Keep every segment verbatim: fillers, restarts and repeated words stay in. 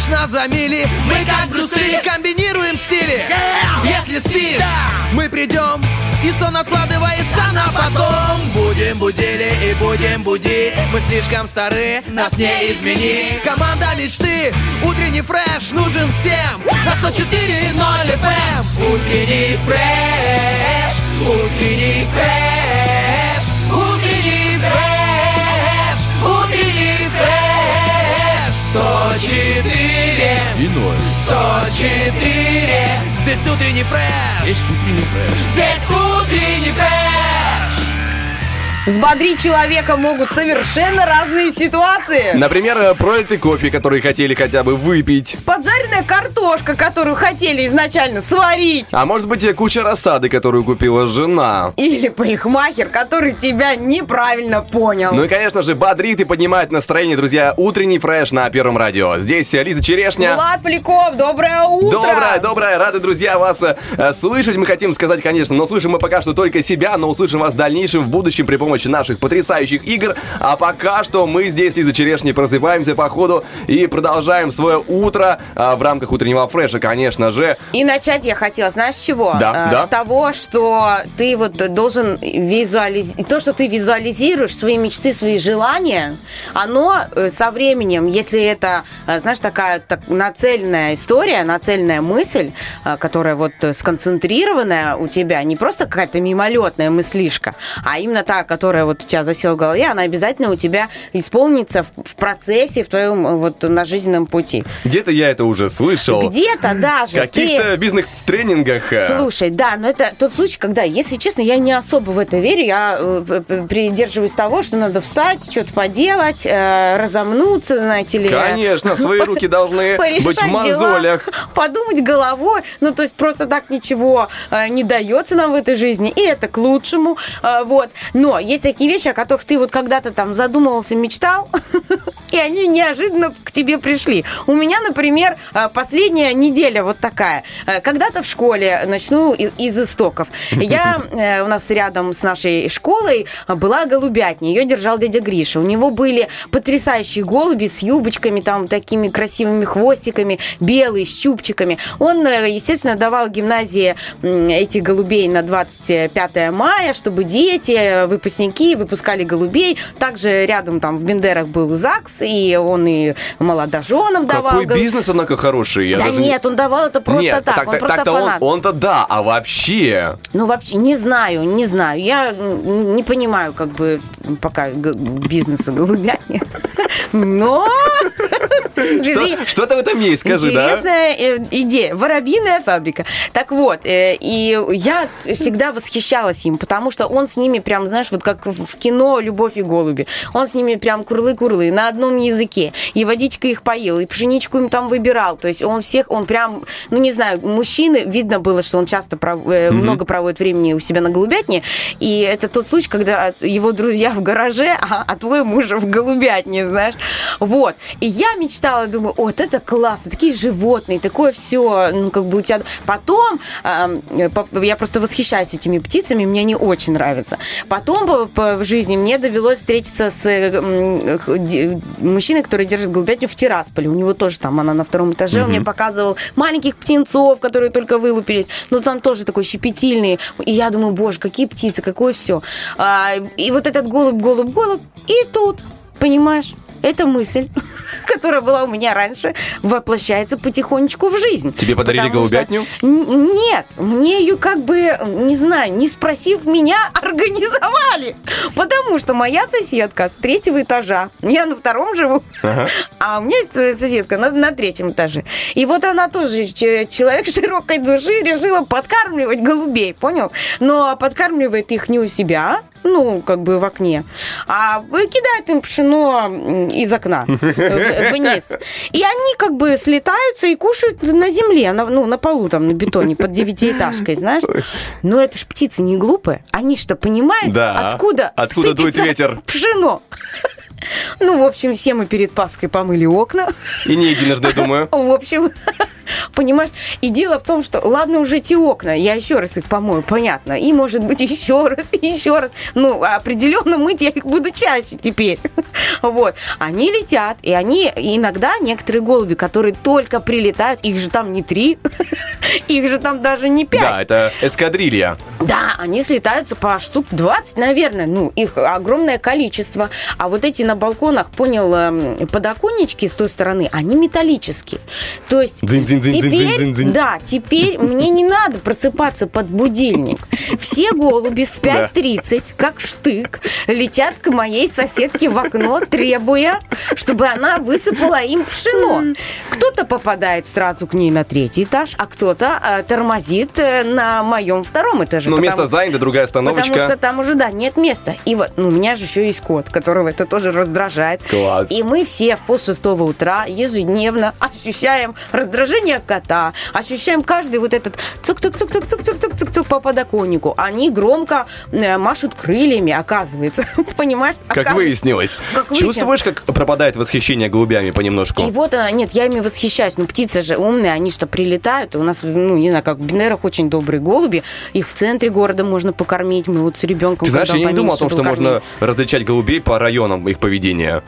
нас за мили. Мы как Брюс Ли комбинируем стили. Если спишь, мы придем, и сон откладывается на потом. Будем будили и будем будить. Мы слишком стары, нас не изменить. Команда мечты, утренний фреш нужен всем. На сто четыре ноль эф эм. Утренний фреш, утренний фреш, утренний фреш, утренний фреш. Сто четыре и ноль. Сто четыре. Здесь утренний фреш. Здесь утренний фреш. Здесь утренний фреш. Взбодрить человека могут совершенно разные ситуации. Например, пролитый кофе, который хотели хотя бы выпить. Поджаренная картошка, которую хотели изначально сварить. А может быть, куча рассады, которую купила жена. Или парикмахер, который тебя неправильно понял. Ну и, конечно же, бодрит и поднимает настроение, друзья. Утренний фреш на Первом радио. Здесь Лиза Черешня. Влад Поляков, доброе утро. Доброе, доброе. Рады, друзья, вас э, слышать. Мы хотим сказать, конечно, но слышим мы пока что только себя, но услышим вас в дальнейшем, в будущем при помощи наших потрясающих игр. А пока что мы здесь, Лиза Черешня, просыпаемся по ходу и продолжаем свое утро а, в рамках утреннего фреша, конечно же. И начать я хотела, знаешь, с чего? Да, а, да. С того, что ты вот должен визуализировать, то, что ты визуализируешь, свои мечты, свои желания, оно со временем, если это, знаешь, такая так, нацеленная история, нацеленная мысль, которая вот сконцентрированная у тебя, не просто какая-то мимолетная мыслишка, а именно та, которая вот у тебя засела в голове, она обязательно у тебя исполнится в, в процессе, в твоем вот на жизненном пути. Где-то я это уже слышал. Где-то даже. В каких-то ты... бизнес-тренингах. Слушай, да, но это тот случай, когда, если честно, я не особо в это верю, я э, придерживаюсь того, что надо встать, что-то поделать, э, разомнуться, знаете ли. Конечно, свои руки должны быть в мозолях. Подумать головой, ну, то есть просто так ничего э, не дается нам в этой жизни, и это к лучшему, э, вот. Но есть такие вещи, о которых ты вот когда-то там задумывался, мечтал, и они неожиданно к тебе пришли. У меня, например, последняя неделя вот такая. Когда-то в школе, начну из истоков, я, у нас рядом с нашей школой была голубятня, ее держал дядя Гриша. У него были потрясающие голуби с юбочками, там, такими красивыми хвостиками, белые, с чубчиками. Он, естественно, давал гимназии этих голубей на двадцать пятое мая, чтобы дети, выпускники выпускали голубей. Также рядом там в Бендерах был ЗАГС, и он и молодоженам давал. Какой гол... бизнес, однако, хороший. Я да даже нет, не... он давал это просто нет, так, так, он так просто так-то фанат. Он, он-то да, а вообще... Ну, вообще, не знаю, не знаю. Я не понимаю, как бы, пока бизнеса голубятни. Но... Что-то в этом есть, скажи, да? Интересная идея. Воробьиная фабрика. Так вот, и я всегда восхищалась им, потому что он с ними прям, знаешь, вот как в кино «Любовь и голуби». Он с ними прям курлы-курлы на одном языке. И водичкой их поил, и пшеничку им там выбирал. То есть он всех, он прям, ну не знаю, мужчины, видно было, что он часто пров... mm-hmm. много проводит времени у себя на голубятне. И это тот случай, когда его друзья в гараже, а, а твой муж в голубятне, знаешь. Вот. И я мечтала, думаю, о, вот это классно, такие животные, такое все, ну как бы у тебя... Потом, э, я просто восхищаюсь этими птицами, мне они очень нравятся. Потом по, по, в жизни мне довелось встретиться с э, мужчиной, который держит голубятню в Тирасполе. У него тоже там, она на втором этаже, mm-hmm. он мне показывал маленьких птенцов, которые только вылупились, но там тоже такой щепетильный. И я думаю, боже, какие птицы, какое все. А, и вот этот голубь, голубь, голубь, и тут, понимаешь, эта мысль, которая была у меня раньше, воплощается потихонечку в жизнь. Тебе подарили голубятню? Что... Нет, мне ее как бы, не знаю, не спросив меня, организовали. Потому что моя соседка с третьего этажа, я на втором живу, ага. а у меня есть соседка на, на третьем этаже. И вот она тоже, человек широкой души, решила подкармливать голубей, понял? Но подкармливает их не у себя, ну, как бы в окне, а кидает им пшено из окна вниз. И они как бы слетаются и кушают на земле, на, ну, на полу, там, на бетоне, под девятиэтажкой, знаешь. Но это ж птицы не глупые. Они что, понимают, да. откуда, откуда дует ветер? Пшено. Ну, в общем, все мы перед Пасхой помыли окна. И не единожды, думаю. В общем, Понимаешь? И дело в том, что, ладно уже эти окна, я еще раз их помою, понятно, и, может быть, еще раз, и еще раз. Ну, определенно мыть я их буду чаще теперь. Вот. Они летят, и они иногда, некоторые голуби, которые только прилетают, их же там не три, их же там даже не пять. Да, это эскадрилья. Да, они слетаются по штук двадцать, наверное. Ну, их огромное количество. А вот эти на балконах, понял, подоконнички с той стороны, они металлические. То есть теперь, да, теперь мне не надо просыпаться под будильник. Все голуби в пять тридцать, как штык, летят к моей соседке в окно, требуя, чтобы она высыпала им пшено. Кто-то попадает сразу к ней на третий этаж, а кто-то э, тормозит э, на моем втором этаже. Ну, потому, место занято, другая остановочка. Потому что там уже, да, нет места. И вот, ну, у меня же еще есть кот, которого это тоже раздражает. Класс. И мы все в полшестого утра ежедневно ощущаем раздражение кота, ощущаем каждый вот этот цук-цук-цук-цук-цук-цук-цук по подоконнику. Они громко э, машут крыльями, оказывается. Понимаешь? Как выяснилось. Как Чувствуешь, как пропадает восхищение голубями понемножку? И вот она, нет, я ими восхищаюсь. Ну, птицы же умные, они что, прилетают. У нас, ну, не знаю, как в Бендерах очень добрые голуби. Их в центре города можно покормить. Мы вот с ребенком... Ты знаешь, я не думал о том, что кормить. можно различать голубей по районам их поведения.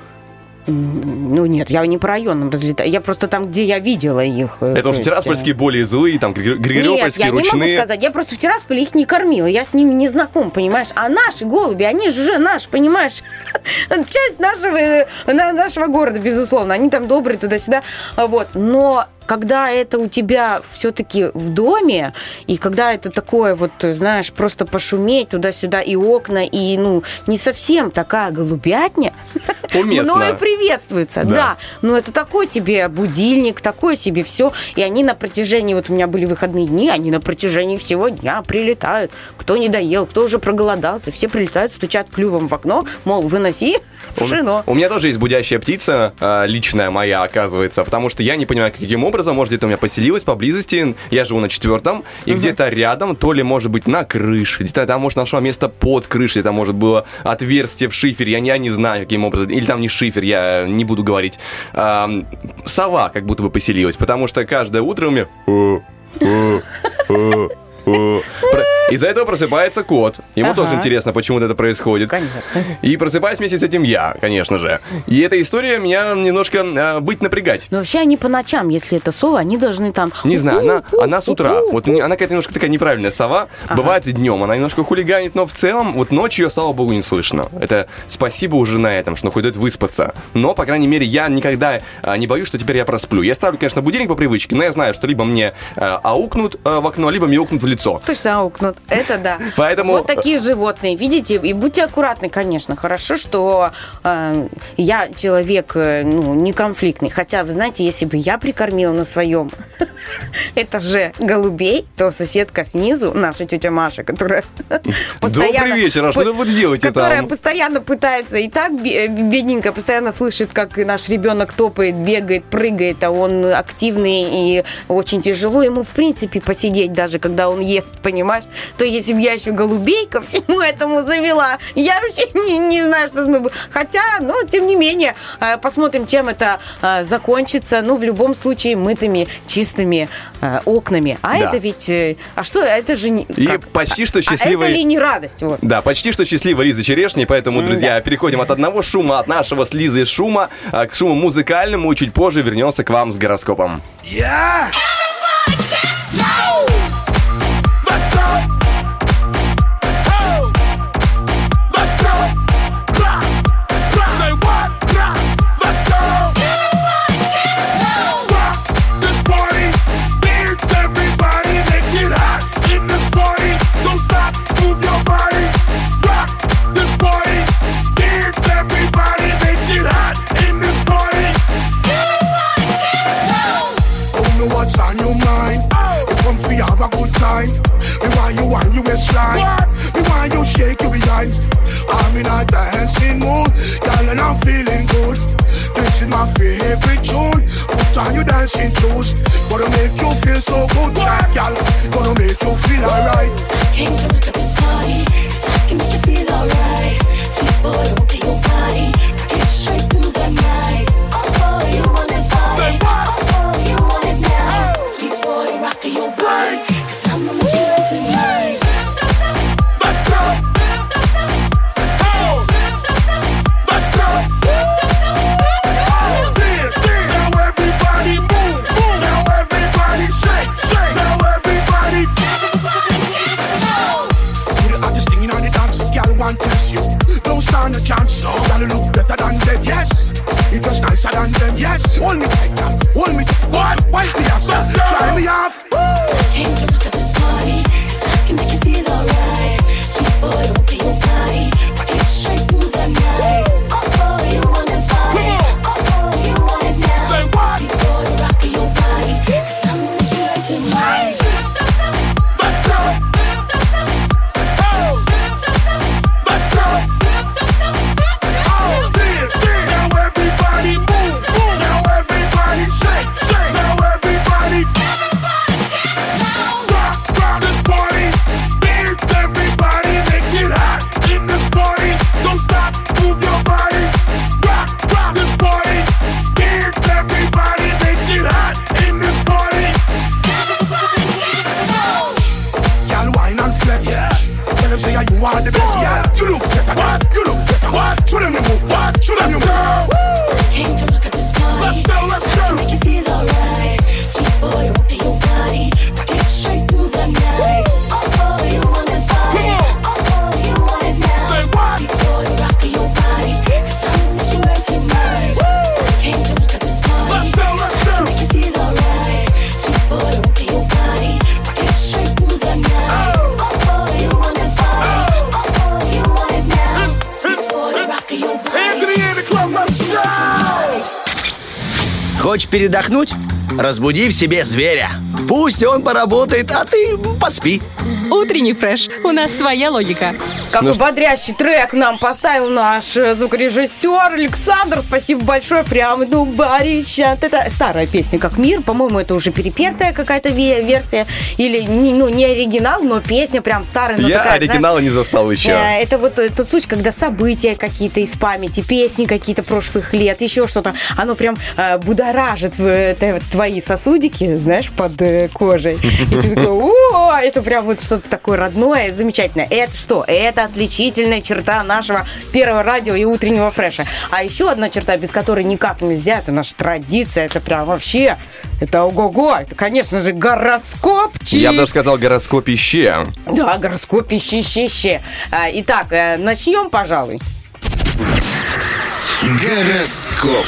Ну, нет, я не по районам разлетаю. Я просто там, где я видела их. Это уж тираспольские более злые, там, григориопольские ручные. Нет, я не могу сказать. Я просто в Тирасполе их не кормила. Я с ними не знаком, понимаешь? А наши голуби, они же уже наши, понимаешь? Часть нашего, нашего города, безусловно. Они там добрые, туда-сюда. Вот. Но... когда это у тебя все-таки в доме, и когда это такое вот, знаешь, просто пошуметь туда-сюда, и окна, и, ну, не совсем такая голубятня, уместно. Мною приветствуется, да. да. Но это такой себе будильник, такое себе все. И они на протяжении, вот у меня были выходные дни, они на протяжении всего дня прилетают. Кто не доел, кто уже проголодался, все прилетают, стучат клювом в окно, мол, выноси пшено. У, у меня тоже есть будящая птица, личная моя, оказывается, потому что я не понимаю, каким образом, может, где-то у меня поселилась поблизости, я живу на четвертом, и угу. где-то рядом, то ли, может быть, на крыше, где-то там, может, нашла место под крышей, там, может, было отверстие в шифере, я не, я не знаю, каким образом, или там не шифер, я не буду говорить. А, сова как будто бы поселилась, потому что каждое утро у меня... Из-за этого просыпается кот. Ему ага. тоже интересно, почему это происходит. Конечно. И просыпаюсь вместе с этим я, конечно же. И эта история меня немножко э, быть напрягать. Но вообще они по ночам, если это сова, они должны там... Не знаю, она, она с утра. Вот она какая-то немножко такая неправильная сова. Ага. Бывает и днем, она немножко хулиганит, но в целом вот ночью ее, слава богу, не слышно. Это спасибо уже на этом, что хоть выспаться. Но, по крайней мере, я никогда э, не боюсь, что теперь я просплю. Я ставлю, конечно, будильник по привычке, но я знаю, что либо мне э, аукнут э, в окно, либо мне аукнут в лицо. Точно аукнут. Это да. Поэтому... Вот такие животные, видите, и будьте аккуратны, конечно. Хорошо, что э, я человек, э, ну, не конфликтный. Хотя, вы знаете, если бы я прикормила на своем этаже голубей, то соседка снизу, наша тетя Маша, которая постоянно... Добрый вечер, а что вы делаете там? Которая постоянно пытается, и так бедненько, постоянно слышит, как наш ребенок топает, бегает, прыгает, а он активный, и очень тяжело ему, в принципе, посидеть, даже когда он ест, понимаешь? То если бы я еще голубей ко всему этому завела, я вообще не, не знаю, что с мной будет. Хотя, ну, тем не менее, посмотрим, чем это закончится. Ну, в любом случае, мытыми, чистыми окнами. А да. это ведь... А что? Это же не... И как? Почти что счастливый... А это ли не радость? Вот. Да, почти что счастливая Лиза Черешни. Поэтому, друзья, да. переходим от одного шума, от нашего с Лизой шума к шуму музыкальному. Чуть позже вернемся к вам с гороскопом. Yeah! On your mind, you come for you have a good time. Me want you want you waistline. Me want you shake your behind. I'm in a dancing mood, girl, and I'm feeling good. This is my favorite tune. Put on your dancing shoes. Gonna make you feel so good, girl. Gonna make you feel alright. I came to look at this party, 'cause I can make you feel alright. Sweet boy, look at your body, rock it straight through the night. Oh, you want this body? Oh, you want it now? Sweet stand a chance. No, girl, you look better than them. Yes, it was nicer than them. Yes, hold me tight, girl. Hold me tight. What? Wipe me off. Try me off. Came to look at this party, 'cause I can make you feel alright. Sweet boy, don't be your body. Rock it straight through the night. Oh, oh, you want this body. Oh, oh, you want it now. Say what? Sweet boy, rock your body, 'cause I'm with you right tonight. Let's go. Oh, let's go. Oh, dance, dance. Now everybody move, move. Now everybody shake, shake. Now everybody. Rock, rock this party. Dance, everybody. Make it hot in this party. Don't stop, move your body. Rock, rock this party. Dance, everybody. Make it hot in this party. Y'all wine and flex. Yeah. Tell them say you are the best. Yeah. You look better. What? You look better. What? Show them you move. What? Show them you move. Came to look at this party. Let's go, let's so I can go. make you feel alright. Sweet boy, rock your body. Rock it straight through the night. Oh, oh, you want this body. Come on. Oh, oh, you want it now. Say what? Sweet boy, rock your body. 'Cause I'm with you right tonight. Came to look at this party. Let's go, let's so I go. can make you feel alright. Sweet boy, rock your body. Rock it straight through the night. Oh. Oh, oh, you want this body. Oh. Oh, oh, you want it now. Sweet boy, rock your body. Hands in the air, the club, let's go. Хочешь передохнуть? Разбуди в себе зверя. Пусть он поработает, а ты поспи. Утренний фреш. У нас своя логика. Какой бодрящий трек нам поставил наш э, звукорежиссер Александр. Спасибо большое. Прям, ну, баричат. Это старая песня, как «Мир». По-моему, это уже перепертая какая-то ве- версия. Или, не, ну, не оригинал, но песня прям старая. Но Я такая, оригинала знаешь, не застал еще. э, это вот э, тот случай, когда события какие-то из памяти, песни какие-то прошлых лет, еще что-то, оно прям э, будоражит э, т- твои сосудики, знаешь, под э, кожей. И ты такой, о, это прям вот что-то такое родное, замечательное. Это что? Это отличительная черта нашего первого радио и утреннего фреша. А еще одна черта, без которой никак нельзя, это наша традиция, это прям вообще, это ого-го, это, конечно же, гороскопчик. Я бы даже сказал гороскопище. Да, гороскопище-ще-ще. А, Итак, э, начнем, пожалуй. Гороскоп.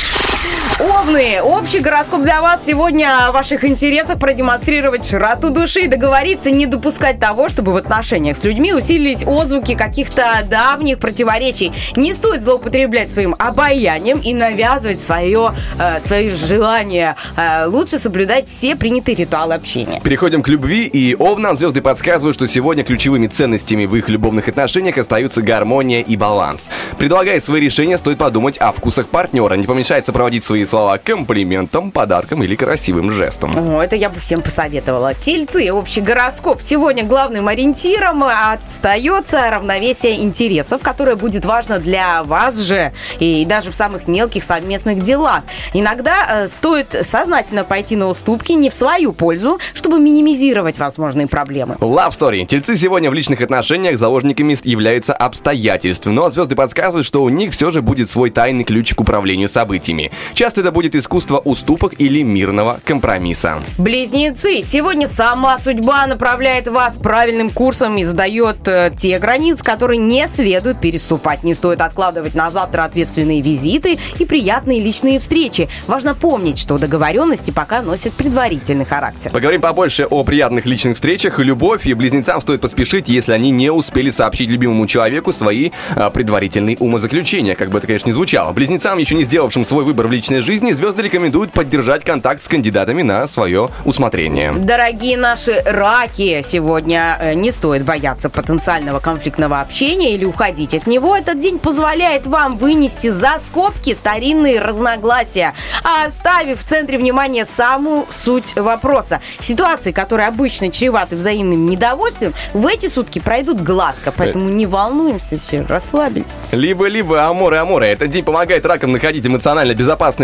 Овны, общий гороскоп для вас сегодня о ваших интересах продемонстрировать широту души и договориться не допускать того, чтобы в отношениях с людьми усилились отзвуки каких-то давних противоречий. Не стоит злоупотреблять своим обаянием и навязывать свое, э, свое желание. Э, лучше соблюдать все принятые ритуалы общения. Переходим к любви, и овнам звезды подсказывают, что сегодня ключевыми ценностями в их любовных отношениях остаются гармония и баланс. Предлагая свои решения, стоит подумать о вкусах партнера. Не помешает сопроводить свои слова комплиментом, подарком или красивым жестом. О, это я бы всем посоветовала. Тельцы, общий гороскоп. Сегодня главным ориентиром остается равновесие интересов, которое будет важно для вас же и даже в самых мелких совместных делах. Иногда э, стоит сознательно пойти на уступки не в свою пользу, чтобы минимизировать возможные проблемы. Love Story. Тельцы сегодня в личных отношениях заложниками являются обстоятельств, но звезды подсказывают, что у них все же будет свой тайный ключ к управлению событиями. Часто это будет искусство уступок или мирного компромисса. Близнецы, сегодня сама судьба направляет вас правильным курсом и задает э, те границы, которые не следует переступать. Не стоит откладывать на завтра ответственные визиты и приятные личные встречи. Важно помнить, что договоренности пока носят предварительный характер. Поговорим побольше о приятных личных встречах и любовь. И близнецам стоит поспешить, если они не успели сообщить любимому человеку свои а, предварительные умозаключения. Как бы это, конечно, не звучало. Близнецам, еще не сделавшим свой выбор в личной жизни, звезды рекомендуют поддержать контакт с кандидатами на свое усмотрение. Дорогие наши раки, сегодня э, не стоит бояться потенциального конфликтного общения или уходить от него. Этот день позволяет вам вынести за скобки старинные разногласия, оставив в центре внимания саму суть вопроса. Ситуации, которые обычно чреваты взаимным недовольствием, в эти сутки пройдут гладко, поэтому не волнуемся, все расслабились. Либо-либо, аморы-аморы. Этот день помогает ракам находить эмоционально безопасное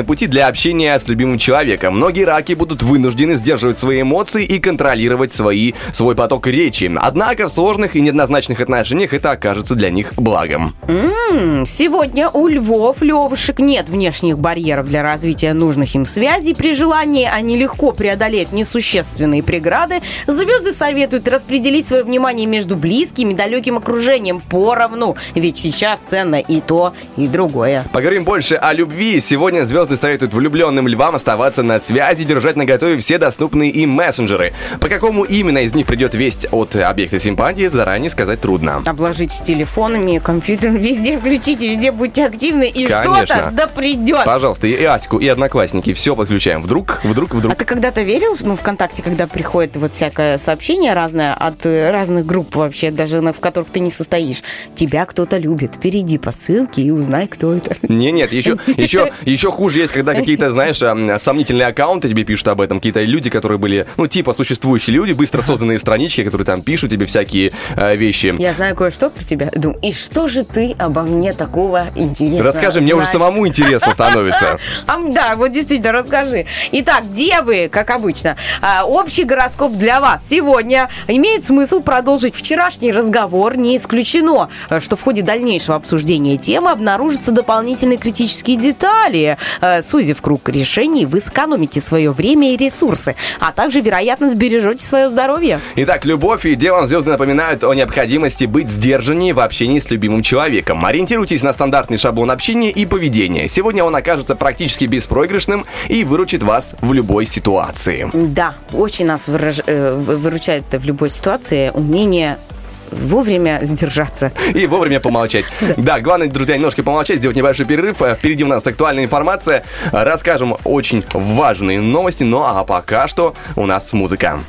пути для общения с любимым человеком. Многие раки будут вынуждены сдерживать свои эмоции и контролировать свои, свой поток речи. Однако в сложных и неоднозначных отношениях это окажется для них благом. М-м, сегодня у львов, левушек, нет внешних барьеров для развития нужных им связей. При желании они легко преодолеют несущественные преграды. Звезды советуют распределить свое внимание между близким и далеким окружением поровну. Ведь сейчас ценно и то, и другое. Поговорим больше о любви. Сегодня звезды советуют влюбленным львам оставаться на связи, держать наготове все доступные им мессенджеры. По какому именно из них придет весть от объекта симпатии, заранее сказать трудно. Обложитесь телефонами, компьютером, везде включите, везде будьте активны, и Конечно. что-то да придет. Пожалуйста, и Аську, и Одноклассники, все подключаем. Вдруг, вдруг, вдруг. А ты когда-то верил, ну, ВКонтакте, когда приходит вот всякое сообщение разное от э, разных групп вообще, даже на, в которых ты не состоишь? Тебя кто-то любит. Перейди по ссылке и узнай, кто это. Не, нет, еще, еще, еще хуже есть, когда какие-то, знаешь, ам, сомнительные аккаунты тебе пишут об этом, какие-то люди, которые были, ну, типа существующие люди, быстро созданные странички, которые там пишут тебе всякие э, вещи. Я знаю кое-что про тебя. Думаю, и что же ты обо мне такого интересного Расскажи, мне уже знаешь? самому интересно становится. А, да, вот действительно, расскажи. Итак, девы, как обычно, а, общий гороскоп для вас сегодня имеет смысл продолжить вчерашний разговор. Не исключено, что в ходе дальнейшего обсуждения темы обнаружатся дополнительные критические детали. А, сузив круг решений, вы сэкономите свое время и ресурсы, а также, вероятно, сбережете свое здоровье. Итак, любовь и делом звезды напоминают о необходимости быть сдержаннее в общении с любимым человеком. Ориентируйтесь на стандартный шаблон общения и поведения. Сегодня он окажется практически беспроигрышным и выручит вас в любой ситуации. Да, очень нас выраж... э, выручает в любой ситуации умение вовремя сдержаться. И вовремя помолчать. Да, главное, друзья, немножко помолчать, сделать небольшой перерыв. Впереди у нас актуальная информация. Расскажем очень важные новости, ну а пока что у нас музыка.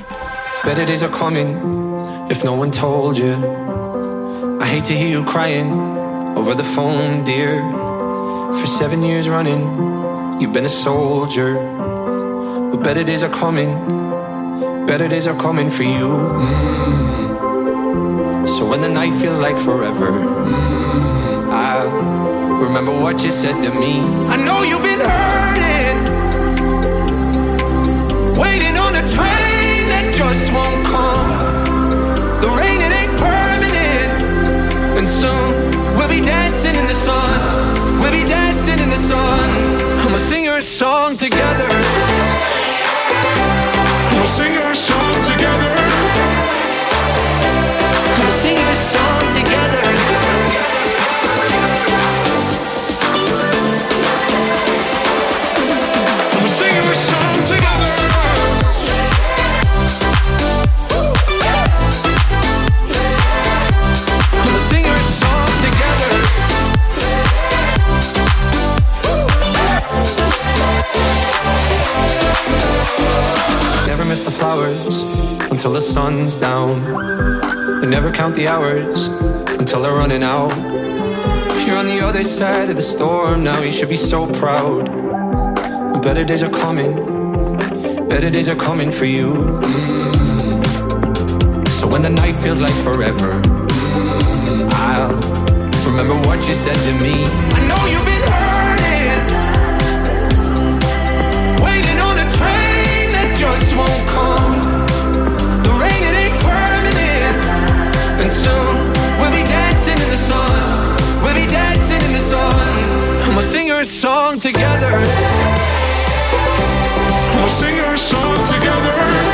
Better days are coming if no one told you. I hate to hear you crying over the phone, dear. For seven years running, you've been a soldier. But better days are coming, better days are coming for you. Mm. So when the night feels like forever, mm, I remember what you said to me. I know you've been hurting, waiting on a train that just won't come. The rain, it ain't permanent, and soon we'll be dancing in the sun. We'll be dancing in the sun. I'ma sing your song together. I'ma sing your song together. I'ma sing your song together. I'ma sing your song together. I'ma sing your song together. Never miss the flowers until the sun's down. We never count the hours until they're running out. You're on the other side of the storm now, you should be so proud. Better days are coming, better days are coming for you. Mm. So when the night feels like forever, mm, I'll remember what you said to me. I know you've been hurting, waiting on a train that just won't come. The rain, it ain't permanent, and soon we'll be dancing in the sun. We'll be dancing in the sun. I'ma sing your song together. I'ma sing your song together.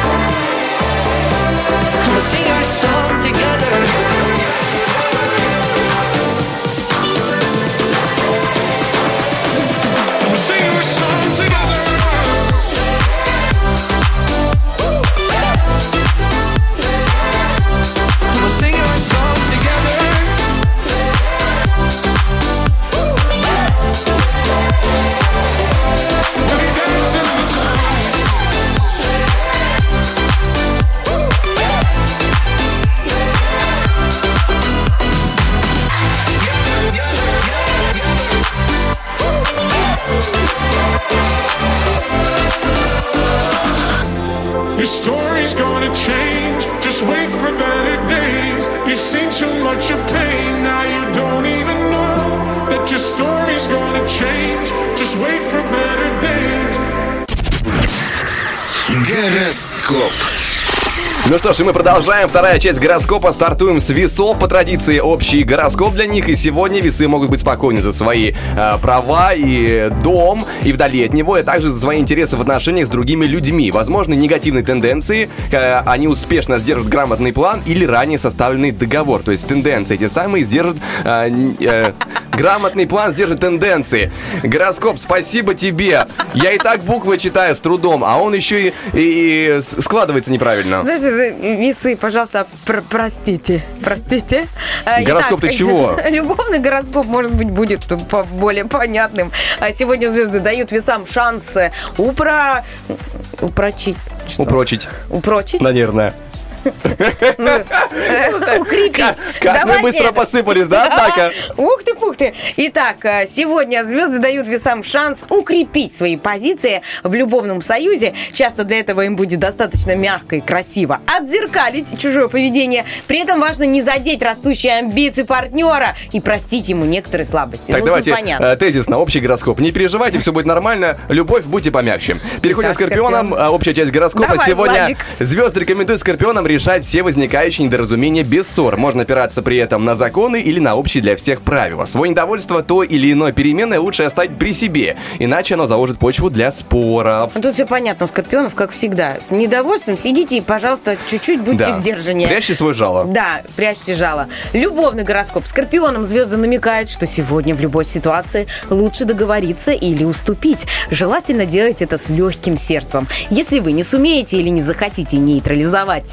I'ma sing your song together. Гороскоп. Ну что ж, и мы продолжаем. Вторая часть гороскопа. Стартуем с весов. По традиции общий гороскоп для них. И сегодня весы могут быть спокойны за свои э, права и дом, и вдали от него, и также за свои интересы в отношениях с другими людьми. Возможны негативные тенденции. Э, они успешно сдержат грамотный план или ранее составленный договор. То есть тенденции эти самые сдержат... Э, э, грамотный план сдержит тенденции. Гороскоп, спасибо тебе. Я и так буквы читаю с трудом, а он еще и, и, и складывается неправильно. Знаешь, весы, пожалуйста, пр- простите, простите. Гороскоп ты чего? Любовный гороскоп, может быть, будет по- более понятным. Сегодня звезды дают весам шанс упро... упрочить. Что? Упрочить. Упрочить? Наверное. Укрепить. Как мы быстро посыпались, да, однако? Ух ты, пух ты. Итак, сегодня звезды дают весам шанс укрепить свои позиции в любовном союзе. Часто для этого им будет достаточно мягко и красиво отзеркалить чужое поведение. При этом важно не задеть растущие амбиции партнера и простить ему некоторые слабости. Так, ну, давайте тут понятно. тезисно, общий гороскоп. Не переживайте, все будет нормально. Любовь, будьте помягче. Переходим Итак, к скорпионам. Скорпион. Общая часть гороскопа. Давай, Сегодня Владик. звезды рекомендуют скорпионам решать все возникающие недоразумения без ссор. Можно опираться при этом на законы или на общие для всех правила. Свое недовольство той или иной переменной лучше оставить при себе, иначе оно заложит почву для споров. Ну, тут все понятно у скорпионов, как всегда. С недовольством сидите и, пожалуйста, чуть-чуть будьте Да. сдержаннее. Прячьте свое жало. Да, прячьте жало. Любовный гороскоп. Скорпионам звезды намекают, что сегодня в любой ситуации лучше договориться или уступить. Желательно делать это с легким сердцем. Если вы не сумеете или не захотите нейтрализовать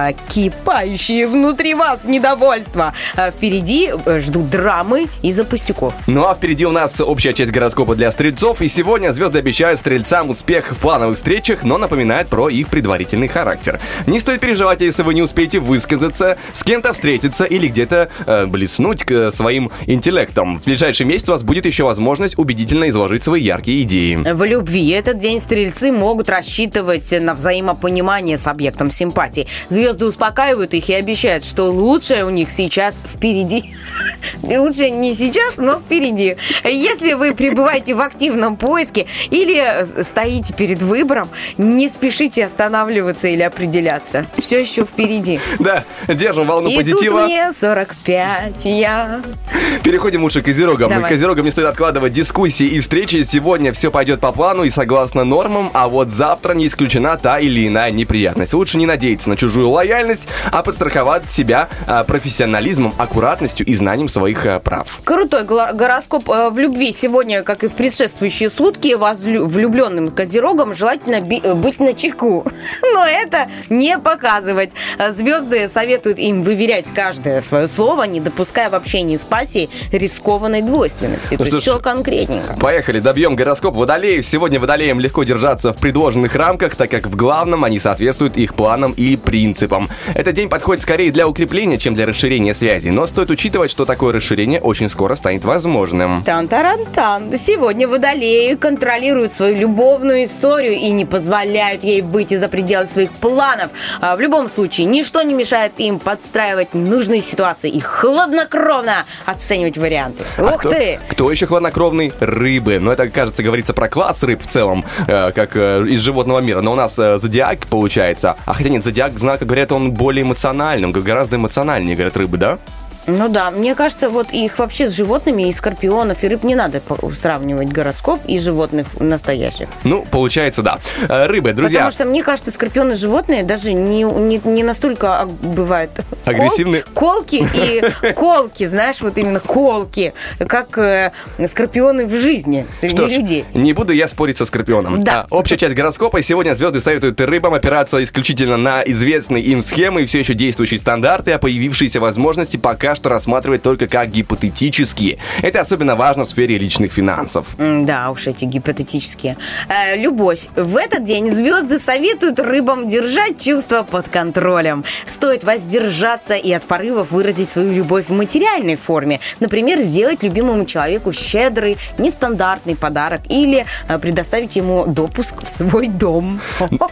закипающие внутри вас недовольство, а впереди ждут драмы из-за пустяков. Ну а впереди у нас общая часть гороскопа для стрельцов. И сегодня звезды обещают стрельцам успех в плановых встречах, но напоминают про их предварительный характер. Не стоит переживать, если вы не успеете высказаться, с кем-то встретиться или где-то э, блеснуть к своим интеллектом. В ближайший месяц у вас будет еще возможность убедительно изложить свои яркие идеи. В любви этот день стрельцы могут рассчитывать на взаимопонимание с объектом симпатии. Звезды успокаивают их и обещают, что лучшее у них сейчас впереди. И лучше не сейчас, но впереди. Если вы пребываете в активном поиске или стоите перед выбором, не спешите останавливаться или определяться. Все еще впереди. Да, держим волну И позитива. тут мне сорок пять, я... Переходим лучше к козерогам. Давай. Козерогам не стоит откладывать дискуссии и встречи. Сегодня все пойдет по плану и согласно нормам, а вот завтра не исключена та или иная неприятность. Лучше не надеяться на чужую лояльность, а подстраховать себя а, профессионализмом, аккуратностью и знанием своих а, прав. Крутой гла- гороскоп э, в любви. Сегодня, как и в предшествующие сутки, возлю- влюбленным козерогам желательно би- э, быть начеку. Но это не показывать. Э, Звезды советуют им выверять каждое свое слово, не допуская в общении с пассией рискованной двойственности. То что есть ж, все конкретненько. Поехали, добьем гороскоп водолеев. Сегодня водолеям легко держаться в предложенных рамках, так как в главном они соответствуют их планам и принципам. Этот день подходит скорее для укрепления, чем для расширения связей, но стоит учитывать, что такое расширение очень скоро станет возможным. Тан-таран-тан. Сегодня водолеи контролируют свою любовную историю и не позволяют ей выйти за пределы своих планов. А в любом случае, ничто не мешает им подстраивать нужные ситуации и хладнокровно оценивать варианты. А Ух кто, ты! Кто еще хладнокровный? Рыбы. Но это, кажется, говорится про класс рыб в целом, э, как э, из животного мира. Но у нас э, зодиак получается. А хотя нет, зодиак, знак, говорят, он более эмоциональный, он гораздо эмоциональнее, говорят рыбы, да? Ну да, мне кажется, вот их вообще с животными, и скорпионов, и рыб не надо по- сравнивать гороскоп и животных настоящих. Ну, получается, да. Э, Рыбы, друзья. Потому что, мне кажется, скорпионы животные даже не, не, не настолько а, бывают Агрессивные? кол- колки и колки, знаешь, вот именно колки, как э, скорпионы в жизни среди Что ж, людей. не буду я спорить со скорпионом. Да. А, общая часть гороскопа. Сегодня звезды советуют рыбам опираться исключительно на известные им схемы и все еще действующие стандарты, а появившиеся возможности пока что рассматривать только как гипотетические. Это особенно важно в сфере личных финансов. М, Да уж, эти гипотетические. Э, любовь. В этот день звезды советуют рыбам держать чувства под контролем. Стоит воздержаться и от порывов выразить свою любовь в материальной форме. Например, сделать любимому человеку щедрый, нестандартный подарок или э, предоставить ему допуск в свой дом.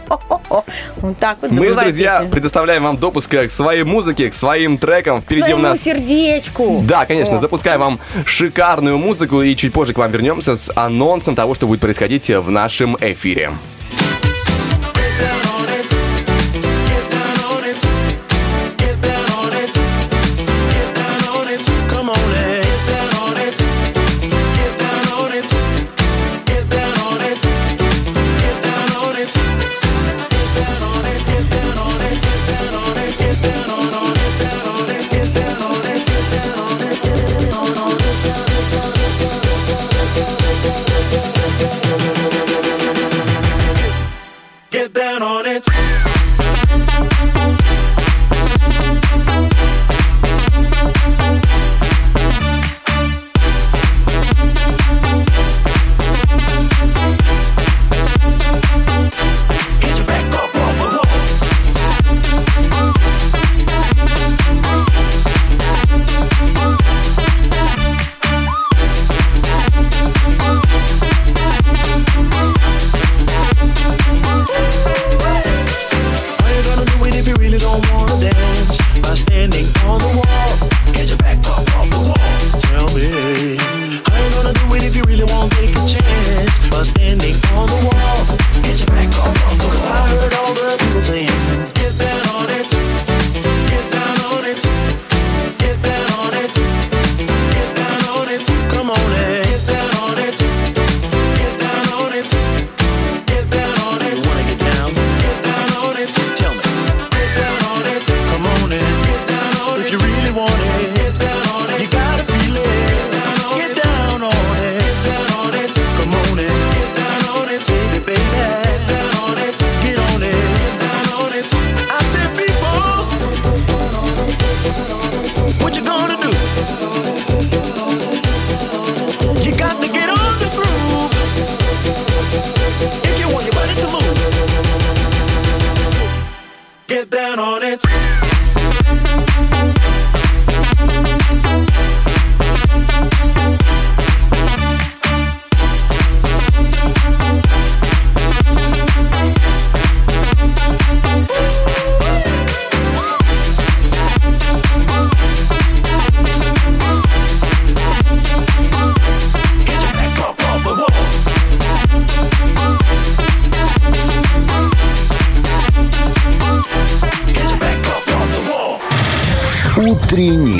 Вот так вот, Мы же, забывай друзья, песню. предоставляем вам допуск к своей музыке, к своим трекам. Впереди Своему у нас... сердечку. Да, конечно, О. запускаем вам шикарную музыку и чуть позже к вам вернемся с анонсом того, что будет происходить в нашем эфире. Down on it.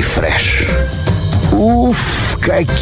фреш. Уф,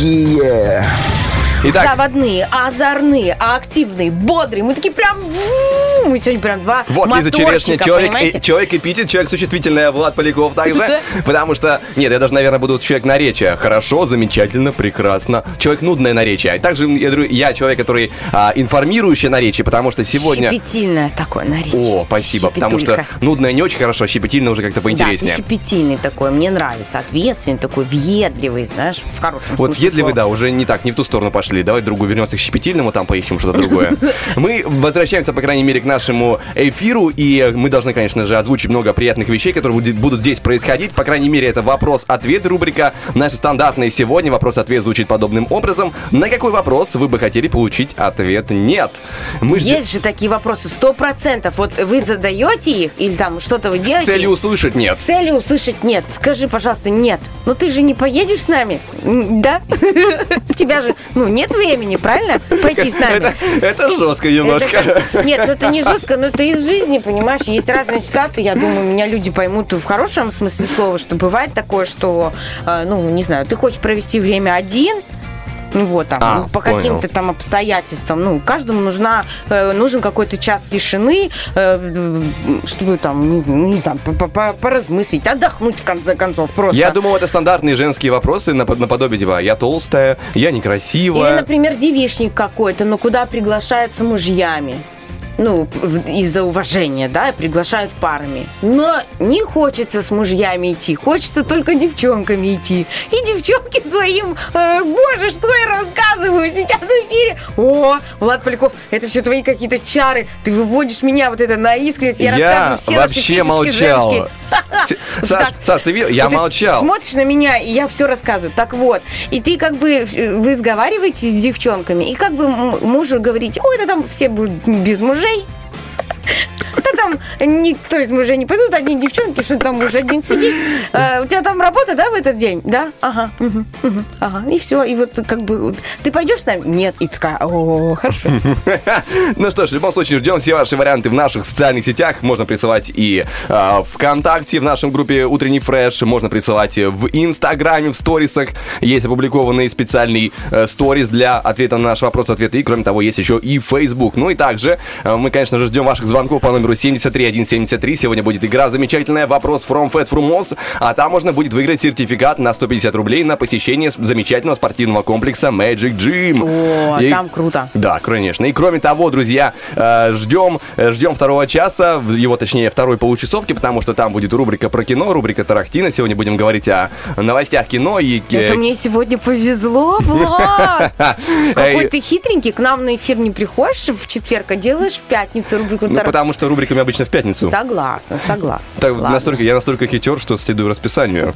какие! Итак, Заводные, озорные, активные, бодрые. Мы такие прям... ву, Мы сегодня прям два вот Лиза Черешня, моторчика, человек, понимаете? э, человек эпитет, человек существительное, Влад Поляков также. Потому что, нет, я даже, наверное, буду человек наречия. Хорошо, замечательно, прекрасно. Человек нудное наречие. И также я, говорю, я человек, который а, информирующий наречие, потому что сегодня... Щепетильное такое наречие. О, спасибо, потому что Щепетулька. нудное не очень хорошо, щепетильное уже как-то поинтереснее. Да, ты щепетильный такой, мне нравится. Ответственный такой, въедливый, знаешь, в хорошем Вот смысле въедливый, слова. да, уже не так, не в ту сторону пошли. Давай другу вернемся к щепетильному, там поищем что-то другое. Мы возвращаемся, по крайней мере, к нашему эфиру, и мы должны, конечно же, озвучить много приятных вещей, которые будет- будут здесь происходить. По крайней мере, это вопрос-ответ рубрика. Наша стандартная сегодня вопрос-ответ звучит подобным образом. На какой вопрос вы бы хотели получить ответ «нет»? Мы ждем- Есть же такие вопросы, сто процентов. Вот вы задаете их, или там что-то вы с делаете. целью услышать «нет». С целью услышать нет. Скажи, пожалуйста, нет. Ну ты же не поедешь с нами? М, Да? У тебя же, ну, нет времени, правильно? Пойти с нами. Это, это жестко немножко. Это- Нет, ну это не жестко, но это из жизни, понимаешь? Есть разные ситуации. Я думаю, меня люди поймут в хорошем смысле слова, что бывает такое, что, э, ну, не знаю, ты хочешь провести время один, ну вот там, А, ну, по понял. каким-то там обстоятельствам. Ну, каждому нужна, э, нужен какой-то час тишины, э, чтобы там, не, не знаю, по- по- по- поразмыслить, отдохнуть в конце концов просто. Я думал, это стандартные женские вопросы напод- наподобие типа «я толстая», «я некрасивая». Или, например, девичник какой-то, но куда приглашаются мужьями. Ну, в- из-за уважения, да, приглашают парами. Но не хочется с мужьями идти, хочется только девчонками идти. И девчонки своим, э, боже, что я рассказываю сейчас в эфире. О, Влад Поляков, это все твои какие-то чары. Ты выводишь меня вот это на искренность. Я, Я рассказываю все наши вообще фишечки молчал. женские. С- Вот Саш, так. Саш, ты видел? Я Вот ты молчал. смотришь на меня, и я все рассказываю. Так вот, и ты как бы, э, вы сговариваетесь с девчонками, и как бы м- мужу говорите, ой, да там все будут без мужей. Да там никто из мужей не пойдут, одни девчонки, что там муж один сидит. Э, у тебя там работа, да, в этот день? Да? Ага, мгм, мгм, ага. И все, и вот как бы, вот, ты пойдешь с нами? Нет. И такая, о, хорошо. Ну что ж, в любом случае, ждем все ваши варианты в наших социальных сетях. Можно присылать и э, ВКонтакте, в нашем группе «Утренний фреш». Можно присылать в Инстаграме, в сторисах. Есть опубликованный специальный э, сторис для ответа на наш вопрос-ответ. И, кроме того, есть еще и Facebook. Ну и также э, мы, конечно же, ждем ваших звонков по номеру семьдесят три сто семьдесят три. Сегодня будет игра замечательная «Вопрос from Fat from Moss». А там можно будет выиграть сертификат на сто пятьдесят рублей на посещение замечательного спортивного комплекса Magic Gym. О, И- там круто. Да, конечно. И кроме того, друзья, э, ждем, э, ждем второго часа, в- его, точнее, второй получасовки, потому что там будет рубрика про кино, рубрика Тарахтина. Сегодня будем говорить о новостях кино. И, э, Это мне сегодня повезло, Влад. Какой ты хитренький, к нам на эфир не приходишь в четверг, а делаешь в пятницу рубрику Ну, «Тарах». потому что рубриками обычно в пятницу. Согласна, согласна. Так, Ладно. настолько, я настолько хитер, что следую расписанию.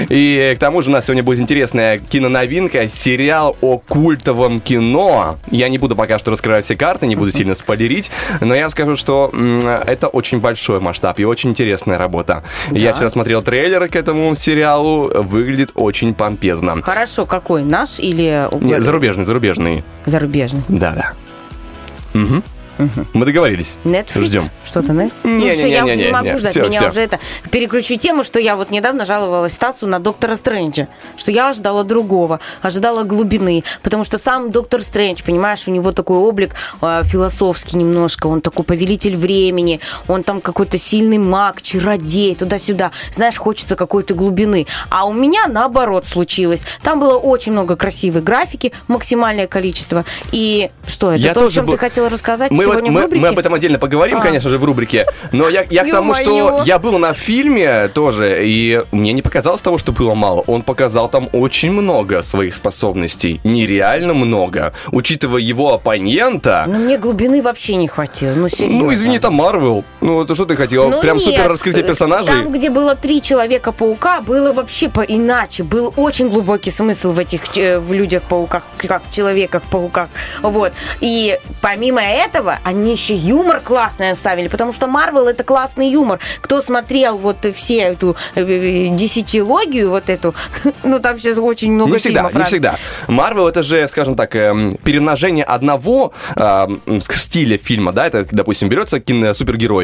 И э, к тому же у нас сегодня будет интересная киноновинка, сериал о культовом кино. Я не буду пока что раскрывать все карты, не буду сильно спойлерить, но я вам скажу, что м, это очень большой масштаб и очень интересная работа. Я вчера смотрел трейлер к этому сериалу, выглядит очень помпезно. Хорошо, какой? Наш или Не, зарубежный, зарубежный. зарубежный? Да-да. Угу. Мы договорились. Netflix? Ждем. Что-то, нет? Не, ну, не, все, не, я не, уже не не, могу не. ждать. Всё, Меня всё. уже это... Переключу тему, что я вот недавно жаловалась Стасу на Доктора Стрэнджа. Что я ожидала другого, ожидала глубины. Потому что сам Доктор Стрэндж, понимаешь, у него такой облик э, философский немножко. Он такой повелитель времени. Он там какой-то сильный маг, чародей, туда-сюда. Знаешь, хочется какой-то глубины. А у меня наоборот случилось. Там было очень много красивой графики, максимальное количество. И что, это Я то, о тоже чем был- ты хотела рассказать Мы, вот- сегодня в мы, рубрике? мы об этом отдельно поговорим, А. конечно же, в рубрике. Но я, я к тому, что Ё-моё. я был на фильме тоже, и мне не показалось того, что было мало. Он показал там очень много своих способностей. Нереально много. Учитывая его оппонента... Ну, мне глубины вообще не хватило. Ну, серьезно. Ну, извини, там Марвел. Ну, это что ты хотел? Ну, Прям нет. супер раскрытие персонажей? Там, где было три Человека-паука, было вообще поиначе. Был очень глубокий смысл в этих э, в Людях-пауках, как в Человеках-пауках. Вот. И помимо этого, они еще юмор классный оставили, потому что Марвел — это классный юмор. Кто смотрел вот все эту э, десятилогию, вот эту, ну, там сейчас очень много Не всегда, фильмов не разных. всегда. Марвел — это же, скажем так, эм, перемножение одного эм, с- стиля фильма, да, это, допустим, берется кино, супергерой,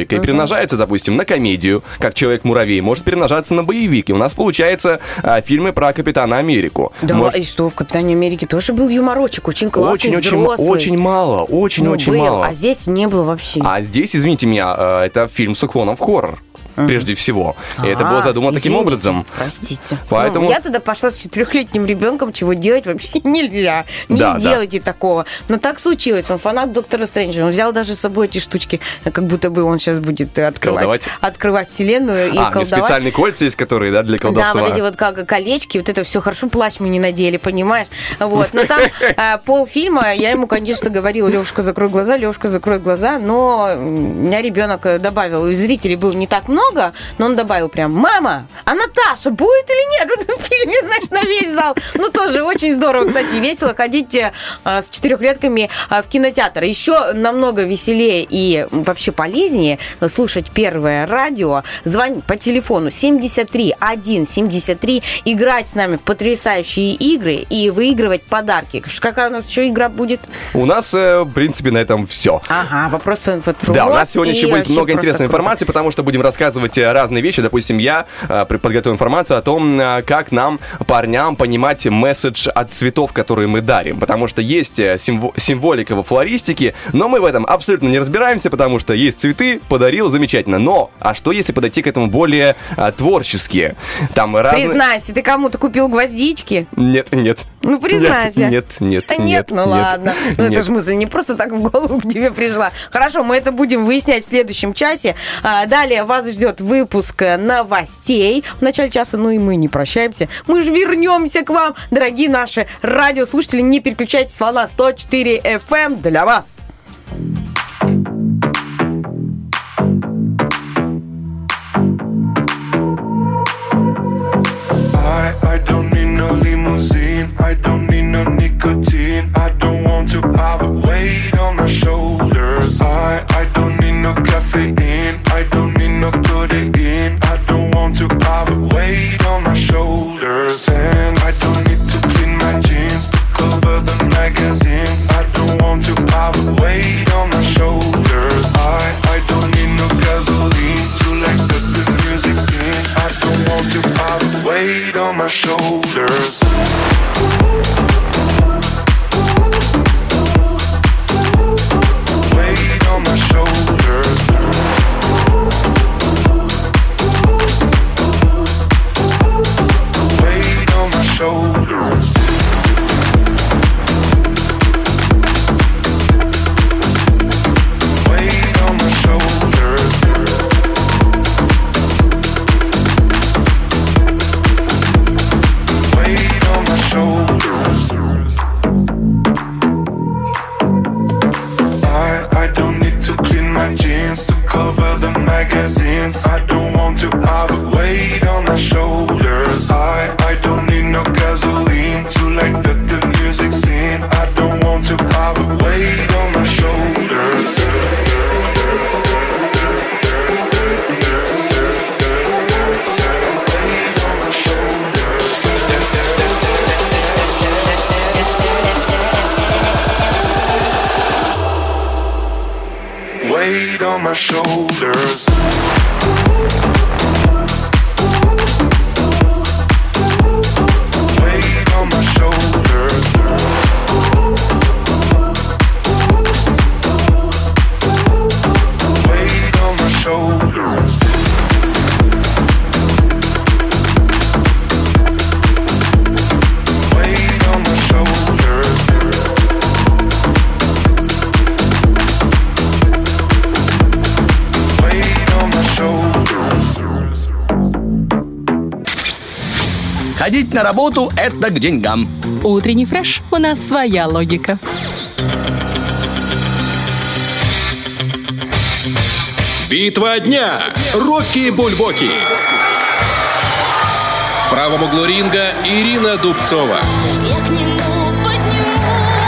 Америка, и перемножается, допустим, на комедию, как Человек-муравей, может перемножаться на боевик. И у нас, получается, а, фильмы про Капитана Америку. Да, Может- и что, в «Капитане Америки» тоже был юморочек, очень классный, Очень-очень взрослый. очень мало, Ну, очень-очень был, мало. а здесь не было вообще. А здесь, извините меня, э, это фильм с уклоном в хоррор. Прежде всего. И это было А, задумано таким извините, образом. Простите. Поэтому- Ну, я тогда пошла с четырехлетним ребенком, чего делать вообще нельзя. Не Да, да. делайте такого. Но так случилось. Он фанат Доктора Стрэнджа. Он взял даже с собой эти штучки, как будто бы он сейчас будет э, открывать, Колдовать? открывать вселенную и А, у него колдовать. специальные кольца есть, которые, да, для колдовства. Да, вот эти вот как колечки, вот это все хорошо, плащ мы не надели, понимаешь? Вот. Но там э, полфильма я ему, конечно, говорила: Левушка, закрой глаза, Левушка, закрой глаза, но у меня ребенок э, добавил, и зрителей было не так много, но он добавил прям: мама, а Наташа будет или нет в этом фильме, знаешь, на весь зал. Ну, тоже очень здорово, кстати, весело ходить э, с четырехлетками э, в кинотеатр. Еще намного веселее и вообще полезнее слушать Первое радио, звонить по телефону семьдесят три один семьдесят три, играть с нами в потрясающие игры и выигрывать подарки. Какая у нас еще игра будет? У нас, э, в принципе, на этом все. Ага, вопрос фэн-фэн. Да, у нас сегодня и еще будет вообще много просто интересной круто. информации, потому что будем рассказывать э, разные вещи. Допустим, я э, при- подготовил информацию о том, э, как нам, парням, понимать месседж от цветов, которые мы дарим. Потому что есть э, симво- символика во флористике, но мы в этом абсолютно не разбираемся, потому что есть цветы, подарил, замечательно. Но, а что если подойти к этому более э, творчески? Там разные... Признайся, ты кому-то купил гвоздички? Нет, нет. Ну, признайся. Нет, нет, нет. Да нет, ну ладно. Ну, это нет. же мысль не просто так в голову к тебе пришла. Хорошо, мы это будем выяснять в следующем часе. А, Далее вас ждет выпуск новостей в начале часа. Ну и мы не прощаемся. Мы же вернемся к вам, дорогие наши радиослушатели. Не переключайтесь, волна сто четыре эф эм для вас. I, I don't need no limousine. I don't need no nicotine. I don't want to have a weight on my shoulders. I, I don't need no caffeine. I don't need no codeine. I don't want to have a weight on my shoulders. And I don't need to clean my jeans to cover the magazines. I don't want to have a weight on my shoulders. I, I don't need no gasoline to like the, the music scene. I don't want to have a weight on my shoulders. Weight on my shoulders. Weight on my shoulders. Weight on my shoulders. Weight on my shoulders. I, I don't need to clean my jeans to cover the magazines. I don't want to have a weight on my shoulders. I, I don't need no gasoline to light the, the music scene. I don't want to have a weight on my shoulders. Weight on my shoulders. Weight on my shoulders. Weight on my shoulders. Weight on my shoulders. Weight on my shoulders. Ходить на работу – это к деньгам. Утренний фреш. У нас своя логика. Битва дня. Рокки Бульбоки. В правом углу ринга Ирина Дубцова. Я к нему поднимусь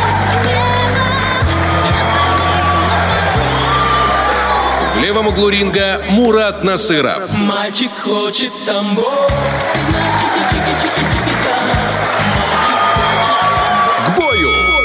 в небо. В левом углу ринга Мурат Насыров. Мальчик хочет в Тамбов. К бою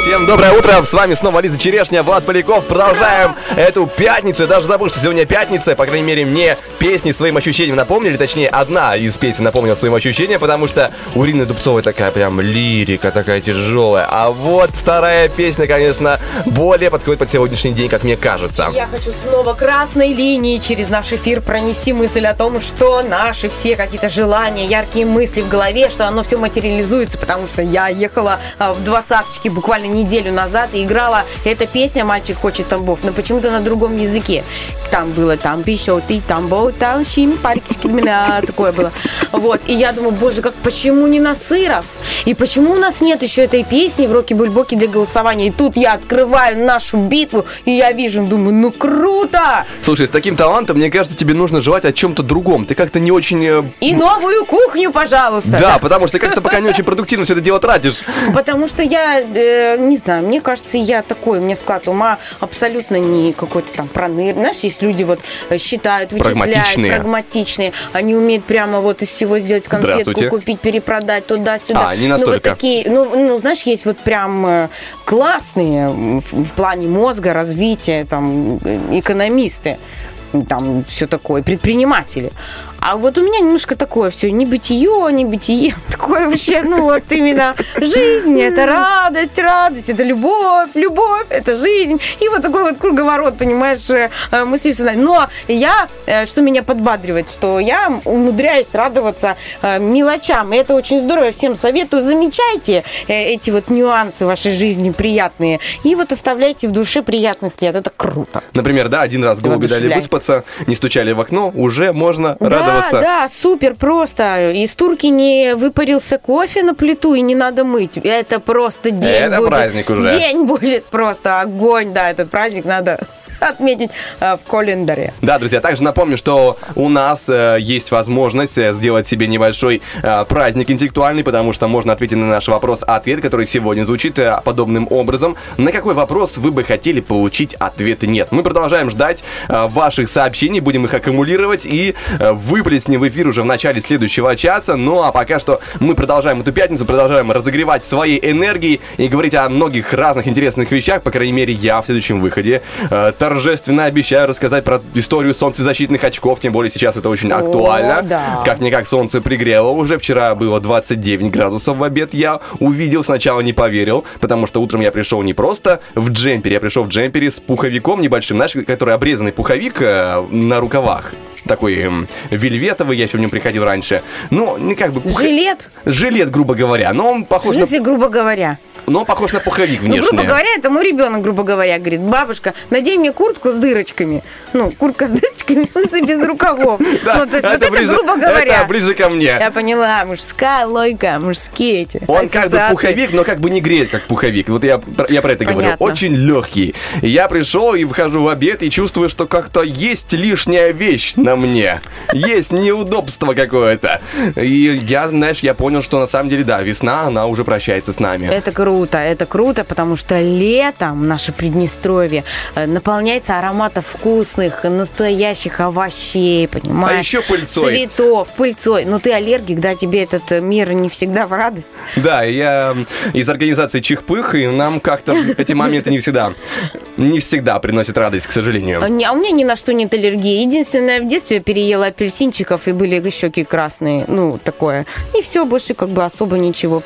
Всем доброе утро, с вами снова Лиза Черешня, Влад Поляков. Продолжаем эту пятницу. Я даже забыл, что сегодня пятница. По крайней мере, мне песни своим ощущениям напомнили. Точнее, одна из песен напомнила своим ощущениям, потому что у Ирины Дубцовой такая прям лирика, такая тяжелая. А вот вторая песня, конечно, более подходит под сегодняшний день, как мне кажется. Я хочу снова красной линией через наш эфир пронести мысль о том, что наши все какие-то желания, яркие мысли в голове, что оно все материализуется, потому что я ехала в двадцаточке буквально неделю назад и играла эта песня «Мальчик хочет тамбов», но почему-то на другом языке. Там было там пищу, ты тамбов, там щим, парикишки, меня такое было. Вот, и я думаю, боже, как почему не Насыров? И почему у нас нет еще этой песни в «Роки-бульбоке» для голосования? И тут я открываю нашу битву, и я вижу, думаю, ну круто! Слушай, с таким талантом, мне кажется, тебе нужно желать о чем-то другом. Ты как-то не очень... И новую кухню, пожалуйста. Да, потому что как-то пока не очень продуктивно все это дело тратишь. Потому что я, э, не знаю, мне кажется, я такой, у меня склад ума абсолютно не какой-то там проныр. Знаешь, есть люди вот считают, вычисляют, прагматичные. прагматичные. Они умеют прямо вот из всего сделать конфетку, купить, перепродать туда-сюда. А, не настолько. Ну, вот такие, ну, ну, знаешь, есть вот прям классные в, в плане мозга, развития, там, экономисты, там, все такое, предприниматели. А вот у меня немножко такое все, не бытие, не бытие, такое вообще, ну вот именно жизнь, это радость, радость, это любовь, любовь, это жизнь. И вот такой вот круговорот, понимаешь, мысли в сознании. Но я, что меня подбадривает, что я умудряюсь радоваться мелочам, и это очень здорово, я всем советую, замечайте эти вот нюансы вашей жизни приятные, и вот оставляйте в душе приятный след, это круто. Например, да, один раз голуби дали выспаться, не стучали в окно, уже можно радоваться. Да, да, супер, просто. Из турки не выпарился кофе на плиту и не надо мыть. Это просто день это будет. Это праздник уже. День будет просто огонь, да, этот праздник надо отметить э, в календаре. Да, друзья, также напомню, что у нас э, есть возможность э, сделать себе небольшой э, праздник интеллектуальный, потому что можно ответить на наш вопрос-ответ, который сегодня звучит э, подобным образом. На какой вопрос вы бы хотели получить ответ «нет»? Мы продолжаем ждать э, ваших сообщений, будем их аккумулировать и э, выплеснем в эфир уже в начале следующего часа. Ну а пока что мы продолжаем эту пятницу, продолжаем разогревать своей энергией и говорить о многих разных интересных вещах. По крайней мере, я в следующем выходе э, торжественно обещаю рассказать про историю солнцезащитных очков, тем более сейчас это очень актуально. О, да. Как-никак солнце пригрело уже. Вчера было двадцать девять градусов в обед. Я увидел, сначала не поверил, потому что утром я пришел не просто в джемпере, я пришел в джемпере с пуховиком небольшим, знаешь, который обрезанный пуховик э, на рукавах. Такой эм, вельветовый, я еще в нем приходил раньше. Ну, не как бы... Пух... Жилет? Жилет, грубо говоря, но он похож в смысле, на... грубо говоря? Но он похож на пуховик внешне. Ну, грубо говоря, это мой ребенок, грубо говоря, говорит: бабушка, надень мне куртку с дырочками. Ну, куртка с дырочками, в смысле, без рукавов. Да, ну, то есть, это, вот это, ближе, грубо говоря. Это ближе ко мне. Я поняла, мужская логика, мужские эти Он как бы пуховик, но как бы не греет, как пуховик. Вот я, я про это Понятно. говорю. Очень легкий. Я пришел и выхожу в обед и чувствую, что как-то есть лишняя вещь на мне. Есть неудобство какое-то. И я, знаешь, я понял, что на самом деле, да, весна, она уже прощается с нами. Это круто, это круто, потому что летом наше Приднестровье наполняется ароматом вкусных, настоящих овощей, понимаешь? А еще пыльцой. Цветов, пыльцой. Но ты аллергик, да, тебе этот мир не всегда в радость. Да, я из организации Чихпых, и нам как-то эти моменты не всегда, не всегда приносят радость, к сожалению. А у меня ни на что нет аллергии. Единственное, в детстве я переела апельсинчиков, и были щеки красные, ну, такое. И все, больше как бы особо ничего.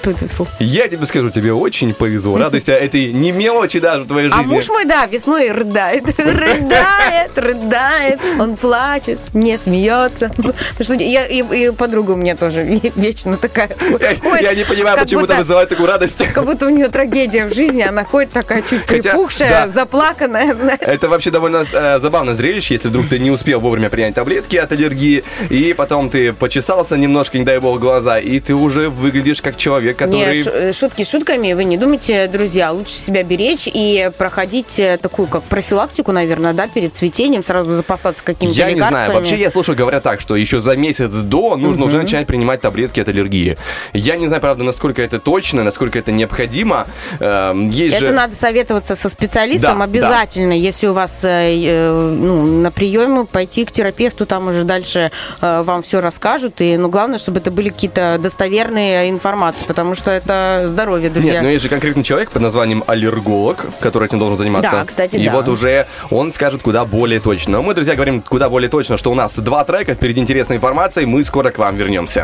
Я тебе скажу, тебе очень повезло. Радость этой не мелочи даже в твоей жизни. А муж мой, да, весной рыдает. Рыдает, рыдает. Он плачет, не смеется. Я, и, и подруга у меня тоже вечно такая. Я, я не понимаю, почему это вызывает такую радость. Как будто у нее трагедия в жизни. Она ходит такая чуть припухшая, да, заплаканная, знаешь. Это вообще довольно э, забавное зрелище, если вдруг ты не успел вовремя принять таблетки от аллергии, и потом ты почесался немножко, не дай бог, глаза, и ты уже выглядишь как человек, который... Не, шутки шутками, вы не думайте, друзья, лучше себя беречь и проходить такую, как профилактику, наверное, да, перед цветением, сразу запасаться какими-то я лекарствами. Я не знаю, вообще я слушаю, говорят так, что еще за месяц до нужно uh-huh. уже начинать принимать таблетки от аллергии. Я не знаю, правда, насколько это точно, насколько это необходимо. Есть это же... надо советоваться со специалистом, да, обязательно, да. Если у вас э, ну, на приеме, пойти к терапевту, там уже дальше э, вам все расскажут. И, ну, главное, чтобы это были какие-то достоверные информации, потому что это здоровье, друзья. Нет, но есть же конкретный человек под названием аллерголог, который этим должен заниматься. Да, кстати, и да. вот уже он скажет куда более точно. Но мы, друзья, говорим куда более точно, что у нас два трека, впереди интересная информация, и мы скоро к вам вернемся.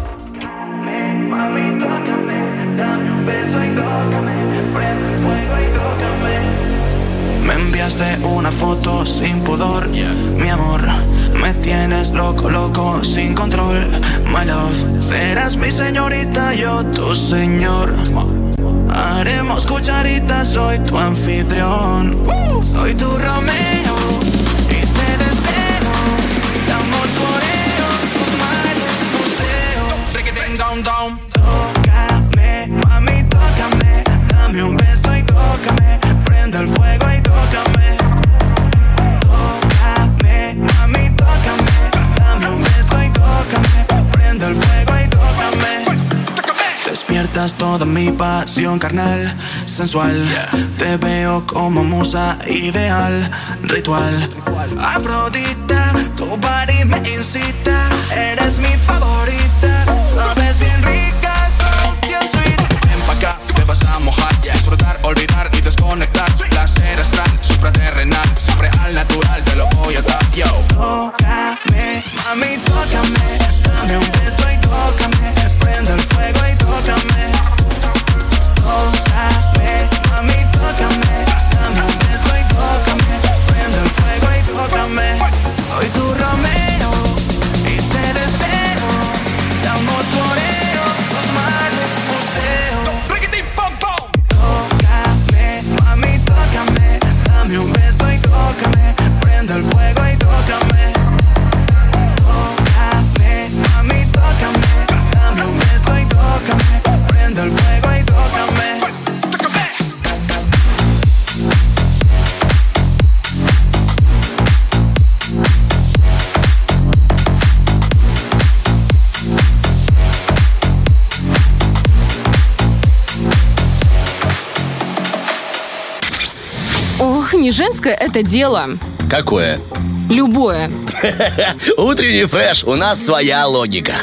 Me enviaste una foto sin pudor, mi amor. Me tienes loco, loco, sin control. My love, serás mi señorita, yo tu señor. Haremos cucharitas, soy tu anfitrión. Soy tu Romeo y te deseo. Te amo tu oreo, tus manos, museo. Riquitín, down, down. Tócame, mami, tócame. Dame un beso y tócame. Prende el fuego y tócame. Tócame, mami, tócame. Dame un beso y tócame. Prende el fuego y tócame. Despiertas toda mi pasión carnal, sensual. Te veo como musa ideal, ritual. Afrodita, tu body me incita. Eres mi favorita. Sabes bien rica, so sweet. Ven pa' acá, te vas a mojar. Disfrutar, olvidar y desconectar. Placer astral, supraterrenal. Siempre al natural, te lo voy a dar, yo. Tócame, mami, tócame. Dame un beso y tócame. Prende el fuego y tócame. Tócame, mami, tócame. Dame un beso y tócame. Prende el fuego y tócame. Soy tu Romeo y te deseo. Te amo tu oreo, tus manos, museo. Riquitín, pom, pom. Tócame, mami, tócame. Dame un beso y tócame. Prende el fuego y tócame. Tócame, mami, tócame. Dame un beso y tócame. Prende el fuego y tócame. Ох, не женское это дело. Какое? Любое. Утренний фреш, у нас своя логика.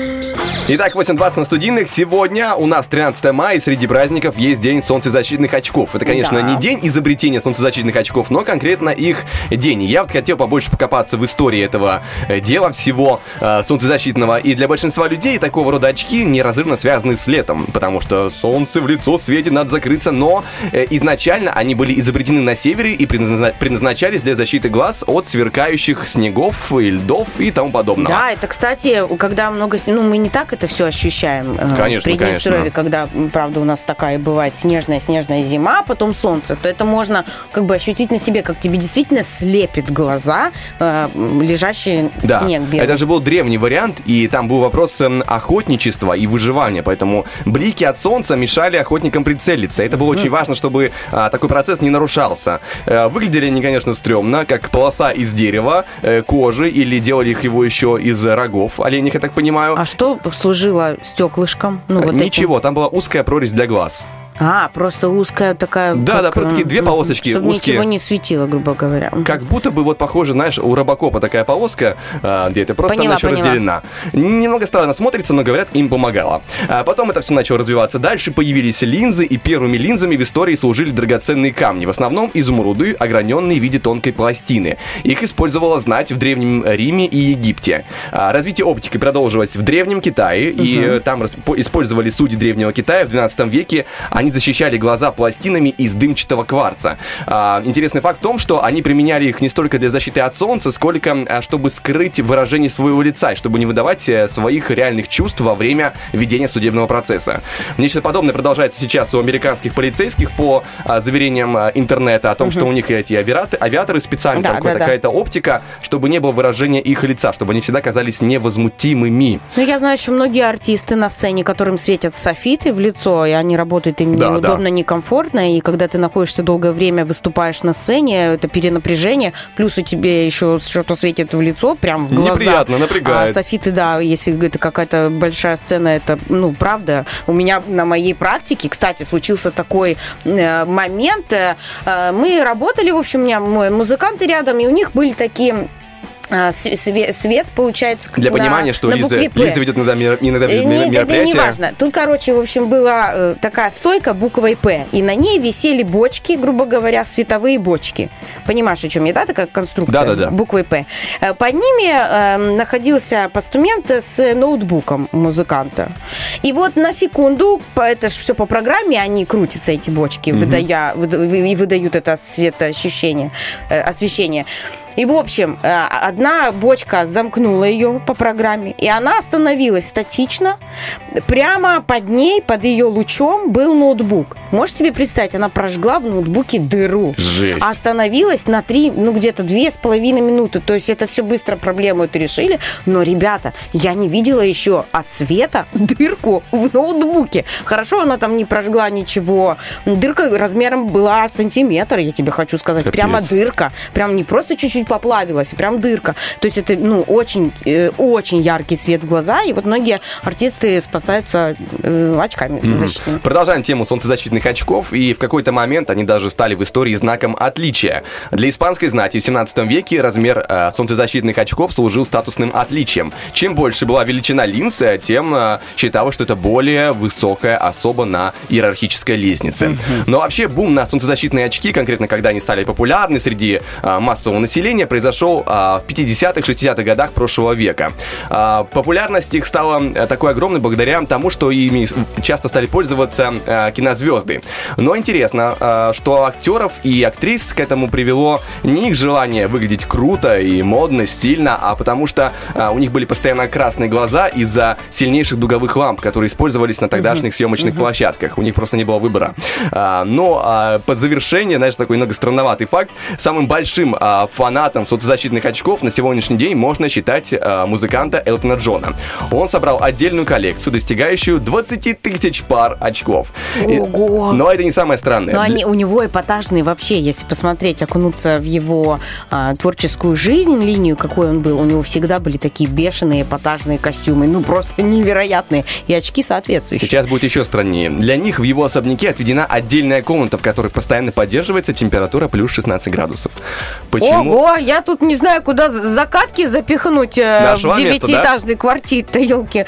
Итак, восемь двадцать на студийных. Сегодня у нас тринадцатое мая, и среди праздников есть день солнцезащитных очков. Это, конечно, Да. не день изобретения солнцезащитных очков, но конкретно их день. И я вот хотел побольше покопаться в истории этого э, дела всего э, солнцезащитного. И для большинства людей такого рода очки неразрывно связаны с летом, потому что солнце в лицо светит, надо закрыться. Но э, изначально они были изобретены на севере и предназна- предназначались для защиты глаз от сверкающих снегов и льдов и тому подобного. Да, это, кстати, когда много... снега, ну, мы не так это все ощущаем э, Конечно, в Приднестровье, конечно. когда, правда, у нас такая бывает снежная-снежная зима, а потом солнце, то это можно как бы ощутить на себе, как тебе действительно слепит глаза э, лежащий Да, снег белый. это же был древний вариант, и там был вопрос эм, охотничества и выживания, поэтому блики от солнца мешали охотникам прицелиться. Это было очень важно, чтобы а, такой процесс не нарушался. Э, выглядели они, конечно, стрёмно, как полоса из дерева, э, кожи, или делали их его еще из рогов оленях, я так понимаю. А что служило стеклышком? Ну, вот Ничего, этим? там была узкая прорезь для глаз. А, просто узкая такая... Да, да, как, просто такие две ну, полосочки чтобы узкие. ничего не светило, грубо говоря. Как будто бы вот похоже, знаешь, у робокопа такая полоска, а, где это просто Поняла, она еще поняла. разделена. Немного странно смотрится, но, говорят, им помогало. А потом это все начало развиваться дальше, появились линзы, и первыми линзами в истории служили драгоценные камни, в основном изумруды, ограненные в виде тонкой пластины. Их использовала знать в Древнем Риме и Египте. А, развитие оптики продолжилось в Древнем Китае, угу. и э, там расп- использовали судьи Древнего Китая в двенадцатом веке. Они защищали глаза пластинами из дымчатого кварца. А, интересный факт в том, что они применяли их не столько для защиты от солнца, сколько а, чтобы скрыть выражение своего лица, и чтобы не выдавать а, своих реальных чувств во время ведения судебного процесса. Нечто подобное продолжается сейчас у американских полицейских по а, заверениям а, интернета о том, угу. что у них эти авиаторы, авиаторы специально, да, там да, какая-то да. оптика, чтобы не было выражения их лица, чтобы они всегда казались невозмутимыми. Ну, я знаю, что многие артисты на сцене, которым светят софиты в лицо, и они работают именно очень Да, неудобно, да. некомфортно, и когда ты находишься долгое время, выступаешь на сцене, это перенапряжение, плюс у тебя еще что-то светит в лицо, прям в глаза. Неприятно, напрягает. А софиты, да, если это какая-то большая сцена, это, ну, правда. У меня на моей практике, кстати, случился такой э, момент. Э, мы работали, в общем, у меня музыканты рядом, и у них были такие... Свет, свет, получается, Для на, понимания, что на Лиза, букве Лиза ведет иногда, мер- иногда Не, мероприятия. это не важно. Тут, короче, в общем, была э, такая стойка буквой «П», и на ней висели бочки, грубо говоря, световые бочки. Понимаешь, о чем я, да, такая конструкция? Да-да-да. Буквой «П». Э, Под ними э, находился постумент с ноутбуком музыканта. И вот на секунду, по- это же все по программе, они крутятся, эти бочки, Мгм. выдая, выда- и выдают это светоощущение, э, освещение. И, в общем, э, одна бочка замкнула ее по программе, и она остановилась статично. Прямо под ней, под ее лучом, был ноутбук. Можешь себе представить, она прожгла в ноутбуке дыру. Жесть. Остановилась на три, ну, где-то две с половиной минуты. То есть это все быстро проблему эту решили. Но, ребята, я не видела еще от света дырку в ноутбуке. Хорошо, она там не прожгла ничего. Дырка размером была сантиметр, я тебе хочу сказать. Капец. Прямо дырка. Прям не просто чуть-чуть поплавилась, а прям дырка. То есть это, ну, очень, э, очень яркий свет в глаза. И вот многие артисты спасаются э, очками Мгм. защитными. Продолжаем тему солнцезащитных очков, и в какой-то момент они даже стали в истории знаком отличия. Для испанской знати в семнадцатом веке размер э, солнцезащитных очков служил статусным отличием. Чем больше была величина линзы, тем э, считалось, что это более высокая особа на иерархической лестнице. Но вообще бум на солнцезащитные очки, конкретно когда они стали популярны среди э, массового населения, произошел э, в пятидесятых-шестидесятых годах прошлого века. Э, популярность их стала э, такой огромной благодаря тому, что ими часто стали пользоваться э, кинозвезды. Но интересно, э, что актеров и актрис к этому привело не их желание выглядеть круто и модно, стильно, а потому что э, у них были постоянно красные глаза из-за сильнейших дуговых ламп, которые использовались на тогдашних съемочных площадках. У них просто не было выбора. Э, но э, под завершение, знаешь, такой немного странноватый факт, самым большим э, фанатом солнцезащитных очков на сегодняшний день можно считать э, музыканта Элтона Джона. Он собрал отдельную коллекцию, достигающую двадцать тысяч пар очков. И- Ого! но это не самое странное. Но они, у него эпатажные вообще, если посмотреть, окунуться в его а, творческую жизнь, линию, какой он был, у него всегда были такие бешеные эпатажные костюмы, ну просто невероятные, и очки соответствующие. Сейчас будет еще страннее. Для них в его особняке отведена отдельная комната, в которой постоянно поддерживается температура плюс шестнадцать градусов. Почему? Ого, я тут не знаю, куда закатки запихнуть э, Нашла в место, девятиэтажной квартире-то, елки.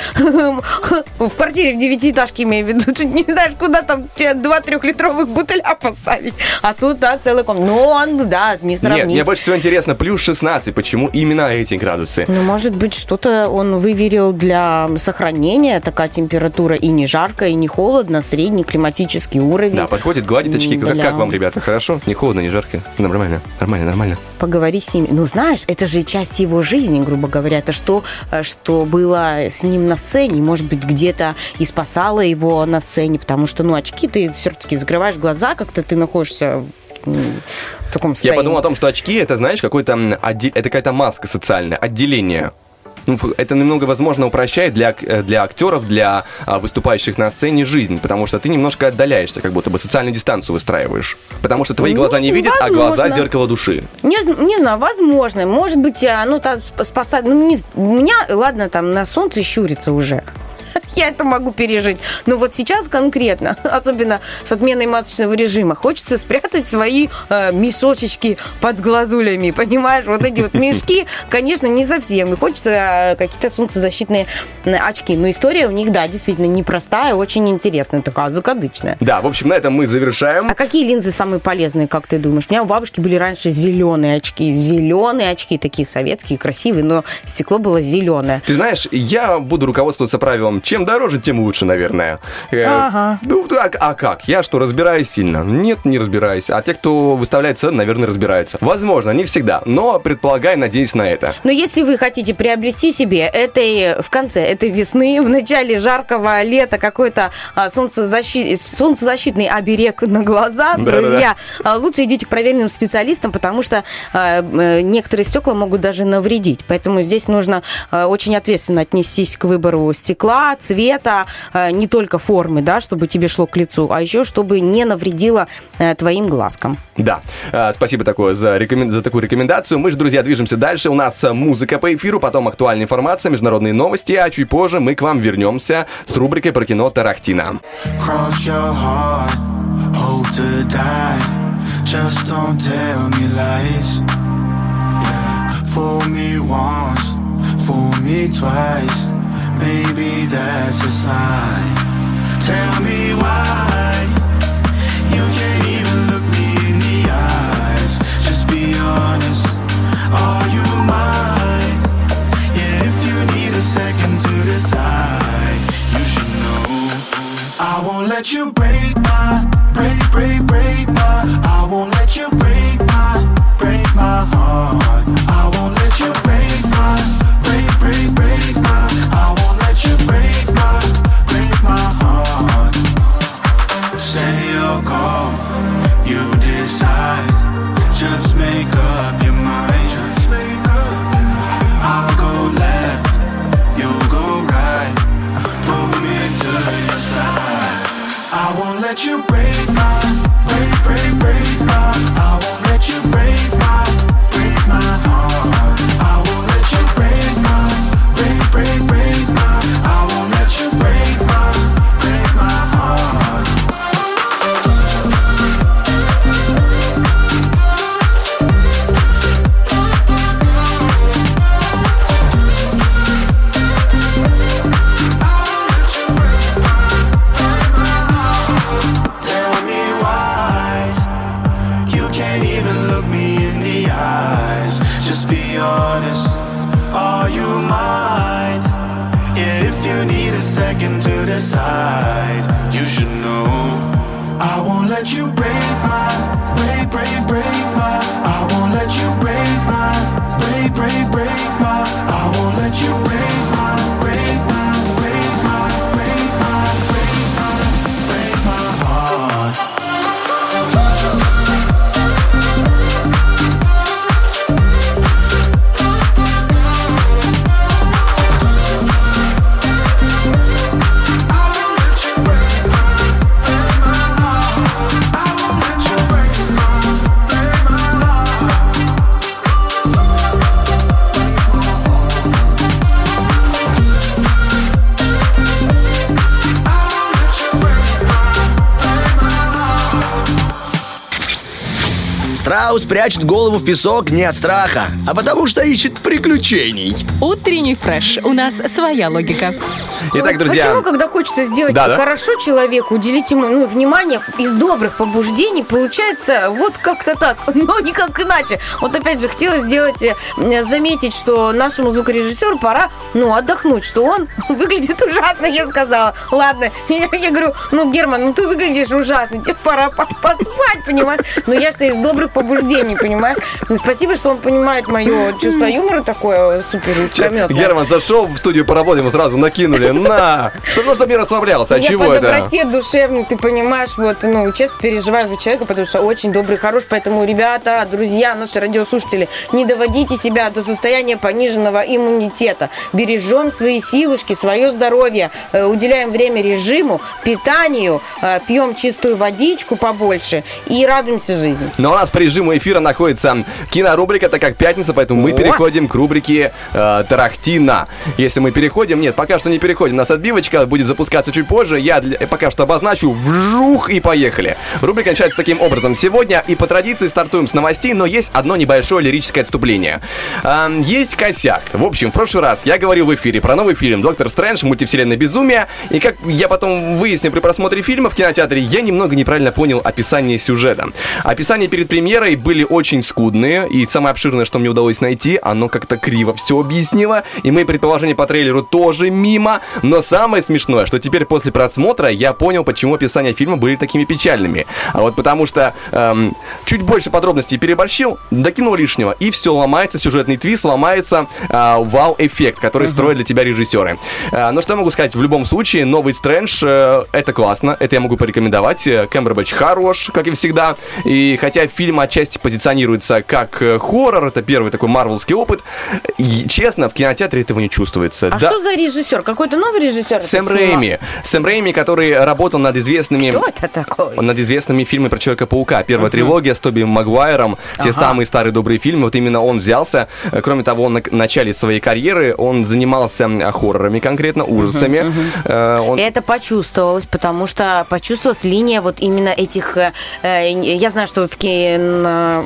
В квартире в девятиэтажке, имею в виду. Тут не знаешь, куда там тебе два трехлитровых бутыля поставить. А тут, да, целый комнат. Ну, он, да, не сравнить. Нет, мне больше всего интересно, плюс шестнадцать. Почему именно эти градусы? Ну, может быть, что-то он выверил для сохранения, такая температура и не жарко, и не холодно, средний климатический уровень. Да, подходит, гладит очки. Как, Для- как вам, ребята? Хорошо? Не холодно, не жарко? Нормально, нормально, нормально. Поговори с ними. Ну, знаешь, это же часть его жизни, грубо говоря. Это что, э, что было с ним на сцене. Может быть, где-то и спасало его на сцене, потому что, ну, очки, ты все-таки закрываешь глаза, как-то ты находишься в, м, в таком Я состоянии. подумал о том, что очки, это, знаешь, какой-то м, отде- это какая-то маска социальная, отделение. Ну, ф- это немного, возможно, упрощает для, ак- э, для актеров, для а, выступающих на сцене жизнь, потому что ты немножко отдаляешься, как будто бы социальную дистанцию выстраиваешь. Потому что твои Ну, глаза не видят, а глаза возможно. зеркало души. Не, з- не знаю, возможно. Может быть, а, ну, там сп- спасать... Ну, не, з- у меня, ладно, там на солнце щурится уже. Я это могу пережить. Но вот сейчас конкретно, особенно с отменой масочного режима, хочется спрятать свои э, мешочечки под глазулями, понимаешь? Вот эти вот мешки, конечно, не совсем. И хочется э, какие-то солнцезащитные э, очки. Но история у них, да, действительно непростая, очень интересная, такая закадычная. Да, в общем, на этом мы завершаем. А какие линзы самые полезные, как ты думаешь? У меня у бабушки были раньше зеленые очки. Зеленые очки, такие советские, красивые, но стекло было зеленое. Ты знаешь, я буду руководствоваться правилом, чем дороже, тем лучше, наверное. Э, Ага. Ну, а, а как? Я что, разбираюсь сильно? Нет, не разбираюсь. А те, кто выставляет цены, наверное, разбираются. Возможно, не всегда, но предполагаю, надеюсь на это. Но если вы хотите приобрести себе этой, в конце этой весны, в начале жаркого лета какой-то а, солнцезащи- солнцезащитный оберег на глаза, Да-да-да. друзья, а, лучше идите к проверенным специалистам, потому что а, э, некоторые стекла могут даже навредить. Поэтому здесь нужно а, очень ответственно отнестись к выбору стекла, цвета, а, не только формы, да, чтобы тебе шло пришло к лицу, а еще чтобы не навредило э, твоим глазкам. Да, а, спасибо такое за, рекомен... за такую рекомендацию. Мы же, друзья, движемся дальше. У нас музыка по эфиру, потом актуальная информация, международные новости, а чуть позже мы к вам вернемся с рубрикой про кино «Тарахтина». Cross your heart, hope to die. Just don't tell me lies. Yeah, fool me once, fool me twice. Maybe that's a sign. Tell me why you can't even look me in the eyes. Just be honest, are you mine? Yeah, if you need a second to decide, you should know I won't let you break my, break, break, break my. I won't let you break my, break my heart. I won't let you break my, break, break, break my. I won't let you break my, break my heart. Say you'll go, you decide. Just make up your mind. Just make up. I'll go left, you'll go right. Pull me to your side. I won't let you break my, break, break, break my. I won't let you break my, break my heart. I won't let you break my, break, break, break my. I won't let you break my, break my heart. Tell me why you can't even look me in the eyes. Just be honest, are you mine? Yeah, if you need a second to decide, you should know I won't let you break my, break, break, break my. I won't let you break my, break, break, break my. I won't let you break my, break my, break my, break my, break my, break my heart. Страус прячет голову в песок не от страха, а потому что ищет приключений. Утренний фреш. У нас своя логика. Итак, друзья... Почему, когда хочется сделать Да, да. хорошо человеку, уделить ему ну, внимание из добрых побуждений, получается вот как-то так, но никак иначе. Вот опять же, хотелось сделать, э, заметить, что нашему звукорежиссеру пора, ну, отдохнуть, что он выглядит ужасно, я сказала. Ладно, я, я говорю, ну, Герман, ну, ты выглядишь ужасно, тебе пора по- поспать, понимаешь? Но я что из добрых побуждений, понимаешь? Спасибо, что он понимает мое чувство юмора такое супер искрометное. Герман зашел в студию поработать, ему сразу накинули. На! Что нужно мне расслаблялся? А Я чего по это? доброте душевной, ты понимаешь, вот, ну, честно переживаю за человека, потому что очень добрый, хороший, поэтому, ребята, друзья, наши радиослушатели, не доводите себя до состояния пониженного иммунитета. Бережем свои силушки, свое здоровье, э, уделяем время режиму, питанию, э, пьем чистую водичку побольше и радуемся жизни. Но у нас по режиму эфира находится кинорубрика, так как пятница, поэтому мы О! переходим к рубрике э, «Тарахтина». Если мы переходим, нет, пока что не переходим, у нас отбивочка будет запускаться чуть позже, я для, пока что обозначу, вжух, и поехали. Рубрика начинается таким образом. Сегодня и по традиции стартуем с новостей, но есть одно небольшое лирическое отступление. Э, есть косяк. В общем, в прошлый раз я говорил в эфире про новый фильм «Доктор Стрэндж. Мультивселенная безумие», и как я потом выяснил при просмотре фильма в кинотеатре, я немного неправильно понял описание сюжета. Описания перед премьерой были очень скудные, и самое обширное, что мне удалось найти, оно как-то криво все объяснило, и мои предположения по трейлеру тоже мимо, но самое смешное, что теперь после просмотра я понял, почему описания фильма были такими печальными. А вот потому что эм, чуть больше подробностей переборщил, докинул лишнего, и все, ломается сюжетный твист, ломается э, вау-эффект, который uh-huh. строят для тебя режиссеры. Э, но что я могу сказать, в любом случае, новый Стрэндж, э, это классно, это я могу порекомендовать, Кэмбербэтч хорош, как и всегда, и хотя фильм отчасти позиционируется как э, хоррор, это первый такой марвелский опыт, и, честно, в кинотеатре этого не чувствуется. А да. что за режиссер? Какой-то Это новый режиссер? Сэм Рэйми. Сэм Рэйми, который работал над известными... Кто это такой? Над известными фильмами про Человека-паука. Первая uh-huh. трилогия с Тоби Магуайром. Те ага. самые старые добрые фильмы. Вот именно он взялся. Кроме того, он на начале своей карьеры он занимался хоррорами конкретно, ужасами. Uh-huh, uh-huh. Он... Это почувствовалось, потому что почувствовалась линия вот именно этих... Я знаю, что в, кино...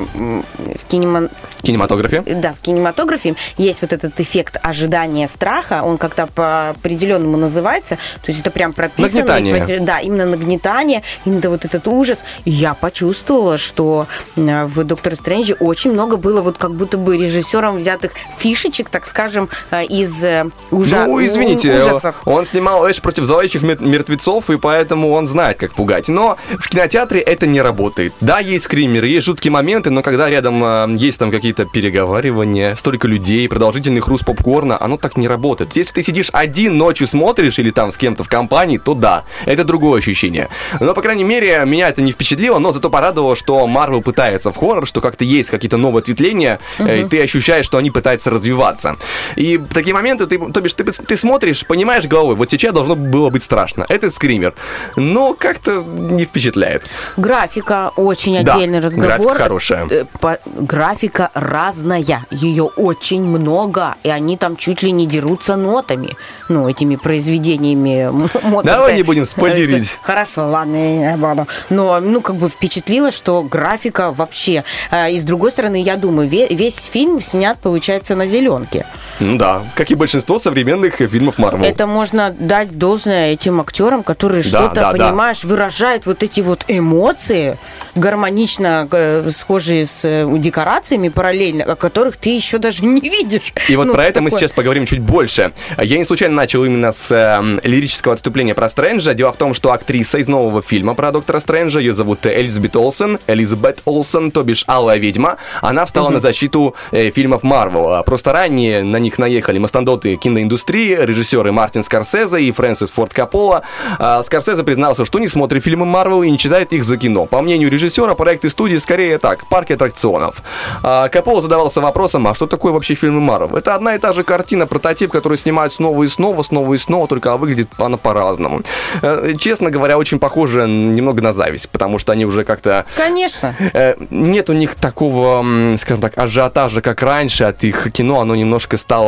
в кинема... кинематографе. Да, в кинематографе есть вот этот эффект ожидания страха. Он как-то по определенному называется. То есть это прям прописано. Нагнетание. Да, именно нагнетание, именно вот этот ужас. И я почувствовала, что в «Докторе Стрэнджи» очень много было вот как будто бы режиссером взятых фишечек, так скажем, из ужа... ну, извините, ужасов. Он снимал «Эш против зловещих мертвецов», и поэтому он знает, как пугать. Но в кинотеатре это не работает. Да, есть скримеры, есть жуткие моменты, но когда рядом э, есть там какие-то переговаривания, столько людей, продолжительный хруст попкорна, оно так не работает. Если ты сидишь один ночью смотришь или там с кем-то в компании, то да, это другое ощущение. Но, по крайней мере, меня это не впечатлило, но зато порадовало, что Marvel пытается в хоррор, что как-то есть какие-то новые ответвления, uh-huh. и ты ощущаешь, что они пытаются развиваться. И в такие моменты, ты, то бишь, ты, ты смотришь, понимаешь головой, вот сейчас должно было быть страшно. Это скример. Но как-то не впечатляет. Графика очень да, отдельный разговор. Графика хорошая. По, графика разная. Ее очень много. И они там чуть ли не дерутся нотами. Ну, этими произведениями Моцарта. Давай не будем спойлерить. Хорошо, ладно, я не буду. Но, ну, как бы впечатлило, что графика вообще. И с другой стороны, я думаю, весь фильм снят, получается, на зеленке. Ну да, как и большинство современных фильмов Marvel. Это можно дать должное этим актерам, которые да, что-то, да, понимаешь, да. выражают вот эти вот эмоции, гармонично э, схожие с э, декорациями параллельно, о которых ты еще даже не видишь. И вот ну, про это такое... мы сейчас поговорим чуть больше. Я не случайно начал именно с э, лирического отступления про Стрэнджа. Дело в том, что актриса из нового фильма про Доктора Стрэнджа, ее зовут Элизабет Олсен, Элизабет Олсен, то бишь Алая ведьма, она встала uh-huh. на защиту э, фильмов Marvel. Просто ранее на них наехали мастодонты киноиндустрии, режиссеры Мартин Скорсезе и Фрэнсис Форд Коппола. А Скорсезе признался, что не смотрит фильмы Marvel и не читает их за кино. По мнению режиссера, проекты студии скорее так, парки аттракционов. А Коппола задавался вопросом, а что такое вообще фильмы Marvel? Это одна и та же картина, прототип, который снимают снова и снова, снова и снова, только выглядит она по-разному. Честно говоря, очень похоже немного на зависть, потому что они уже как-то... Конечно. Нет у них такого, скажем так, ажиотажа, как раньше от их кино, оно немножко стало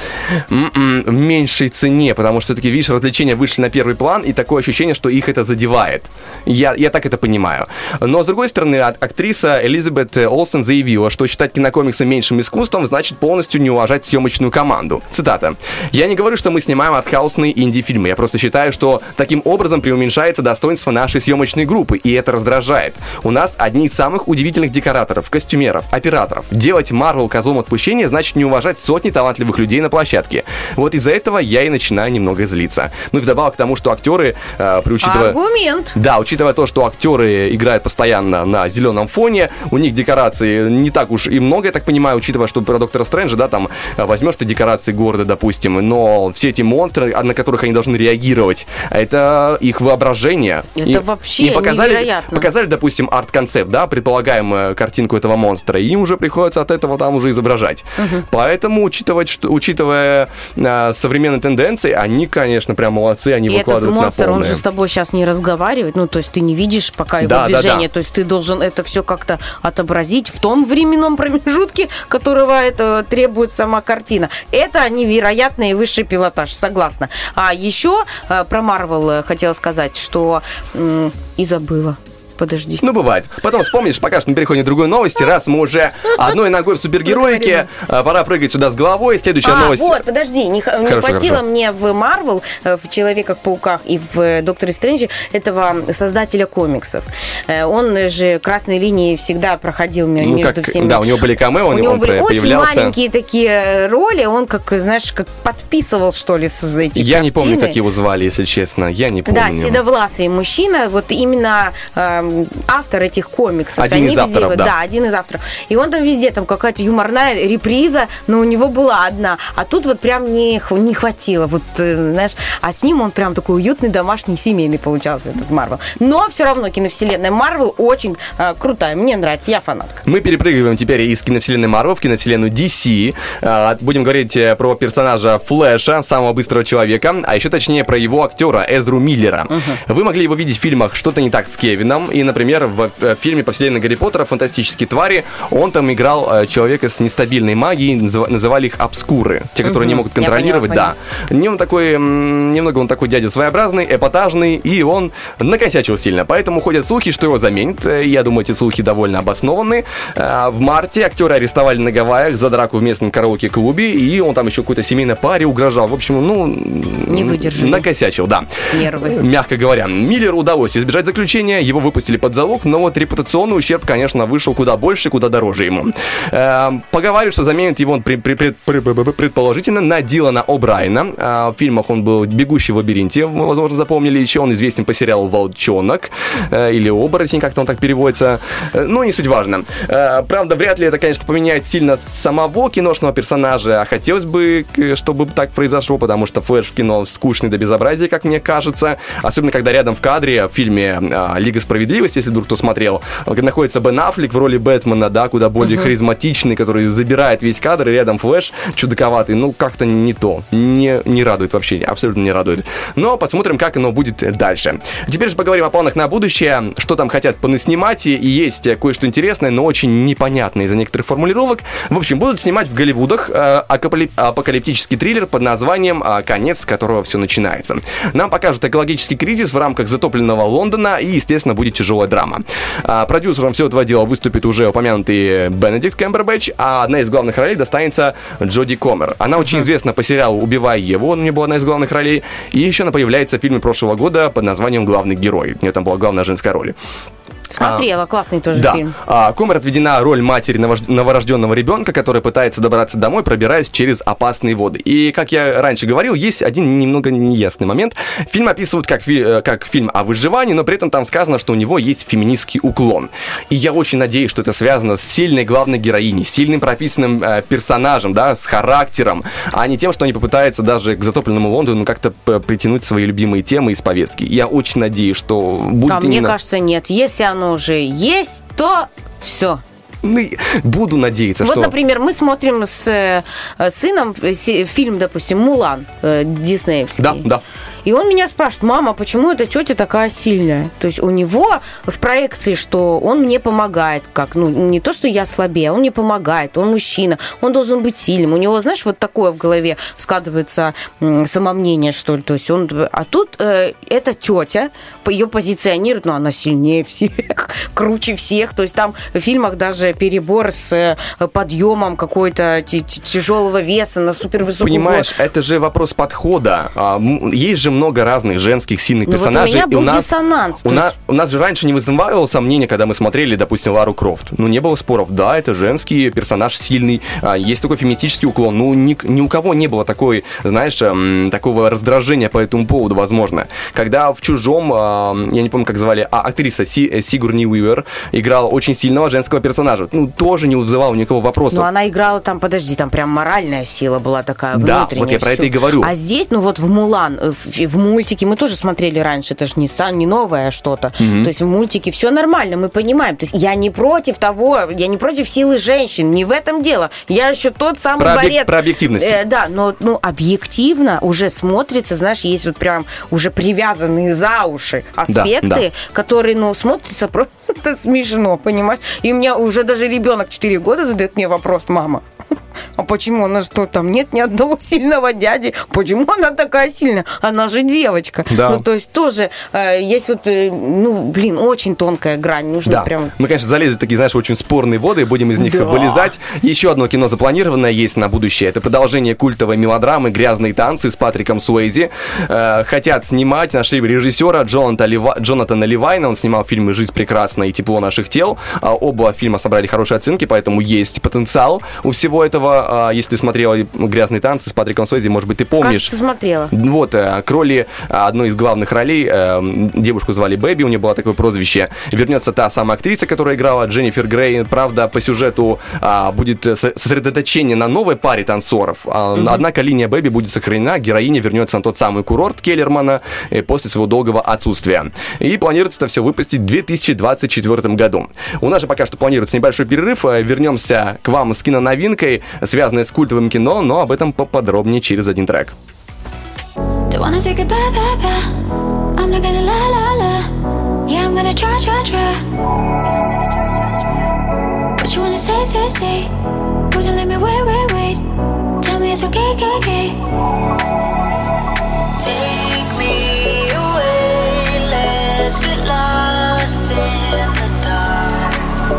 в меньшей цене, потому что все-таки, видишь, развлечения вышли на первый план, и такое ощущение, что их это задевает. Я, я так это понимаю. Но, с другой стороны, актриса Элизабет Олсен заявила, что считать кинокомиксы меньшим искусством значит полностью не уважать съемочную команду. Цитата. «Я не говорю, что мы снимаем артхаусные инди-фильмы. Я просто считаю, что таким образом преуменьшается достоинство нашей съемочной группы, и это раздражает. У нас одни из самых удивительных декораторов, костюмеров, операторов. Делать Marvel козлом отпущения значит не уважать сотни талантливых людей на площадке. Вот из-за этого я и начинаю немного злиться». Ну и вдобавок к тому, что актеры, э, учитывая... Аргумент. Да, учитывая то, что актеры играют постоянно на зеленом фоне, у них декорации не так уж и много, я так понимаю, учитывая, что про Доктора Стрэнджа, да, там возьмешь ты декорации города, допустим, но все эти монстры, на которых они должны реагировать, это их воображение. Это и, вообще и показали, невероятно. Показали, допустим, арт-концепт, да, предполагаемую картинку этого монстра, и им уже приходится от этого там уже изображать. Угу. Поэтому, учитывать, что, учитывая а, современные тенденции, они, конечно, прям молодцы, они и выкладываются этот монстр, на полное. Он же с тобой сейчас не разговаривает, ну, то есть ты не видишь пока его да, движение, да, да. то есть ты должен это все как-то отобразить в том временном промежутке, которого это требует сама картина. Это невероятный высший пилотаж, согласна. А еще про Marvel хотела сказать, что м- и забыла. Подожди. Ну, бывает. Потом вспомнишь, пока что мы переходим к другой новости. Раз мы уже одной ногой в супергероике, пора прыгать сюда с головой. Следующая а, новость. вот, подожди, не, не хорошо, хватило хорошо. Мне в Marvel, в Человеках-пауках и в Докторе Стрэнджи этого создателя комиксов. Он же красной линией всегда проходил между ну, как, всеми. Да, у него были камео, у он, него он были появлялся. Очень маленькие такие роли, он как, знаешь, как подписывал, что ли, эти Я картины. Не помню, как его звали, если честно, я не помню. Да, седовласый мужчина, вот именно э, прям автор этих комиксов. Один Они из везде авторов, его- да. Да, один из авторов. И он там везде, там какая-то юморная реприза, но у него была одна. А тут вот прям не, х- не хватило. Вот, э, знаешь, а с ним он прям такой уютный, домашний, семейный получался, этот Марвел. Но все равно киновселенная Марвел очень э, крутая. Мне нравится, я фанатка. Мы перепрыгиваем теперь из киновселенной Марвел в киновселенную ди си. А, Будем говорить э, про персонажа Флэша, самого быстрого человека, а еще точнее про его актера Эзру Миллера. Вы могли его видеть в фильмах «Что-то не так с Кевином», и, например, в, в фильме по вселенной Гарри Поттера «Фантастические твари» он там играл э, человека с нестабильной магией, называ- называли их обскуры, те, которые Мгм. не могут Я контролировать, поняла, да. Не он такой, м, немного он такой дядя своеобразный, эпатажный, и он накосячил сильно. Поэтому ходят слухи, что его заменят. Э, Я думаю, эти слухи довольно обоснованы. Э, В марте актера арестовали на Гавайях за драку в местном караоке-клубе, и он там еще какой-то семейной паре угрожал. В общем, ну... Не выдержали. Накосячил, да. Нервы. Мягко говоря. Миллеру удалось избежать заключения, его выпустили под залог, но вот репутационный ущерб, конечно, вышел куда больше, куда дороже ему. Э, Поговаривают, что заменит его он при- при- при- при- предположительно на Дилана О'Брайена. Э, В фильмах он был «Бегущий в лабиринте», вы, возможно, запомнили еще. Он известен по сериалу «Волчонок» э, или «Оборотень», как-то он так переводится. Э, Ну, не суть важно. Э, Правда, вряд ли это, конечно, поменяет сильно самого киношного персонажа, а хотелось бы, к- чтобы так произошло, потому что Флэш в кино скучный до безобразия, как мне кажется. Особенно, когда рядом в кадре в фильме а, «Лига справедливости», если вдруг кто смотрел, где находится Бен Аффлек в роли Бэтмена, да, куда более харизматичный, который забирает весь кадр, и рядом Флэш чудаковатый. Ну, как-то не то. Не, не радует вообще, абсолютно не радует. Но посмотрим, как оно будет дальше. Теперь же поговорим о планах на будущее, что там хотят понаснимать, и есть кое-что интересное, но очень непонятное из-за некоторых формулировок. В общем, будут снимать в Голливудах э, акапали- апокалиптический триллер под названием э, «Конец, с которого все начинается». Нам покажут экологический кризис в рамках затопленного Лондона, и, естественно, будет тяжелая драма. А, продюсером всего этого дела выступит уже упомянутый Бенедикт Камбербэтч, а одна из главных ролей достанется Джоди Комер. Она очень известна по сериалу «Убивая Еву», у нее была одна из главных ролей, и еще она появляется в фильме прошлого года под названием «Главный герой». У нее там была главная женская роль. Смотрела, а, классный тоже да. фильм. А, Комер отведена роль матери новож- новорожденного ребенка, которая пытается добраться домой, пробираясь через опасные воды. И, как я раньше говорил, есть один немного неясный момент. Фильм описывают как, фи- как фильм о выживании, но при этом там сказано, что у него есть феминистский уклон. И я очень надеюсь, что это связано с сильной главной героиней, с сильным прописанным э, персонажем, да, с характером, а не тем, что они попытаются даже к затопленному Лондону как-то п- притянуть свои любимые темы из повестки. Я очень надеюсь, что будет А именно... мне кажется, нет. Если оно уже есть, то все. Ну, буду надеяться, Вот, что... например, мы смотрим с э, сыном э, си- фильм, допустим, «Мулан» э, диснеевский. Да, да. И он меня спрашивает: мама, почему эта тетя такая сильная? То есть у него в проекции, что он мне помогает, как, ну, не то, что я слабее, а он мне помогает, он мужчина, он должен быть сильным. У него, знаешь, вот такое в голове складывается м, самомнение, что ли. То есть он... А тут э, эта тетя, ее позиционирует, ну, она сильнее всех, круче всех. То есть там в фильмах даже перебор с э, подъемом какой-то т- т- тяжелого веса на супервысокую Понимаешь, гору. это же вопрос подхода. А, м, есть же много разных женских сильных Ну, вот у персонажей. меня и был у нас, диссонанс, У, то на- есть- у нас же раньше не вызывало сомнения, когда мы смотрели, допустим, Лару Крофт. Ну, не было споров. Да, это женский персонаж сильный. А, есть такой феминистический уклон. Ну, ни, ни у кого не было такой, знаешь, м, такого раздражения по этому поводу, возможно. Когда в «Чужом», а, я не помню, как звали, а актриса Си, Сигурни Уивер играла очень сильного женского персонажа. Ну, тоже не вызывало никакого вопроса. Ну, она играла там, подожди, там прям моральная сила была такая, Да, внутренняя. вот я про всё. это и говорю. А здесь, ну вот в «Мулан», в, в мультике мы тоже смотрели раньше, это же не, са- не новое что-то. Мгм. То есть в мультике все нормально, мы понимаем. То есть я не против того, я не против силы женщин, не в этом дело. Я еще тот самый Про объек- борец. про объективность. Э, да, но ну, объективно уже смотрится, знаешь, есть вот прям уже привязанные за уши аспекты, да. которые, ну, смотрятся просто смешно, понимаешь? И у меня уже даже ребенок четыре года задает мне вопрос: мама, а почему она что, там нет ни одного сильного дяди? Почему она такая сильная? Она же девочка. Да. Ну, то есть тоже э, есть вот, э, ну, блин, очень тонкая грань. Нужно Да. прям... Мы, конечно, залезли в такие, знаешь, очень спорные воды, и будем из них Да. вылезать. Еще одно кино запланированное есть на будущее. Это продолжение культовой мелодрамы «Грязные танцы» с Патриком Суэйзи. Э, хотят снимать, нашли режиссера Джонатана, Лева... Джонатана Левайна. Он снимал фильмы «Жизнь прекрасна» и «Тепло наших тел». А, оба фильма собрали хорошие оценки, поэтому есть потенциал у всего этого а, если ты смотрела «Грязные танцы» с Патриком Суэйзи, может быть, ты помнишь. Кажется, смотрела. Вот, к роли одной из главных ролей, девушку звали Бэби, у нее было такое прозвище. Вернется та самая актриса, которая играла Дженнифер Грей. Правда, по сюжету будет сосредоточение на новой паре танцоров. Mm-hmm. Однако линия Бэби будет сохранена, героиня вернется на тот самый курорт Келлермана после своего долгого отсутствия. И планируется это все выпустить в две тысячи двадцать четвёртом году. У нас же пока что планируется небольшой перерыв. Вернемся к вам с киноновинкой, связанной с культовым кино, но об этом поподробнее через один трек. Don't wanna say goodbye, bye, bye. I'm not gonna lie, lie, lie. Yeah, I'm gonna try, try, try. What you wanna say, say, say. Would you let me wait, wait, wait? Tell me it's okay, okay, okay. Take me away, let's get lost in the dark.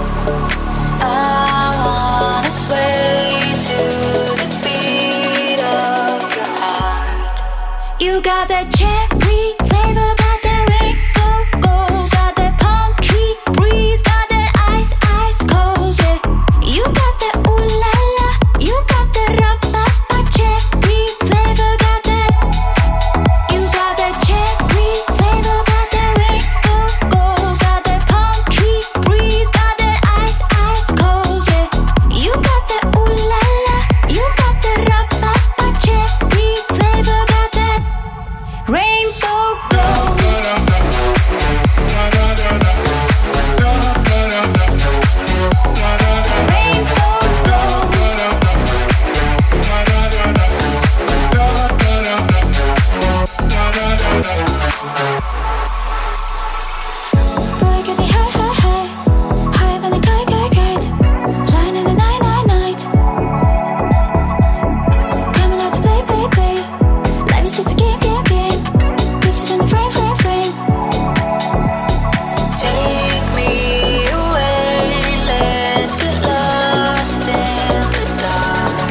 I wanna sway to the beat of your heart. You got that cherry flavor, got that rainbow gold, got that palm tree breeze, got that ice, ice cold, yeah. You got that ooh la la, you got that ra-ba-ba cherry flavor, got that. You got that cherry flavor, got that rainbow gold, got that palm tree breeze, got that ice, ice cold, yeah. You got that ooh la la, you got that ra-ba-ba cherry flavor, got that. Rainbow gold. Boy, get me high, high, high, higher than a kite, kite, kite, flying in the night, night, night. Coming out to play, play, play. Life is just a game, game, game. Pictures in the frame, frame, frame. Take me away, let's get lost in the dark.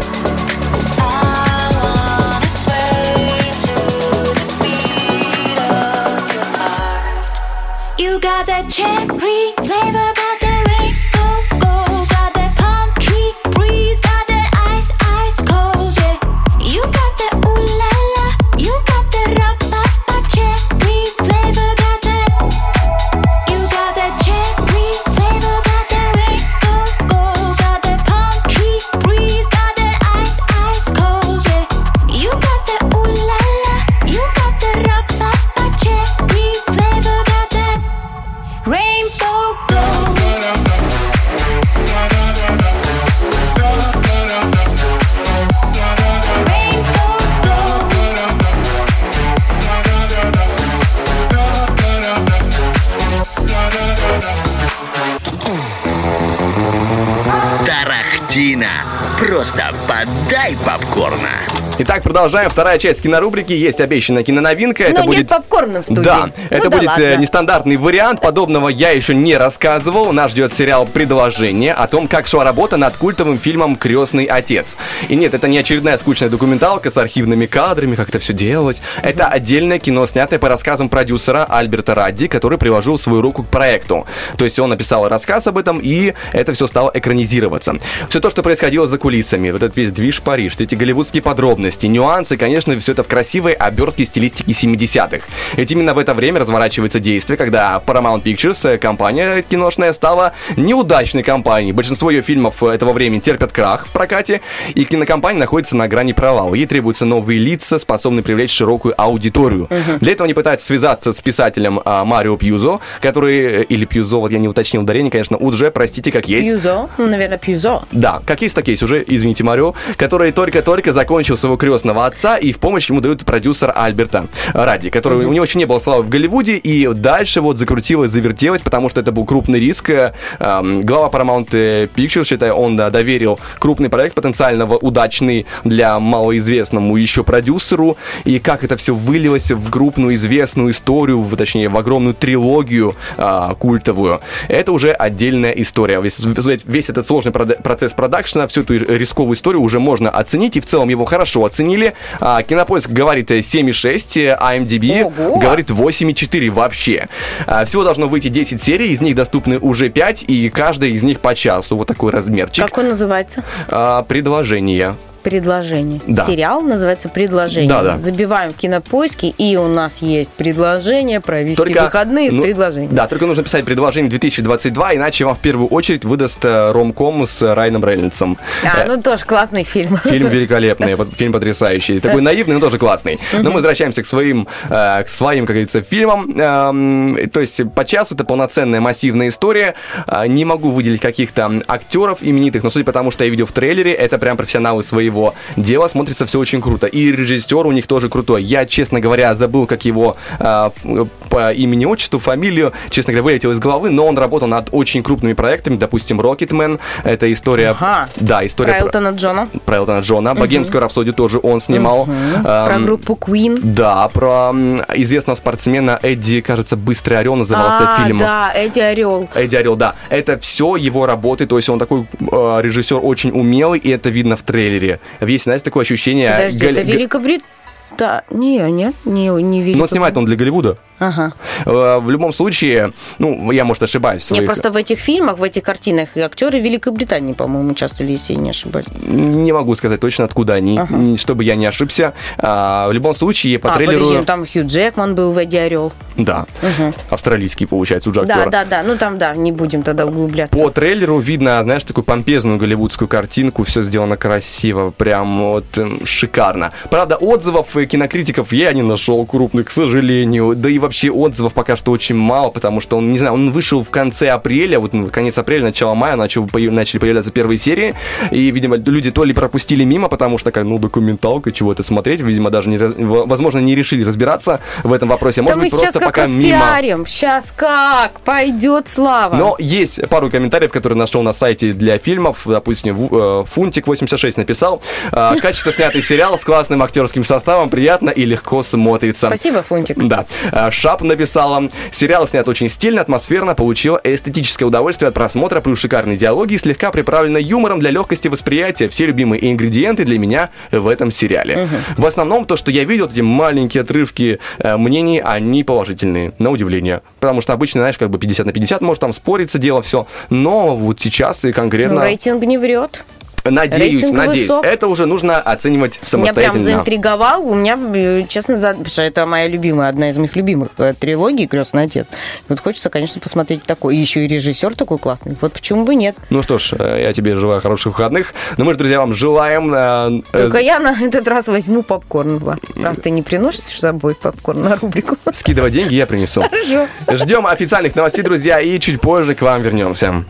I wanna sway to the beat of your heart. You got that cherry flavor, got that rainbow gold, got that palm tree breeze, got that ice, ice cold, yeah. You got that ooh la la, you got that ra-ba-ba cherry flavor, got that. You got that cherry flavor, got that rainbow gold, got that palm tree breeze, got that ice, ice cold, yeah. You got that ooh la la, you got that ra-ba-ba cherry flavor, got that. Rainbow gold. Тарахтина. Просто подай попкорна. Итак, продолжаем. Вторая часть кинорубрики. Есть обещанная киноновинка. Но это нет будет... попкорна в студии. Да, Ну это да будет ладно. э, нестандартный вариант. Подобного я еще не рассказывал. Нас ждет сериал «Предложение» о том, как шла работа над культовым фильмом «Крестный отец». И нет, это не очередная скучная документалка с архивными кадрами, как это все делалось. Это отдельное кино, снятое по рассказам продюсера Альберта Радди, который приложил свою руку к проекту. То есть он написал рассказ об этом, и это все стало экранизироваться. Все то, что происходило за кулисами, вот этот весь движ Париж, все эти голливудские подробности, нюансы, конечно, все это в красивой обертке стилистики семидесятых. Ведь именно в это время разворачивается действие, когда Paramount Pictures, компания киношная, стала неудачной компанией. Большинство ее фильмов этого времени терпят крах в прокате, и кинокомпания находится на грани провала. Ей требуются новые лица, способные привлечь широкую аудиторию. Uh-huh. Для этого они пытаются связаться с писателем а, Марио Пьюзо, который, или Пьюзо, вот я не уточнил ударение, конечно, уже, простите, как есть. Пьюзо, ну, наверное, Пьюзо. Да, как есть, так есть уже, извините, Марио, который только-только закончил своего крестного отца, и в помощь ему дают продюсер Альберта Радди, который, mm-hmm. у него еще не было славы в Голливуде, и дальше вот закрутилось, завертелось, потому что это был крупный риск. Эм, глава Paramount Pictures, считаю, он да, доверил крупный проект, потенциально удачный для малоизвестному еще продюсеру, и как это все вылилось в крупную известную историю, в, точнее, в огромную трилогию э, культовую, это уже отдельная история. Весь, весь этот сложный процесс продакшена, всю эту рисковую историю уже можно оценить, и в целом его хорошо оценили. А, Кинопоиск говорит семь и шесть, IMDb Ого! говорит восемь и четыре вообще. А, всего должно выйти десять серий, из них доступны уже пять, и каждая из них по часу. Вот такой размерчик. Как он называется? А, предложение. Предложение. Да. Сериал называется «Предложение». Да, да. Забиваем в Кинопоиске, и у нас есть предложение провести Только, выходные с ну, предложением. Да, только нужно писать предложение две тысячи двадцать два, иначе вам в первую очередь выдаст э, ромком с Райаном Рейнольдсом. А, ну тоже классный фильм. Фильм великолепный, вот фильм потрясающий. Такой наивный, но тоже классный. Но мы возвращаемся к своим, э, к своим, как говорится, фильмам. Эм, то есть по часу это полноценная массивная история. Э, не могу выделить каких-то актеров именитых, но судя по тому, что я видел в трейлере, это прям профессионалы своего дела, смотрится все очень круто. И режиссер у них тоже крутой. Я, честно говоря, забыл, как его э, по имени, отчеству, фамилию, честно говоря, вылетел из головы, но он работал над очень крупными проектами, допустим, Рокетмен. Это история... Ага. Да, история... Про Элтона Джона. Про Элтона Джона. Угу. Богемскую рапсодию тоже он снимал. Угу. Эм, Про группу Queen. Да, про известного спортсмена Эдди, кажется, «Быстрый орел» назывался а, фильм. да, Эдди Орел. Эдди Орел, да. Это все его работы, то есть он такой э, режиссер очень умелый, и это видно в трейлере. Весь, знаете, такое ощущение... Подожди, Галь... это Великобритания? Да, не, нет, не, не Великобритания. Но снимает он для Голливуда. Ага. В любом случае, ну, я, может, ошибаюсь. В своих... Не, просто в этих фильмах, в этих картинах актеры Великобритании, по-моему, участвовали, если я не ошибаюсь. Не могу сказать точно, откуда они, ага. чтобы я не ошибся. А, в любом случае, по а, трейлеру... подожди, там Хью Джекман был в «Эдди Орел». Да. Угу. Австралийский, получается, уже актер. Да, да, да. Ну, там, да, не будем тогда углубляться. По трейлеру видно, знаешь, такую помпезную голливудскую картинку. Все сделано красиво, прям вот шикарно. Правда, отзывов кинокритиков я не нашел крупных, к сожалению. Да и вообще отзывов пока что очень мало, потому что он, не знаю, он вышел в конце апреля, вот конец апреля, начало мая, начал, начали появляться первые серии, и, видимо, люди то ли пропустили мимо, потому что такая, ну, документалка, чего-то смотреть, видимо, даже, не, возможно, не решили разбираться в этом вопросе. Может да быть, мы просто сейчас пока как мимо. распиарим. Сейчас как? Пойдет слава. Но есть пару комментариев, которые нашел на сайте для фильмов. Допустим, Фунтик восемьдесят шесть написал: качественно снятый сериал с классным актерским составом, приятно и легко смотрится. Спасибо, Фунтик. Да. Шап написала: сериал снят очень стильно, атмосферно, получила эстетическое удовольствие от просмотра, плюс шикарные диалоги, слегка приправленной юмором для легкости восприятия. Все любимые ингредиенты для меня в этом сериале. Угу. В основном то, что я видел, эти маленькие отрывки э, мнений, они положительные, на удивление. Потому что обычно, знаешь, как бы пятьдесят на пятьдесят, может там спориться дело, все. Но вот сейчас и конкретно... Ну, рейтинг не врет. Надеюсь, рейтинг надеюсь. высок. Это уже нужно оценивать самостоятельно. Меня прям заинтриговал. У меня, честно, за... потому что это моя любимая, одна из моих любимых трилогий «Крестный отец». И вот хочется, конечно, посмотреть такой. И еще и режиссер такой классный. Вот почему бы нет. Ну что ж, я тебе желаю хороших выходных. Но мы же, друзья, вам желаем... Только э... я на этот раз возьму попкорн, Влад. Раз ты не приносишь с собой попкорн на рубрику. Скидывай деньги, я принесу. Хорошо. Ждем официальных новостей, друзья, и чуть позже к вам вернемся.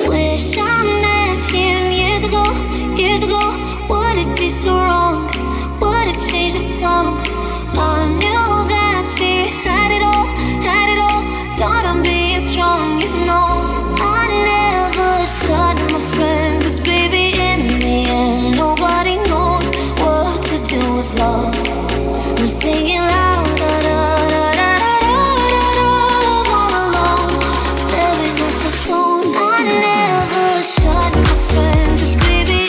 Years ago, would it be so wrong? Would it change the song? I knew that she had it all, had it all. Thought I'm being strong, you know. I never shot my friend, 'cause baby, in the end, nobody knows what to do with love. I'm singing loud, da da da da da da. I'm all alone, staring at the phone. I never shot my friend, 'cause baby,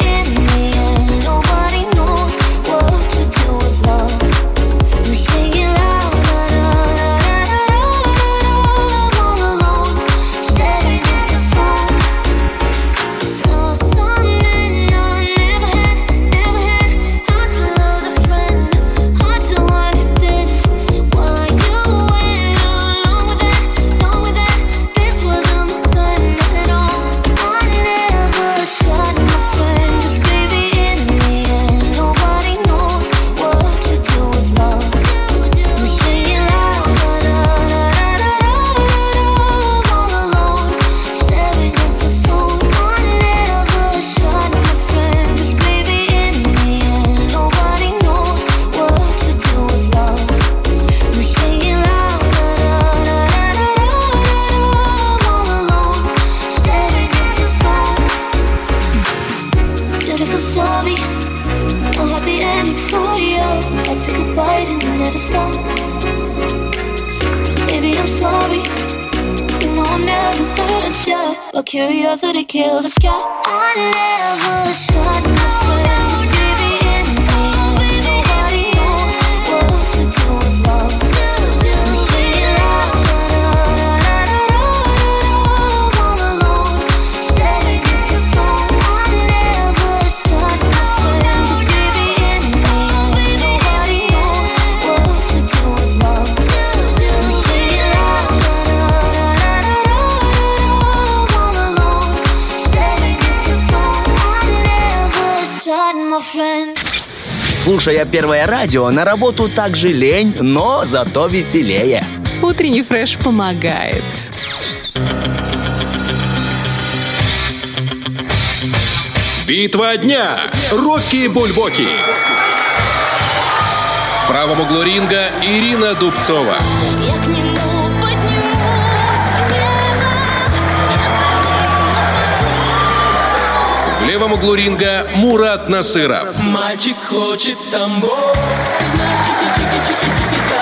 curiosity killed the cat. I never shot my friend, 'cause baby, in the end, Слушая Первое радио, на работу также лень, но зато веселее. Утренний фреш помогает. Битва дня. Рокки Бульбоки. В правом углу ринга Ирина Дубцова. В левом углу ринга Мурат Насыров. Мальчик хочет в тамбов, значит и чики-чики-чики-та.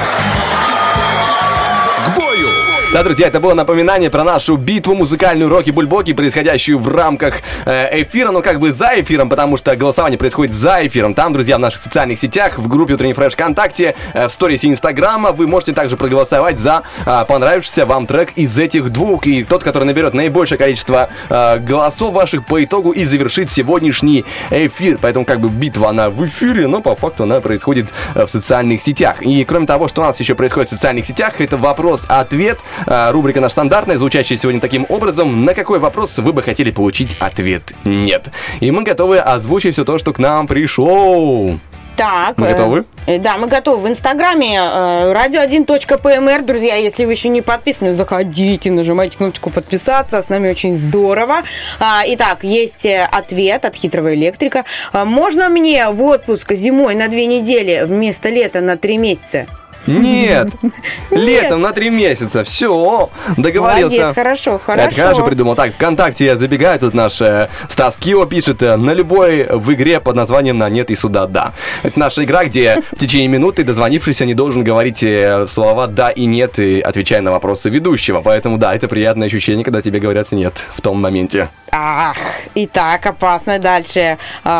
К бою! Да, друзья, это было напоминание про нашу битву музыкальную Рокки-Бульбоки, происходящую в рамках э, эфира, ну как бы за эфиром, потому что голосование происходит за эфиром. Там, друзья, в наших социальных сетях, в группе Утренний фреш ВКонтакте, э, в сторисе Инстаграма вы можете также проголосовать за э, понравившийся вам трек из этих двух. И тот, который наберет наибольшее количество э, голосов ваших по итогу и завершит сегодняшний эфир. Поэтому как бы битва, она в эфире, но по факту она происходит э, в социальных сетях. И кроме того, что у нас еще происходит в социальных сетях, это вопрос-ответ. Рубрика наша стандартная, звучащая сегодня таким образом. На какой вопрос вы бы хотели получить ответ «нет»? И мы готовы озвучить все то, что к нам пришло. Так. Мы готовы? Э, да, мы готовы. В Инстаграме э, радио один точка пэ эм эр. Друзья, если вы еще не подписаны, заходите, нажимайте кнопочку подписаться. С нами очень здорово. А, итак, есть ответ от хитрого электрика. А, можно мне в отпуск зимой на две недели вместо лета на три месяца? Нет, летом на три месяца. Все, договорился. Молодец, хорошо, хорошо. Это хорошо придумал. Так, ВКонтакте я забегаю, тут наш э, Стас Кио пишет: э, на любой в игре под названием «На нет и сюда да». Это наша игра, где в течение минуты дозвонившийся не должен говорить э, слова «да» и «нет», и отвечая на вопросы ведущего. Поэтому да, это приятное ощущение, когда тебе говорят «нет» в том моменте. Ах, итак, опасно. Дальше.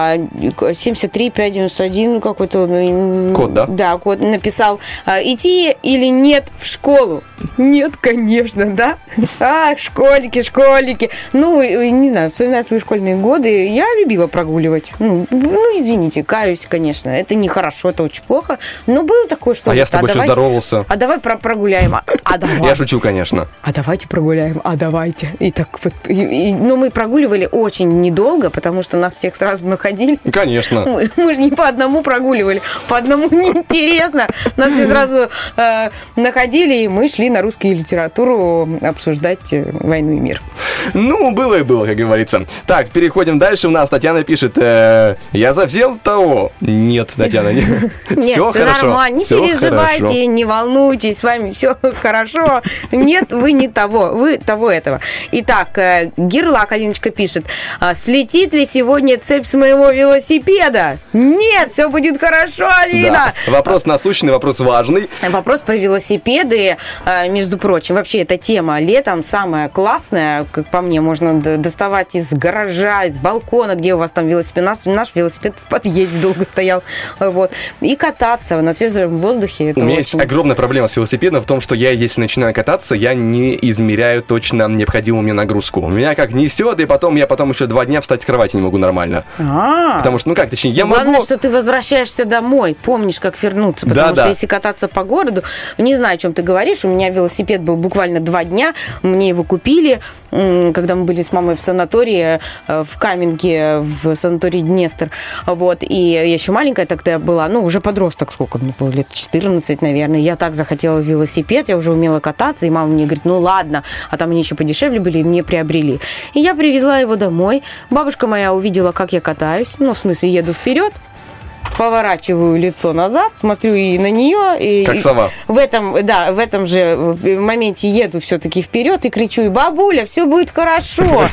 семьдесят три пятьсот девяносто один какой-то... Код, да? Да, код написал. Идти или нет в школу? Нет, конечно, да? А, школьники, школьники. Ну, не знаю, вспоминая свои школьные годы, я любила прогуливать. Ну, ну извините, каюсь, конечно. Это нехорошо, это очень плохо. Но было такое, что... А вот, я с тобой а еще здоровался. А давай про прогуляем. А, а давай. Я шучу, конечно. А давайте прогуляем. А давайте. И так вот... И, и, ну, мы прогуливали очень недолго, потому что нас всех сразу находили. Конечно. Мы, мы же не по одному прогуливали. По одному неинтересно. Нас все сразу э, находили, и мы шли на русскую литературу обсуждать «Войну и мир». Ну, было и было, как говорится. Так, переходим дальше. У нас Татьяна пишет: э, я завзел того. Нет, Татьяна, нет. Нет, все, все хорошо. Нормально, не все переживайте, хорошо. Не волнуйтесь, с вами все хорошо. Нет, вы не того, вы того этого. Итак, э, Гирлак Алиночка пишет: слетит ли сегодня цепь с моего велосипеда? Нет, все будет хорошо, Алина. Да. Вопрос насущный, вопрос важный. Вопрос про велосипеды, между прочим. Вообще, эта тема летом самая классная, как по мне, можно доставать из гаража, из балкона, где у вас там велосипед. Наш, наш велосипед в подъезде долго стоял. Вот. И кататься на свежем воздухе. Это у меня очень... есть огромная проблема с велосипедом в том, что я, если начинаю кататься, я не измеряю точно необходимую мне нагрузку. У меня как несет, и потом я потом еще два дня встать с кровати не могу нормально. А-а-а. Потому что, ну как, точнее, я Главное, могу... Главное, что ты возвращаешься домой, помнишь, как вернуться. Потому да, что да. если кататься по городу, не знаю, о чем ты говоришь, у меня велосипед был буквально два дня, мне его купили, когда мы были с мамой в санатории в Каменке, в санатории Днестр. Вот, и я еще маленькая тогда была, ну, уже подросток, сколько мне было, лет четырнадцать, наверное. Я так захотела велосипед, я уже умела кататься, и мама мне говорит: ну ладно, а там они еще подешевле были, и мне приобрели. И я привезла его домой. Бабушка моя увидела, как я катаюсь, ну, в смысле, еду вперед, поворачиваю лицо назад, смотрю и на нее. И, как сова. И в этом, да, в этом же моменте еду все-таки вперед и кричу: и бабуля, все будет хорошо.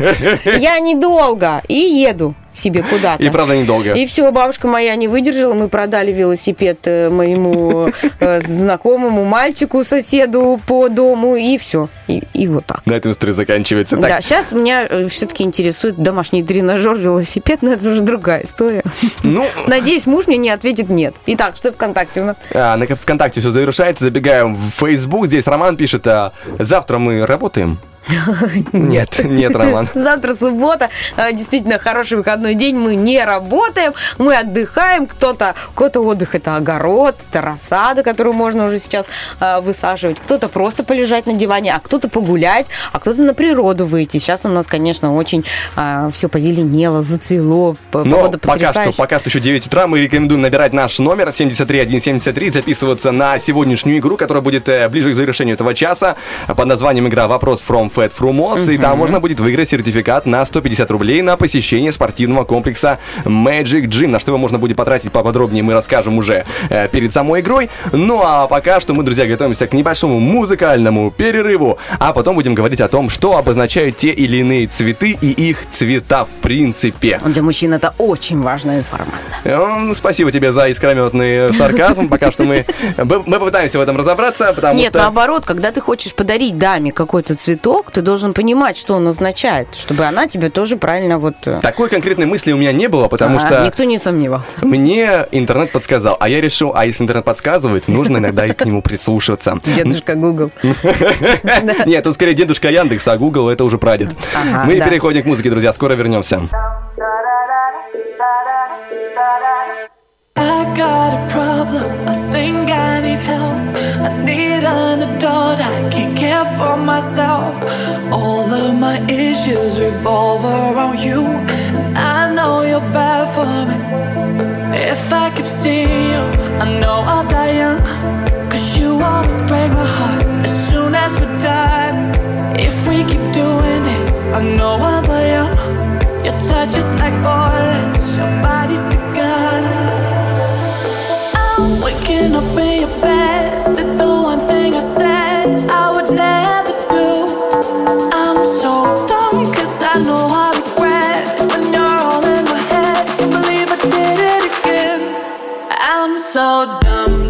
Я недолго. И еду себе куда-то. И правда недолго. И все, бабушка моя не выдержала, мы продали велосипед моему э, знакомому мальчику, соседу по дому, и все. И, и вот так. На этом история заканчивается. Так. Да, сейчас меня все-таки интересует домашний тренажер, велосипед, но это уже другая история. Ну... Надеюсь, муж мне не ответит нет. Итак, что ВКонтакте у нас? А, на ВКонтакте все завершается, забегаем в Facebook. Здесь Роман пишет: а, завтра мы работаем. Нет, нет, Роман. Завтра суббота, э, действительно хороший выходной день, мы не работаем, мы отдыхаем, кто-то, кто-то отдых это огород, это рассада, которую можно уже сейчас э, высаживать, кто-то просто полежать на диване, а кто-то погулять, а кто-то на природу выйти. Сейчас у нас, конечно, очень э, все позеленело, зацвело, погода Но потрясающая. пока что, пока что еще девять утра, мы рекомендуем набирать наш номер семьдесят три один семьдесят три, записываться на сегодняшнюю игру, которая будет э, ближе к завершению этого часа, под названием игра «Вопрос from Fat Frumos», uh-huh. и там можно будет выиграть сертификат на сто пятьдесят рублей на посещение спортивного комплекса Magic Gym, на что его можно будет потратить поподробнее, мы расскажем уже э, перед самой игрой. Ну а пока что мы, друзья, готовимся к небольшому музыкальному перерыву, а потом будем говорить о том, что обозначают те или иные цветы и их цвета в принципе. Для мужчин это очень важная информация. Э, спасибо тебе за искрометный сарказм, пока что мы, мы попытаемся в этом разобраться, потому Нет, что... наоборот, когда ты хочешь подарить даме какой-то цветок, ты должен понимать, что он означает, чтобы она тебе тоже правильно вот... Такой конкретной мысли у меня не было, потому а, что... Никто не сомневался. Мне интернет подсказал, а я решил, а если интернет подсказывает, нужно иногда и к нему прислушиваться. Дедушка Google. Нет, тут скорее дедушка Яндекс, а Google это уже прадед. Мы переходим к музыке, друзья, скоро вернемся. I got a problem, I think I need help. I need an adult, I can't care for myself. All of my issues revolve around you, and I know you're bad for me. If I keep seeing you, I know I'll die young. Cause you always break my heart as soon as we're done. If we keep doing this, I know I'll die young. Your touch is like bullets, your body's the gun. Waking up in your bed, did the one thing I said I would never do. I'm so dumb, cause I know I regret when you're all in my head. Can't believe I did it again. I'm so dumb.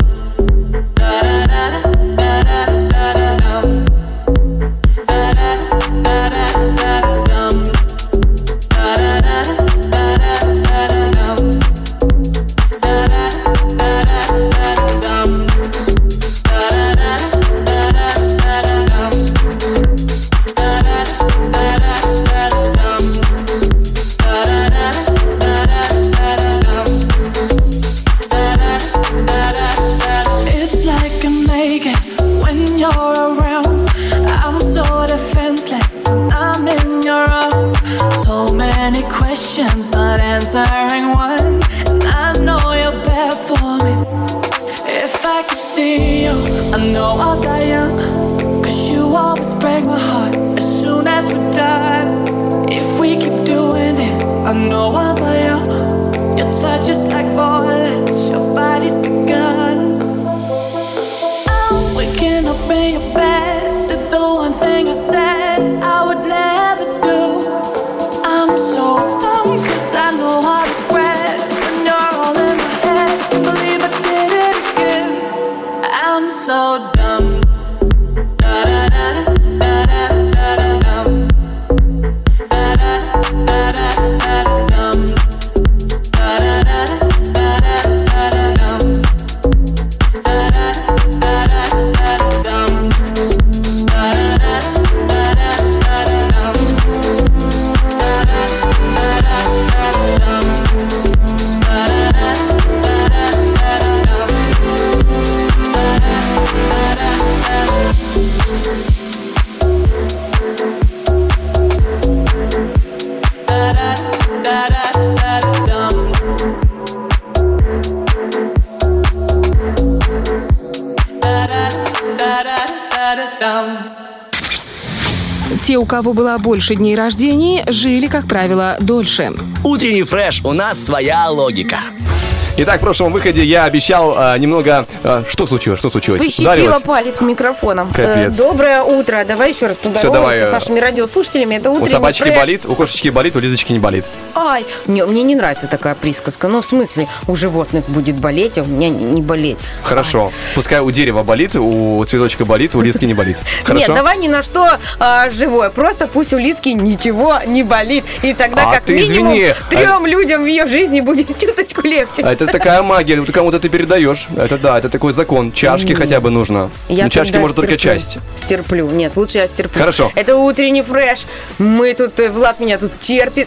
Not answering one, and I know you're bad for me. If I keep seeing you, I know I'll die young. Cause you always break my heart as soon as we're done. If we keep doing this, I know I'll die young. Your touch is like bullets, your body's the gun. I'm waking up in your bed, did the one thing I said I would never do. I'm so dumb, cause I know I regret when you're all in my head. Can't believe I did it again. I'm so dumb. Da da da da da da da dum. Da da da da da dum. Da da da da da da dum. Da da da da da dum. Da da da da da dum. Те, у кого было больше дней рождения, жили, как правило, дольше. Утренний фреш, у нас своя логика. Итак, в прошлом выходе я обещал а, немного... А, что случилось? Что случилось? Пощипила Ударилась? палец микрофоном. Капец. Э, доброе утро. Давай еще раз поздороваемся давай. с нашими радиослушателями. Это утренний У собачки фреш. болит, у кошечки болит, у Лизочки не болит. Ай, мне, мне не нравится такая присказка. Ну, в смысле, у животных будет болеть, а у меня не, не болеть. Хорошо. Ай. Пускай у дерева болит, у цветочка болит, у Лизки не болит. Хорошо? Нет, давай ни на что а, живое. Просто пусть у Лизки ничего не болит. И тогда, А как ты минимум, извини. трем а... людям в ее жизни будет чуточку легче. А это такая магия, ты кому-то ты передаешь. Это да, это такой закон. Чашки хотя бы нужно. Я Ну, чашки тогда может только стерплю. часть. Стерплю. Нет, лучше я стерплю. Хорошо. Это утренний фреш. Мы тут, э, Влад меня тут терпит.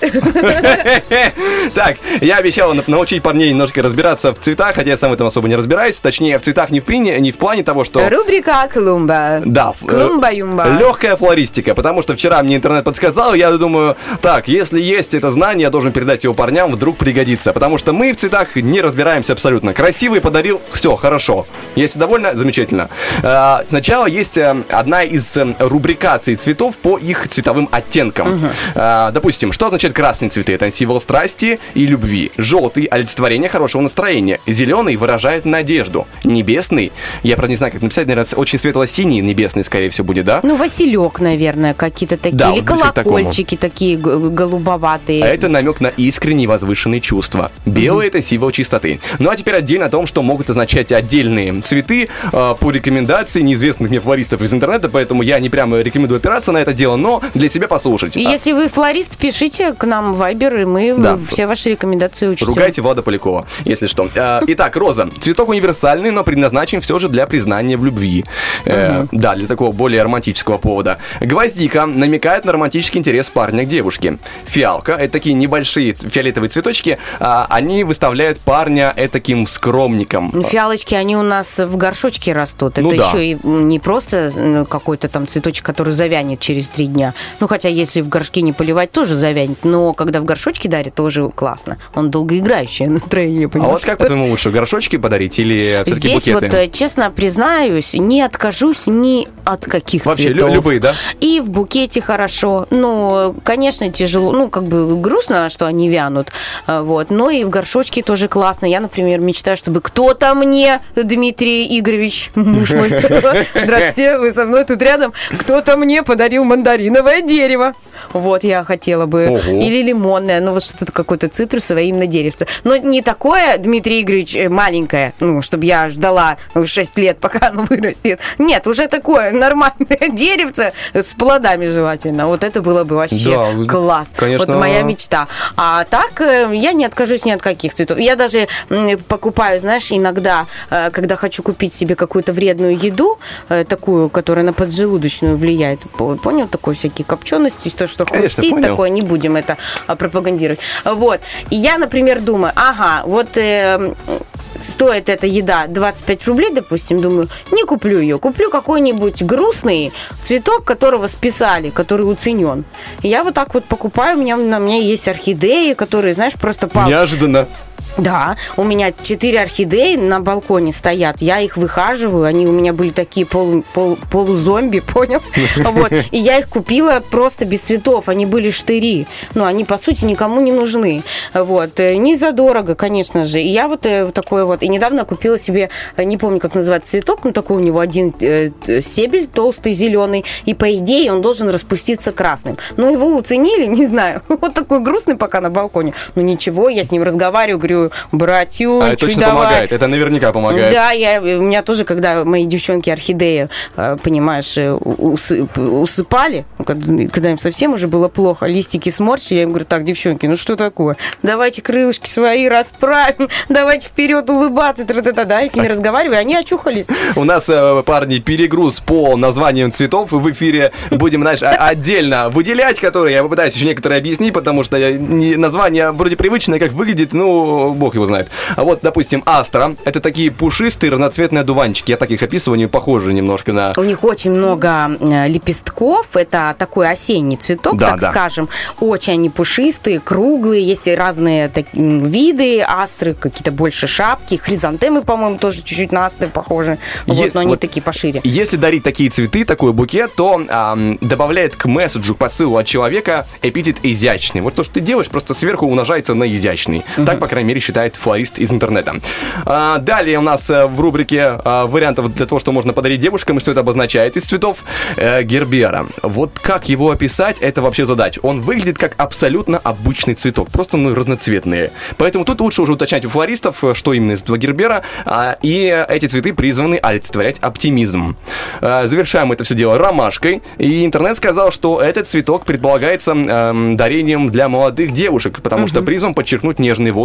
Так, я обещал на- научить парней немножко разбираться в цветах, хотя я сам в этом особо не разбираюсь. Точнее, в цветах не в, прине- не в плане того, что... Рубрика «Клумба». Да, Клумба-юмба. легкая флористика, потому что вчера мне интернет подсказал, я думаю, так, если есть это знание, я должен передать его парням, вдруг пригодится, потому что мы в цветах не разбираемся абсолютно. Красивый подарил, все, хорошо. Если довольно, замечательно. А, Сначала есть э, одна из э, рубрикаций цветов по их цветовым оттенкам. А, Допустим, что означает красные цветы? Это символ страсти и любви. Желтый — олицетворение хорошего настроения. Зеленый выражает надежду. Небесный, я, правда, не знаю, как написать, наверное, очень светло-синий небесный, скорее всего, будет, да? Ну, Василек, наверное, какие-то такие. Да, Или вот ближе к такому. колокольчики такие г- голубоватые. А это намек на искренние возвышенные чувства. Белый — это символ чистоты. Ну а теперь отдельно о том, что могут означать отдельные цветы э, по рекомендации неизвестных мне флористов из интернета, поэтому я не прямо рекомендую опираться на это дело, но для себя послушать. И А, если вы флорист, пишите к нам в Вайбер, и мы Да. все ваши рекомендации учтем. Ругайте Влада Полякова, если что. Э, Итак, роза. Цветок универсальный, но предназначен все же для признания в любви. Э, Да, для такого более романтического повода. Гвоздика намекает на романтический интерес парня к девушке. Фиалка — это такие небольшие ц- фиолетовые цветочки, а, они выставляют парня этаким скромником. Ну, фиалочки, они у нас в горшочке растут. Ну Это да. еще и не просто ну, какой-то там цветочек, который завянет через три дня. Ну, хотя если в горшке не поливать, тоже завянет. Но когда в горшочке дарят, тоже классно. Он долгоиграющее настроение, А понимаешь? вот как, по-твоему, лучше, горшочки подарить или все-таки Здесь букеты? вот, э, честно признаюсь, не откажусь ни от каких Вообще, лю- цветов. любые, да? И в букете хорошо. Ну, конечно, тяжело. Ну, как бы грустно, что они вянут. А, Вот. Но и в горшочке тоже классно. Я, например, мечтаю, чтобы кто-то мне, Дмитрий Игоревич, муж мой, здравствуйте, вы со мной тут рядом, кто-то мне подарил мандариновое дерево. Вот, я хотела бы. Ого. Или лимонное, ну, вот что-то какое-то цитрусовое именно деревце. Но не такое, Дмитрий Игоревич, э, маленькое, ну, чтобы я ждала шесть лет, пока оно вырастет. Нет, уже такое нормальное деревце с плодами желательно. Вот это было бы вообще Да, класс. конечно. Вот моя мечта. А так э, я не откажусь ни от каких цветов. Я даже м, покупаю, знаешь, иногда, э, когда хочу купить себе какую-то вредную еду, э, такую, которая на поджелудочную влияет. По- Понял? Такой всякие копчености, то, что Конечно, хрустит, понял. такое, не будем это а, пропагандировать. Вот. И я, например, думаю, ага, вот э, стоит эта еда двадцать пять рублей, допустим, думаю, не куплю ее, куплю какой-нибудь грустный цветок, которого списали, который уценен. И я вот так вот покупаю, у меня, у меня есть орхидеи, которые, знаешь, просто пал... Неожиданно. Да, у меня четыре орхидеи на балконе стоят, я их выхаживаю, они у меня были такие полу, полу- полузомби, понял? Вот. И я их купила просто без цветов, они были штыри, но они, по сути, никому не нужны. Вот. Э, Не задорого, конечно же. И я вот э, такой вот, и недавно купила себе, э, не помню, как называется цветок, но такой у него один э, стебель толстый, зеленый, и, по идее, он должен распуститься красным. Но его уценили, не знаю, вот такой грустный пока на балконе. Ну ничего, я с ним разговариваю, говорю, братюнь, А это точно давай. помогает, это наверняка помогает. Да, я, у меня тоже, когда мои девчонки орхидеи, э, понимаешь, э, усып- усыпали, ну, когда, когда им совсем уже было плохо, листики сморщили, я им говорю, так, девчонки, ну что такое? Давайте крылышки свои расправим, давайте вперед улыбаться, тра-та-та. Да, я с ними разговариваю, они очухались. У нас, э, парни, перегруз по названиям цветов. В эфире будем, знаешь, о- отдельно выделять, которые я попытаюсь еще некоторые объяснить, потому что я не- название вроде привычное, как выглядит, ну, бог его знает. А вот, допустим, астра. Это такие пушистые разноцветные одуванчики. Я так их описываю, они похожи немножко на... У них очень много э, лепестков. Это такой осенний цветок, Да, так да. скажем. Очень они пушистые, круглые. Есть и разные так- м, виды астры, какие-то больше шапки. Хризантемы, по-моему, тоже чуть-чуть на астры похожи. Вот, Е- но они вот такие пошире. Если дарить такие цветы, такой букет, то ам, добавляет к месседжу, к посылу от человека эпитет изящный. Вот то, что ты делаешь, просто сверху умножается на изящный. Так, по крайней мере, считает флорист из интернета. А, далее у нас э, в рубрике э, вариантов для того, что можно подарить девушкам, и что это обозначает из цветов, э, гербера. Вот как его описать, это вообще задача. Он выглядит как абсолютно обычный цветок, просто ну, разноцветные. Поэтому тут лучше уже уточнять у флористов, э, что именно из этого гербера, а, и эти цветы призваны олицетворять оптимизм. Э, завершаем это все дело ромашкой, и интернет сказал, что этот цветок предполагается эм, дарением для молодых девушек, потому что призван подчеркнуть нежный возраст и романтизм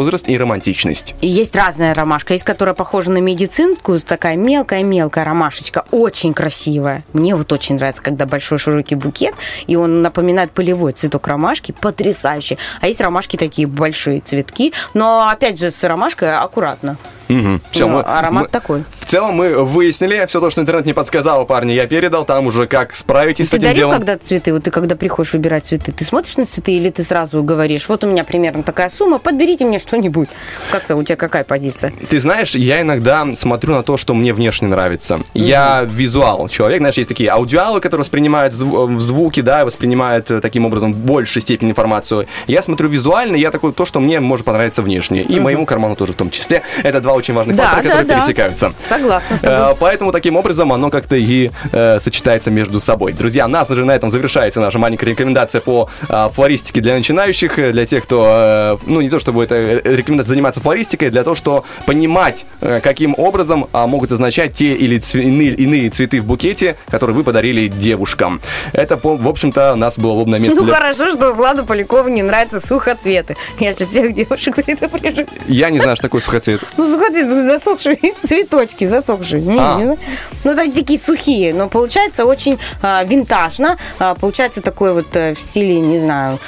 романтичность. И есть разная ромашка. Есть, которая похожа на медицинку, такая мелкая-мелкая ромашечка, очень красивая. Мне вот очень нравится, когда большой широкий букет, и он напоминает полевой цветок ромашки, потрясающий. А есть ромашки такие большие цветки, но опять же с ромашкой аккуратно. Угу. Все, ну, мы, аромат мы, такой. В целом мы выяснили все то, что интернет не подсказал, парни, я передал, там уже как справитесь ты с этим дарил делом. когда цветы? Вот ты когда приходишь выбирать цветы, ты смотришь на цветы или ты сразу говоришь, вот у меня примерно такая сумма, подберите мне что-нибудь. Как-то у тебя какая позиция? Ты знаешь, я иногда смотрю на то, что мне внешне нравится. Mm-hmm. Я визуал человек, знаешь, есть такие аудиалы, которые воспринимают зв- звуки, да, воспринимают таким образом в большей степени информацию. Я смотрю визуально, я такой, то, что мне может понравиться внешне. И mm-hmm. моему карману тоже в том числе. Это два очень важных да, фактора, да, которые да. пересекаются. Согласна с тобой. Поэтому таким образом оно как-то и э, сочетается между собой. Друзья, у нас же на этом завершается наша маленькая рекомендация по э, флористике для начинающих, для тех, кто, э, ну, не то чтобы это рекомендация заниматься флористикой, для того, чтобы понимать, э, каким образом э, могут означать те или цве- иные, иные цветы в букете, которые вы подарили девушкам. Это, в общем-то, у нас было лобное место. Ну, для... хорошо, что Владу Полякову не нравятся сухоцветы. Я же всех девушек предупрежу. Я не знаю, что такое сухоцвет. Ну, сухоцвет, засохшие цветочки, засохшие. Не, А. не знаю. Ну, да, такие сухие, но получается очень а, винтажно. А, получается такой вот а, в стиле, не знаю,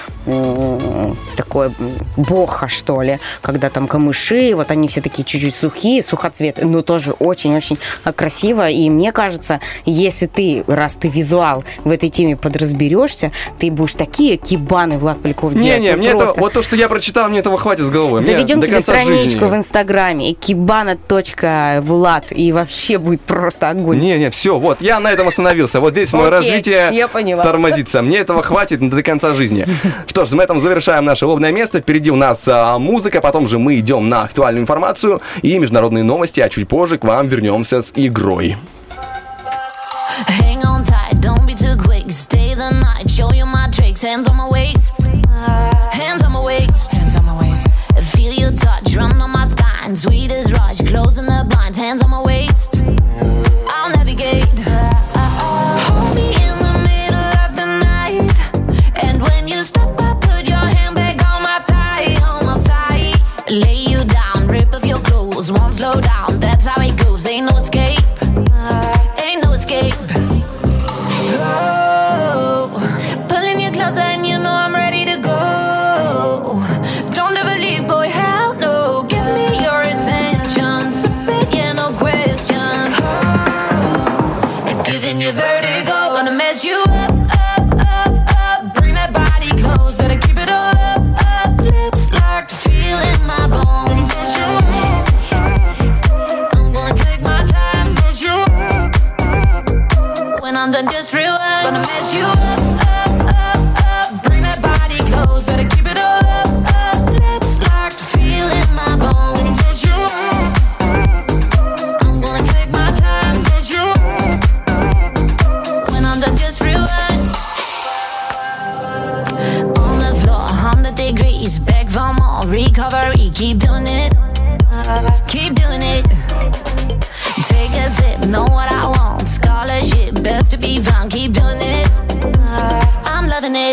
м- такой бохо, что ли, когда там камыши, вот они все такие чуть-чуть сухие, сухоцветы, но тоже очень-очень а, красиво. И мне кажется, если ты, раз ты визуал в этой теме подразберешься, ты будешь такие кибаны, Влад Поляков, делать. Не-не, Ну, мне это, просто. вот то, что я прочитал, мне этого хватит с головы. Мне Заведем до тебе конца страничку жизни. в Инстаграме кибана точка влад, и вообще будет просто огонь. Не-не, все, вот, я на этом остановился. Вот здесь мое Окей, развитие я поняла. тормозится. Мне этого хватит до конца жизни. Что ж, мы этом завершаем наше лобное место. Впереди у нас а, музыка, потом же мы идем на актуальную информацию и международные новости, а чуть позже к вам вернемся с игрой. Hang on tight, don't be too quick. Stay the night, show you my tricks. Hands on my waist, hands on my waist, hands on my waist. Feel your touch, run on my spine. Sweet as rush, closing the blinds. Hands on my waist, I'll navigate. Hold me in the middle of the night, and when you stop, I put your hand back on my thigh, on my thigh. Lay you down, rip off your clothes, won't slow down. That's how it goes. Ain't no escape. Ain't no escape. Oh, pulling you closer and you know I'm ready to go. Don't ever leave, boy, hell no. Give me your attention. Sip it, yeah, no question. Oh, I'm giving you vertigo. Gonna mess you up, up, up, up. Bring that body close. Better keep it all up, up. Lips locked, feeling my bones. I'm gonna take my time. When I'm done, just rewind. Gonna mess you up, up, up, up. Bring that body close. Better keep it all up, up. Lips locked, feeling my bones. I'm gonna take my time. When I'm done, just rewind. On the floor, one hundred degrees. Back for more recovery. Keep doing it. Keep doing it. Take a sip, know what I want. Scholarship, best to be found. Keep doing it. I'm loving it.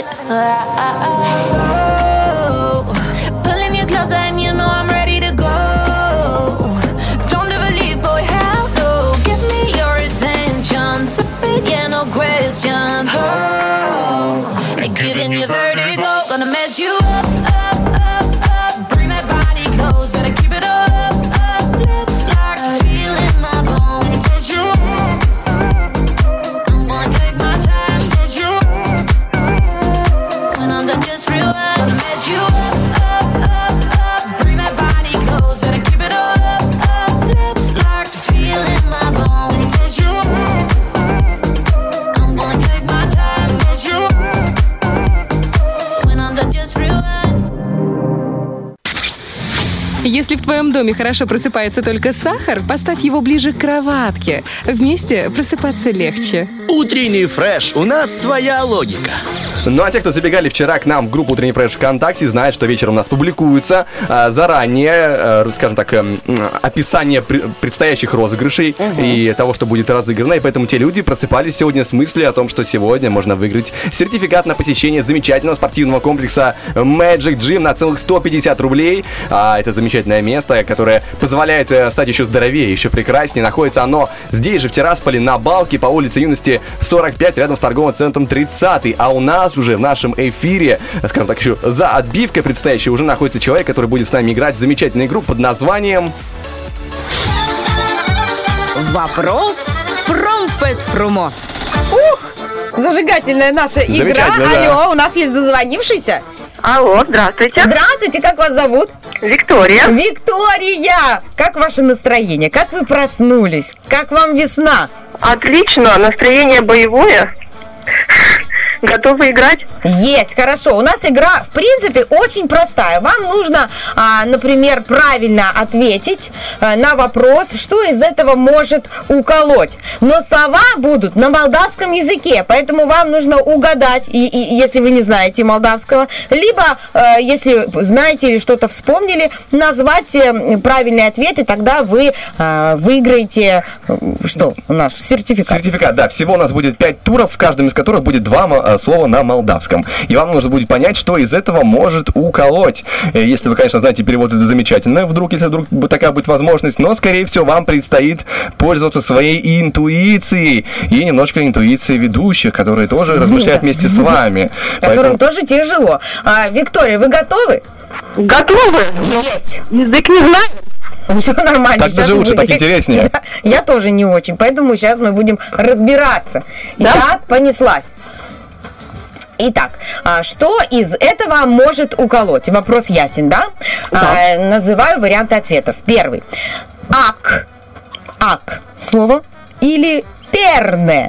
Oh, pulling you closer and you know I'm ready to go. Don't ever leave, boy, hell no. Give me your attention. Sip it, yeah, no questions. Oh, I'm giving you vertigo. Gonna mess you up, up, up, up. Bring that body close. Better keep it all up, up. Lips locked, feeling my bones. I'm gonna take my time. When I'm done, just rewind. Gonna mess you up, up, up, up. Bring that body close. Better keep it all up, up. Lips locked, feeling my bones. I'm gonna take my time. When I'm done, just rewind. Если в твоем доме хорошо просыпается только сахар, поставь его ближе к кроватке. Вместе просыпаться легче. Утренний фреш, у нас своя логика. Ну а те, кто забегали вчера к нам в группу Утренний фреш ВКонтакте, знают, что вечером у нас публикуется а, заранее, а, скажем так, а, описание при, предстоящих розыгрышей uh-huh. и того, что будет разыграно. И поэтому те люди просыпались сегодня с мыслью о том, что сегодня можно выиграть сертификат на посещение замечательного спортивного комплекса Magic Gym на целых сто пятьдесят рублей. А, это замечательное место, которое позволяет а, стать еще здоровее, еще прекраснее. Находится оно здесь же, в Тирасполе, на Балке, по улице Юности сорок пять, рядом с торговым центром тридцатый. А у нас уже в нашем эфире, скажем так, еще за отбивкой предстоящей уже находится человек, который будет с нами играть в замечательную игру под названием... Вопрос Промфет Фрумос. Ух, зажигательная наша игра. Алло, да. У нас есть дозвонившийся. Алло, здравствуйте. Здравствуйте, как вас зовут? Виктория. Виктория! Как ваше настроение? Как вы проснулись? Как вам весна? Отлично, настроение боевое. Готовы играть? Есть, хорошо. У нас игра, в принципе, очень простая. Вам нужно, а, например, правильно ответить а, на вопрос, что из этого может уколоть. Но слова будут на молдавском языке, поэтому вам нужно угадать, и, и, если вы не знаете молдавского, либо, а, если знаете или что-то вспомнили, назвать правильный ответ, и тогда вы а, выиграете, что у нас, сертификат. Сертификат, да. Всего у нас будет пять туров, в каждом из которых будет два слова на молдавском. И вам нужно будет понять, что из этого может уколоть. Если вы, конечно, знаете перевод, это замечательно, вдруг, если вдруг такая будет возможность, но, скорее всего, вам предстоит пользоваться своей интуицией и немножко интуицией ведущих, которые тоже размышляют вместе с вами. Которым тоже тяжело. А, Виктория, вы готовы? Готовы? Есть. Язык не знаю. Все нормально. Так даже лучше, так интереснее. Я тоже не очень, поэтому сейчас мы будем разбираться. Итак, понеслась. Итак, что из этого может уколоть? Вопрос ясен, да? да. А, называю варианты ответов. Первый. Ак. Ак. Слово. Или перне.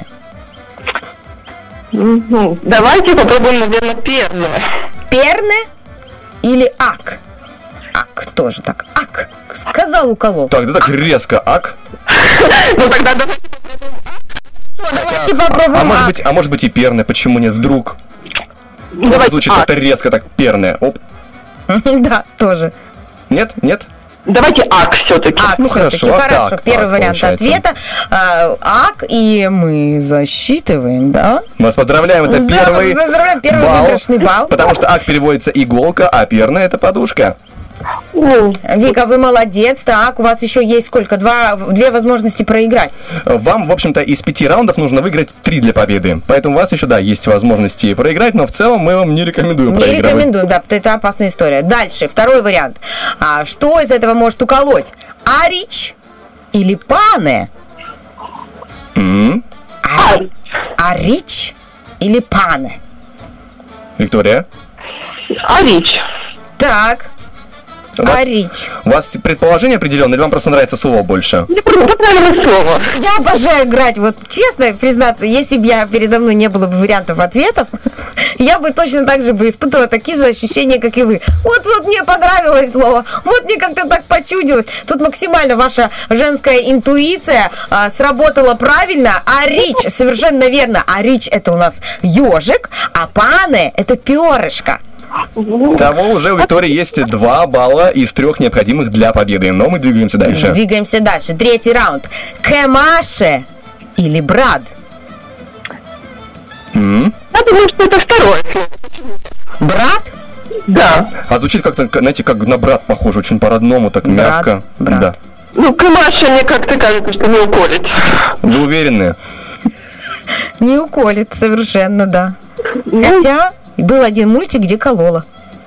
Ну, давайте попробуем, наверное, перне. Перне или ак? Ак. Тоже так. Ак. Сказал, уколол. Так, да так резко. Ак. Ну, тогда давайте Давайте попробуем. А может быть, а может быть и перне, почему нет? Вдруг. Давайте звучит как-то резко, так перне. Оп. Да, тоже. Нет? Нет? Давайте ак все-таки. Ак, ну все-таки. хорошо, Хорошо. так, Первый ак, вариант получается. ответа. А, ак, и мы засчитываем, да? Мы вас поздравляем, это Да, первый мы поздравляем, первый балл, выигрышный балл. Потому что ак переводится иголка, а перне это подушка. Вика, вы молодец. Так, у вас еще есть сколько? Два, две возможности проиграть. Вам, в общем-то, из пяти раундов нужно выиграть три для победы. Поэтому у вас еще, да, есть возможности проиграть, но в целом мы вам не рекомендуем Не проигрывать. рекомендуем, да, это опасная история. Дальше, второй вариант. А, что из этого может уколоть? Арич или пане? М-м. Ари... Арич или пане? Виктория? Арич. Так. У вас, Арич. у вас предположение определенное, или вам просто нравится слово больше? Не правильное слово. Я обожаю играть, вот честно признаться, если бы я передо мной не было бы вариантов ответов, я бы точно так же бы испытывала такие же ощущения, как и вы. Вот-вот мне понравилось слово, вот мне как-то так почудилось. Тут максимально ваша женская интуиция а, сработала правильно. Арич, совершенно верно. Арич это у нас ежик, а пане это перышко. Того уже у Виктории есть два балла из трех необходимых для победы. Но мы двигаемся дальше. Двигаемся дальше. Третий раунд. Кемаше или брат? М-м. Я думаю, что это второе слово. Брат? Да. А звучит как-то, знаете, как на брат похоже, очень по-родному, так Брат, мягко. брат. Да. Ну, Камаша мне как-то кажется, что не уколет. Вы уверены? Не уколет, совершенно, да. Хотя был один мультик, где колола.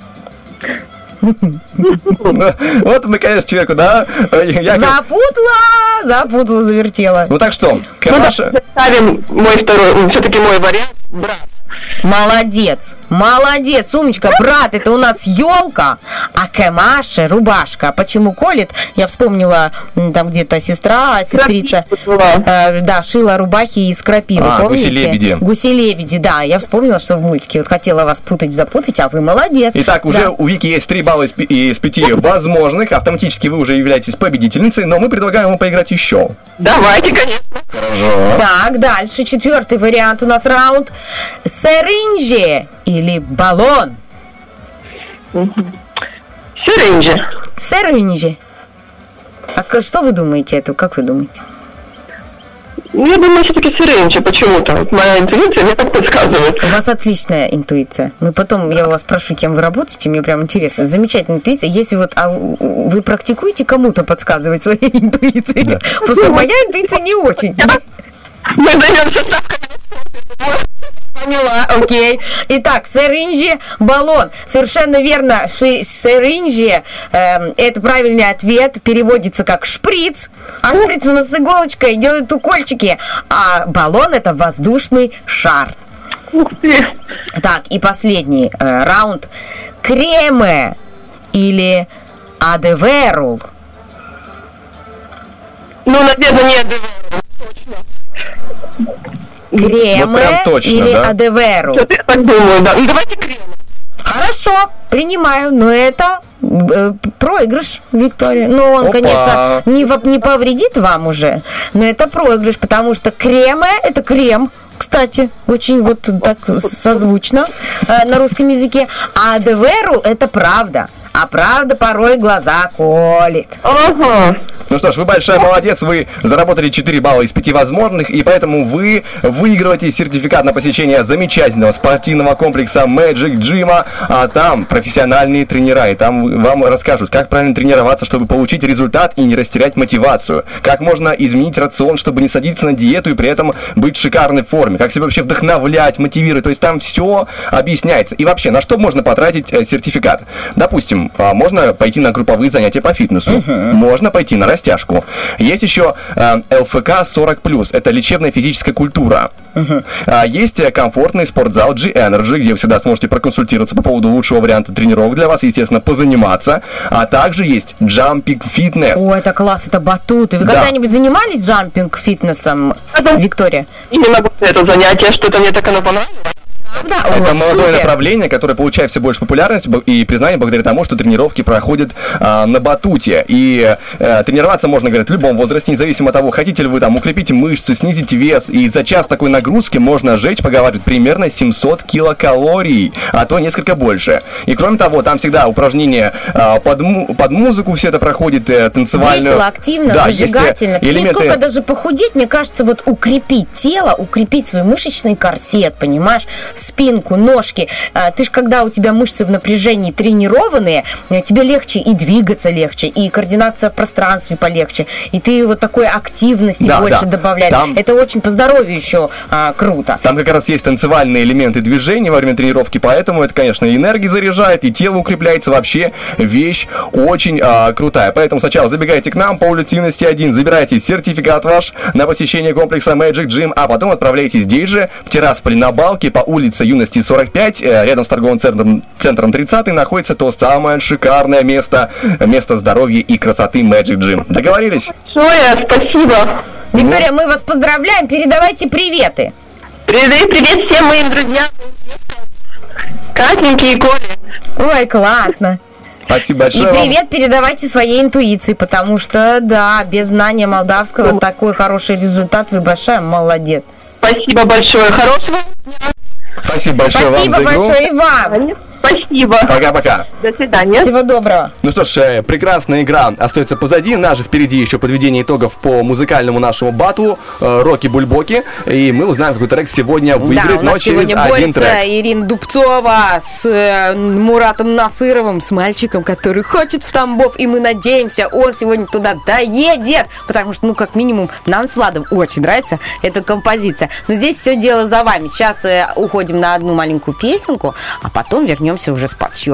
Вот мы, конечно, человеку, да? Я... Запутала, запутала, завертела. Ну так что, Камаша... Ставим мой второй, все-таки мой вариант, брат. Молодец, молодец, умничка. Брат, это у нас елка, а Кемаша рубашка. А почему колет? Я вспомнила, там где-то сестра, сестрица, э, да, шила рубахи из крапивы, а, помните? гуси-лебеди. Гуси-лебеди, да. Я вспомнила, что в мультике. Вот хотела вас путать, запутать, а вы молодец. Итак, уже да. у Вики есть три балла из, из пяти возможных. Автоматически вы уже являетесь победительницей, но мы предлагаем вам поиграть еще. Давайте, конечно. Хорошо. Так, дальше четвертый вариант у нас раунд. Сырынжи или баллон? Сырынжи. Сырынжи. А что вы думаете это? Как вы думаете? Ну, я думаю, все-таки сырынжи почему-то. Вот моя интуиция мне так подсказывает. У вас отличная интуиция. Мы потом, я у вас спрошу, кем вы работаете, мне прям интересно. Замечательная интуиция. Если вот а вы практикуете кому-то подсказывать своей интуицией? Да. Просто моя интуиция не очень. Мы даемся так. Поняла, окей. Итак, сырынжи, баллон. Совершенно верно. Ши- сырынжи э, это правильный ответ. Переводится как шприц. А шприц у нас с иголочкой делает укольчики. А баллон это воздушный шар. Так, и последний э, раунд. Креме или адеверул? Ну, наверное, не адеверул. Точно. Креме вот прям точно, или да? адеверу? Я так думаю, да. Ну, давайте крем. Хорошо, принимаю, но это э, проигрыш, Виктория. Ну, он, Опа. конечно, не, во- не повредит вам уже, но это проигрыш, потому что креме – это крем. Кстати, очень вот так созвучно э, на русском языке. А адеверул – это правда. А правда порой глаза колет. Ага. Ну что ж, вы большая молодец, вы заработали четыре балла из пяти возможных, и поэтому вы выигрываете сертификат на посещение замечательного спортивного комплекса Magic Gym, а там профессиональные тренера, и там вам расскажут, как правильно тренироваться, чтобы получить результат и не растерять мотивацию, как можно изменить рацион, чтобы не садиться на диету и при этом быть в шикарной форме, как себя вообще вдохновлять, мотивировать, то есть там все объясняется. И вообще, на что можно потратить э, сертификат? Допустим, э, можно пойти на групповые занятия по фитнесу, uh-huh. можно пойти на растяжку. Есть еще э, эл эф ка сорок плюс, это лечебная физическая культура. Uh-huh. А, есть комфортный спортзал G-Energy, где вы всегда сможете проконсультироваться по поводу лучшего варианта тренировок для вас, естественно, позаниматься. А также есть Jumping Fitness. О, это класс, это батуты. Вы Да. когда-нибудь занимались джампинг-фитнесом, Виктория? Именно вот это занятие, что-то мне так оно понравилось. Да, Это о, молодое супер. направление, которое получает все больше популярность б- и признание благодаря тому, что тренировки проходят а, на батуте. И а, тренироваться можно, говорят, в любом возрасте, независимо от того, хотите ли вы там укрепить мышцы, снизить вес. И за час такой нагрузки можно сжечь, поговаривают, примерно семьсот килокалорий, а то несколько больше. И кроме того, там всегда упражнения а, под, му- под музыку, все это проходит э, танцевальную. Весело, активно, Да, есть, э, зажигательно. элементы- Не сколько даже похудеть, мне кажется, вот укрепить тело, укрепить свой мышечный корсет, понимаешь, спинку, ножки. А, Ты ж, когда у тебя мышцы в напряжении тренированные, э, тебе легче и двигаться легче, и координация в пространстве полегче, и ты вот такой активности Да, больше да. добавляешь. Там- Это очень по здоровью еще а, круто. Там как раз есть танцевальные элементы движения во время тренировки, поэтому это, конечно, и энергии заряжает, и тело укрепляется. Вообще вещь очень а, крутая. Поэтому сначала забегайте к нам по улице Юности один, забирайте сертификат ваш на посещение комплекса Magic Gym, а потом отправляйтесь здесь же, в Тирасполе на Балке, по улице Юности сорок пять, э, рядом с торговым центром, центром тридцатый, находится то самое шикарное место, место здоровья и красоты Magic Gym. Договорились? Большое спасибо. Виктория, мы вас поздравляем, передавайте приветы. Передаю привет всем моим друзьям. Катеньке и Коле. Ой, классно. Спасибо И большое вам. привет передавайте своей интуиции, потому что, да, без знания молдавского такой хороший результат, вы большая молодец. Спасибо большое. Хорошего. Спасибо большое Спасибо вам за игру. большое и вам. Спасибо. Пока-пока. До свидания. Всего доброго. Ну что ж, э, прекрасная игра остается позади. Нас же впереди еще подведение итогов по музыкальному нашему батлу э, Роки-Бульбоки. И мы узнаем, какой трек сегодня Да, выиграет, у но нас через сегодня один борется трек. Ирина Дубцова с э, Муратом Насыровым, с мальчиком, который хочет в Тамбов. И мы надеемся, он сегодня туда доедет. Потому что, ну, как минимум, нам с Владом очень нравится эта композиция. Но здесь все дело за вами. Сейчас э, уходим на одну маленькую песенку, а потом вернемся уже с подсчетами.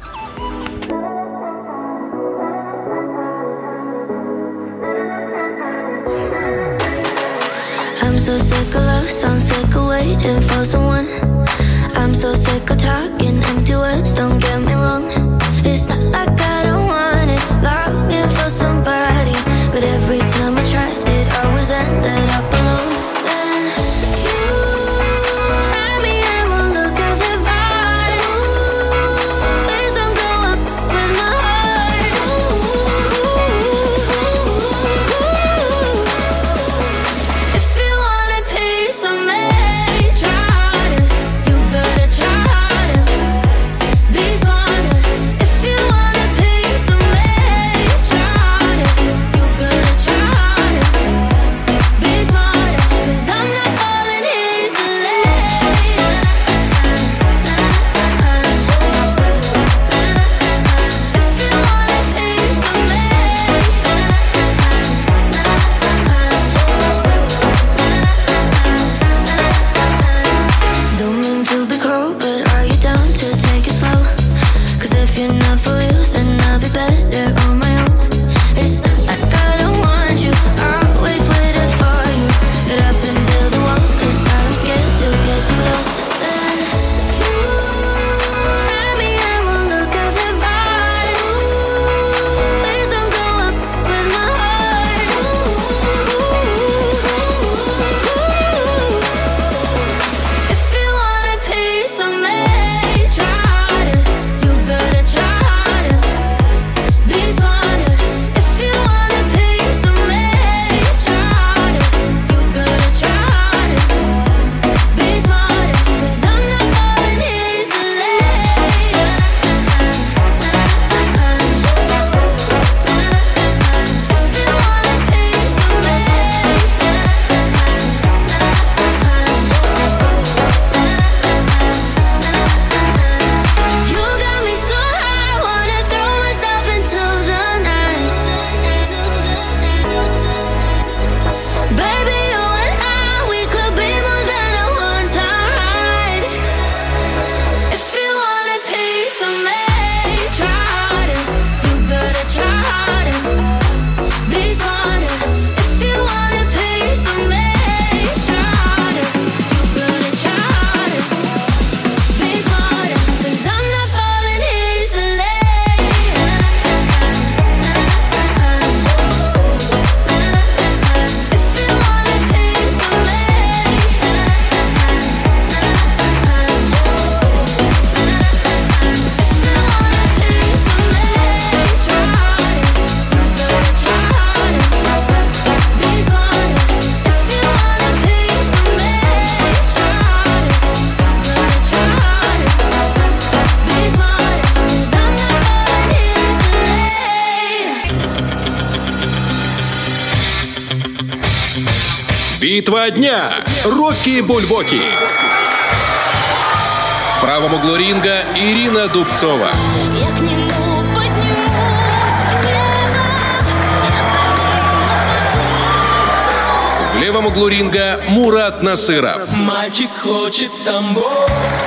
I'm so sick of love, so I'm sick of waiting for someone. I'm so sick of talking empty words, don't get me wrong. It's not like I don't want it, longing for somebody, but every time I tried it, always ended up alone. Then you had me and one look at the vibe. Please don't go up with my heart. If you want a piece of me, try to. You Битва дня. Рокки Бульбоки. В правом углу ринга Ирина Дубцова. В левом углу ринга Мурат Насыров. Мальчик хочет в Тамбов.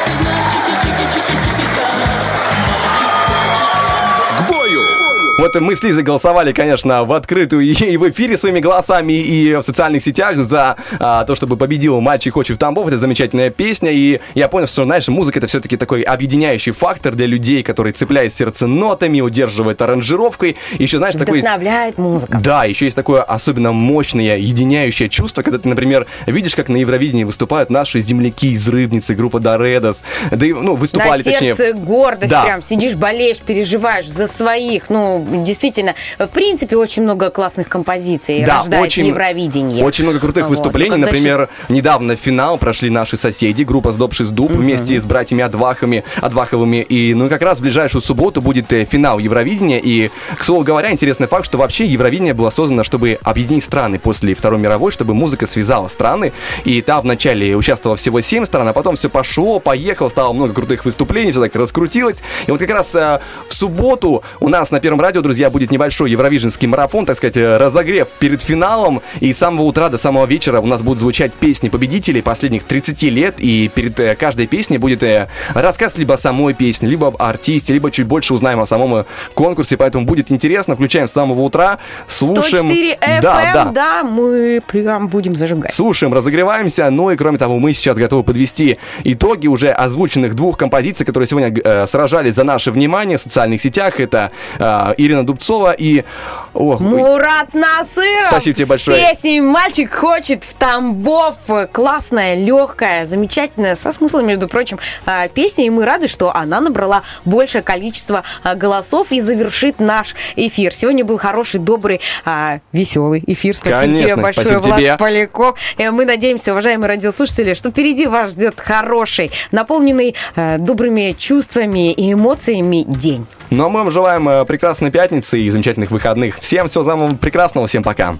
К бою! Вот мы с Лизой голосовали, конечно, в открытую и в эфире своими голосами, и в социальных сетях за а, то, чтобы победил «Мальчик хочет в Тамбов». Это замечательная песня, и я понял, что, знаешь, музыка — это все-таки такой объединяющий фактор для людей, который цепляет сердце нотами, удерживает аранжировкой. И еще, знаешь, такой... Вдохновляет музыка. Да, еще есть такое особенно мощное, единяющее чувство, когда ты, например, видишь, как на Евровидении выступают наши земляки из Рыбницы, группа Доредос. Да и, ну, выступали, на сердце точнее... гордость, да. Прям сидишь, болеешь, переживаешь за своих. Ну, действительно, в принципе, очень много классных композиций да, рождает очень, Евровидение. Очень много крутых вот. выступлений. Например, еще... недавно в финал прошли наши соседи, группа «Сдоб-Шиздуб» mm-hmm. вместе с братьями Адвахами, Адваховыми. И, ну, как раз в ближайшую субботу будет финал Евровидения. И, к слову говоря, интересный факт, что вообще Евровидение было создано, чтобы объединить страны после Второй мировой, чтобы музыка связала страны. И там вначале участвовало всего семь стран, а потом все пошло, поехало, стало много крутых выступлений, все так раскрутилось. И вот как раз э, в субботу у нас на Первом радио, друзья, будет небольшой евровиженский марафон, так сказать, разогрев перед финалом. И с самого утра до самого вечера у нас будут звучать песни победителей последних тридцати лет. И перед э, каждой песней будет э, рассказ либо о самой песне, либо об артисте, либо чуть больше узнаем о самом конкурсе. Поэтому будет интересно. Включаем с самого утра, слушаем. сто четыре эф эм, да, да. да, мы прям будем зажигать. Слушаем, разогреваемся. Ну и кроме того, мы сейчас готовы подвести итоги уже озвученных двух композиций, которые сегодня э, сражались за наше внимание в социальных сетях. Это э, Ирина Дубцова и... Ох, Мурат Насыров. Спасибо тебе большое. С песней «Мальчик хочет в Тамбов». Классная, легкая, замечательная, со смыслом, между прочим, песня. И мы рады, что она набрала большее количество голосов и завершит наш эфир. Сегодня был хороший, добрый, веселый эфир. Спасибо Конечно, тебе большое, спасибо Влад тебе. Поляков. Мы надеемся, уважаемые радиослушатели, что впереди вас ждет хороший, наполненный добрыми чувствами и эмоциями день. Ну а мы вам желаем прекрасной пятницы и замечательных выходных. Всем всего самого прекрасного, всем пока.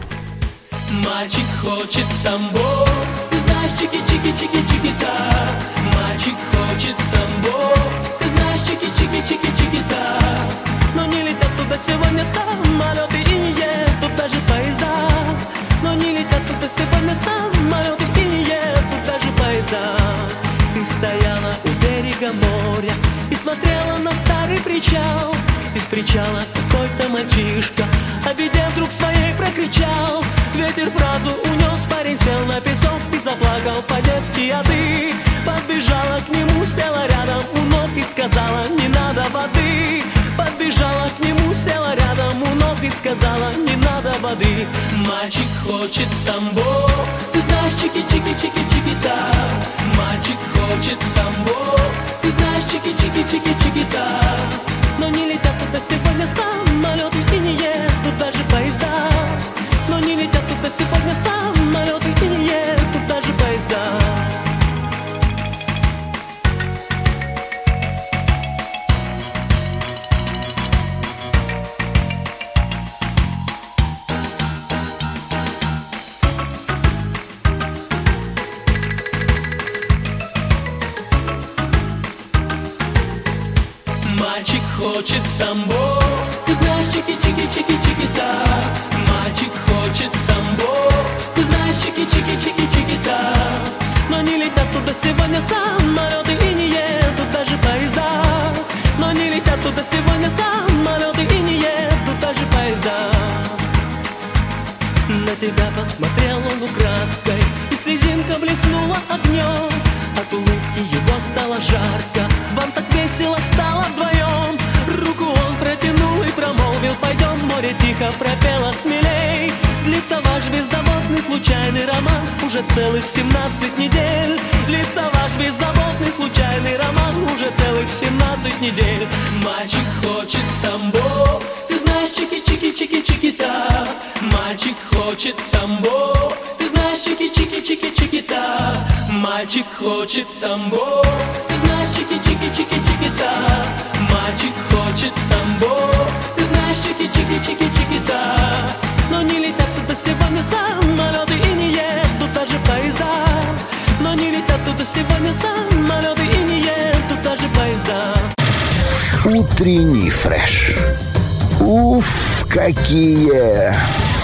Мальчик хочет в Тамбов, ты знаешь, чики-чики-чики-чики-та. Мальчик хочет в Тамбов, ты знаешь, чики-чики-чики-чики-та. Но не летят туда сегодня самолеты и не едут даже поезда. Но не летят туда сегодня самолеты и не едут даже поезда. Ты стояла у берега моря и смотрела на старый причал. Из причала какой-то мальчишка, обидев вдруг своей, прокричал. Ветер фразу унес, парень сел на песок и заплакал по-детски. А ты подбежала к нему, села рядом у ног и сказала: не надо воды. Подбежала к нему, села рядом у ног и сказала: не надо воды. Мальчик хочет в Тамбов, ты знаешь, чики-чики-чики-чики-та. Мальчик хочет в Тамбов, ты знаешь, чики-чики-чики-чики-та. Но не летят туда сегодня самолеты и не едут даже поезда. Но не летят туда сегодня самолеты и не едут даже поезда. Мальчик хочет в Тамбов, ты знаешь, чики-чики-чики-чики-та. Мальчик хочет в Тамбов, ты знаешь, чики-чики-чики-чики-та. Но не летят туда сегодня самолеты и не едут даже поезда. Но не летят туда сегодня самолеты и не едут даже поезда. На тебя посмотрел он украдкой, и слезинка блеснула огнем. От улыбки его стало жарко, вам так весело стало вдвоем. Руку он протянул и промолвил: пойдем, море тихо пропело смелей. Длится ваш беззаботный случайный роман уже целых семнадцать недель. Длится ваш беззаботный случайный роман уже целых семнадцать недель. Мальчик хочет в Тамбов, ты знаешь, чики-чики-чики-чики-та. Мальчик хочет в Тамбов, ты знаешь, чики-чики-чики-чики-та. Мальчик хочет в Тамбов, ты знаешь, чики-чики-чики-чики-та. Мальчик хочет в Тамбов, ты знаешь, чики-чики-чики-чики-та. Но не летят туда сегодня самолеты и не едут сегодня самолеты и не едут даже поезда. Утренний фреш. Уф, какие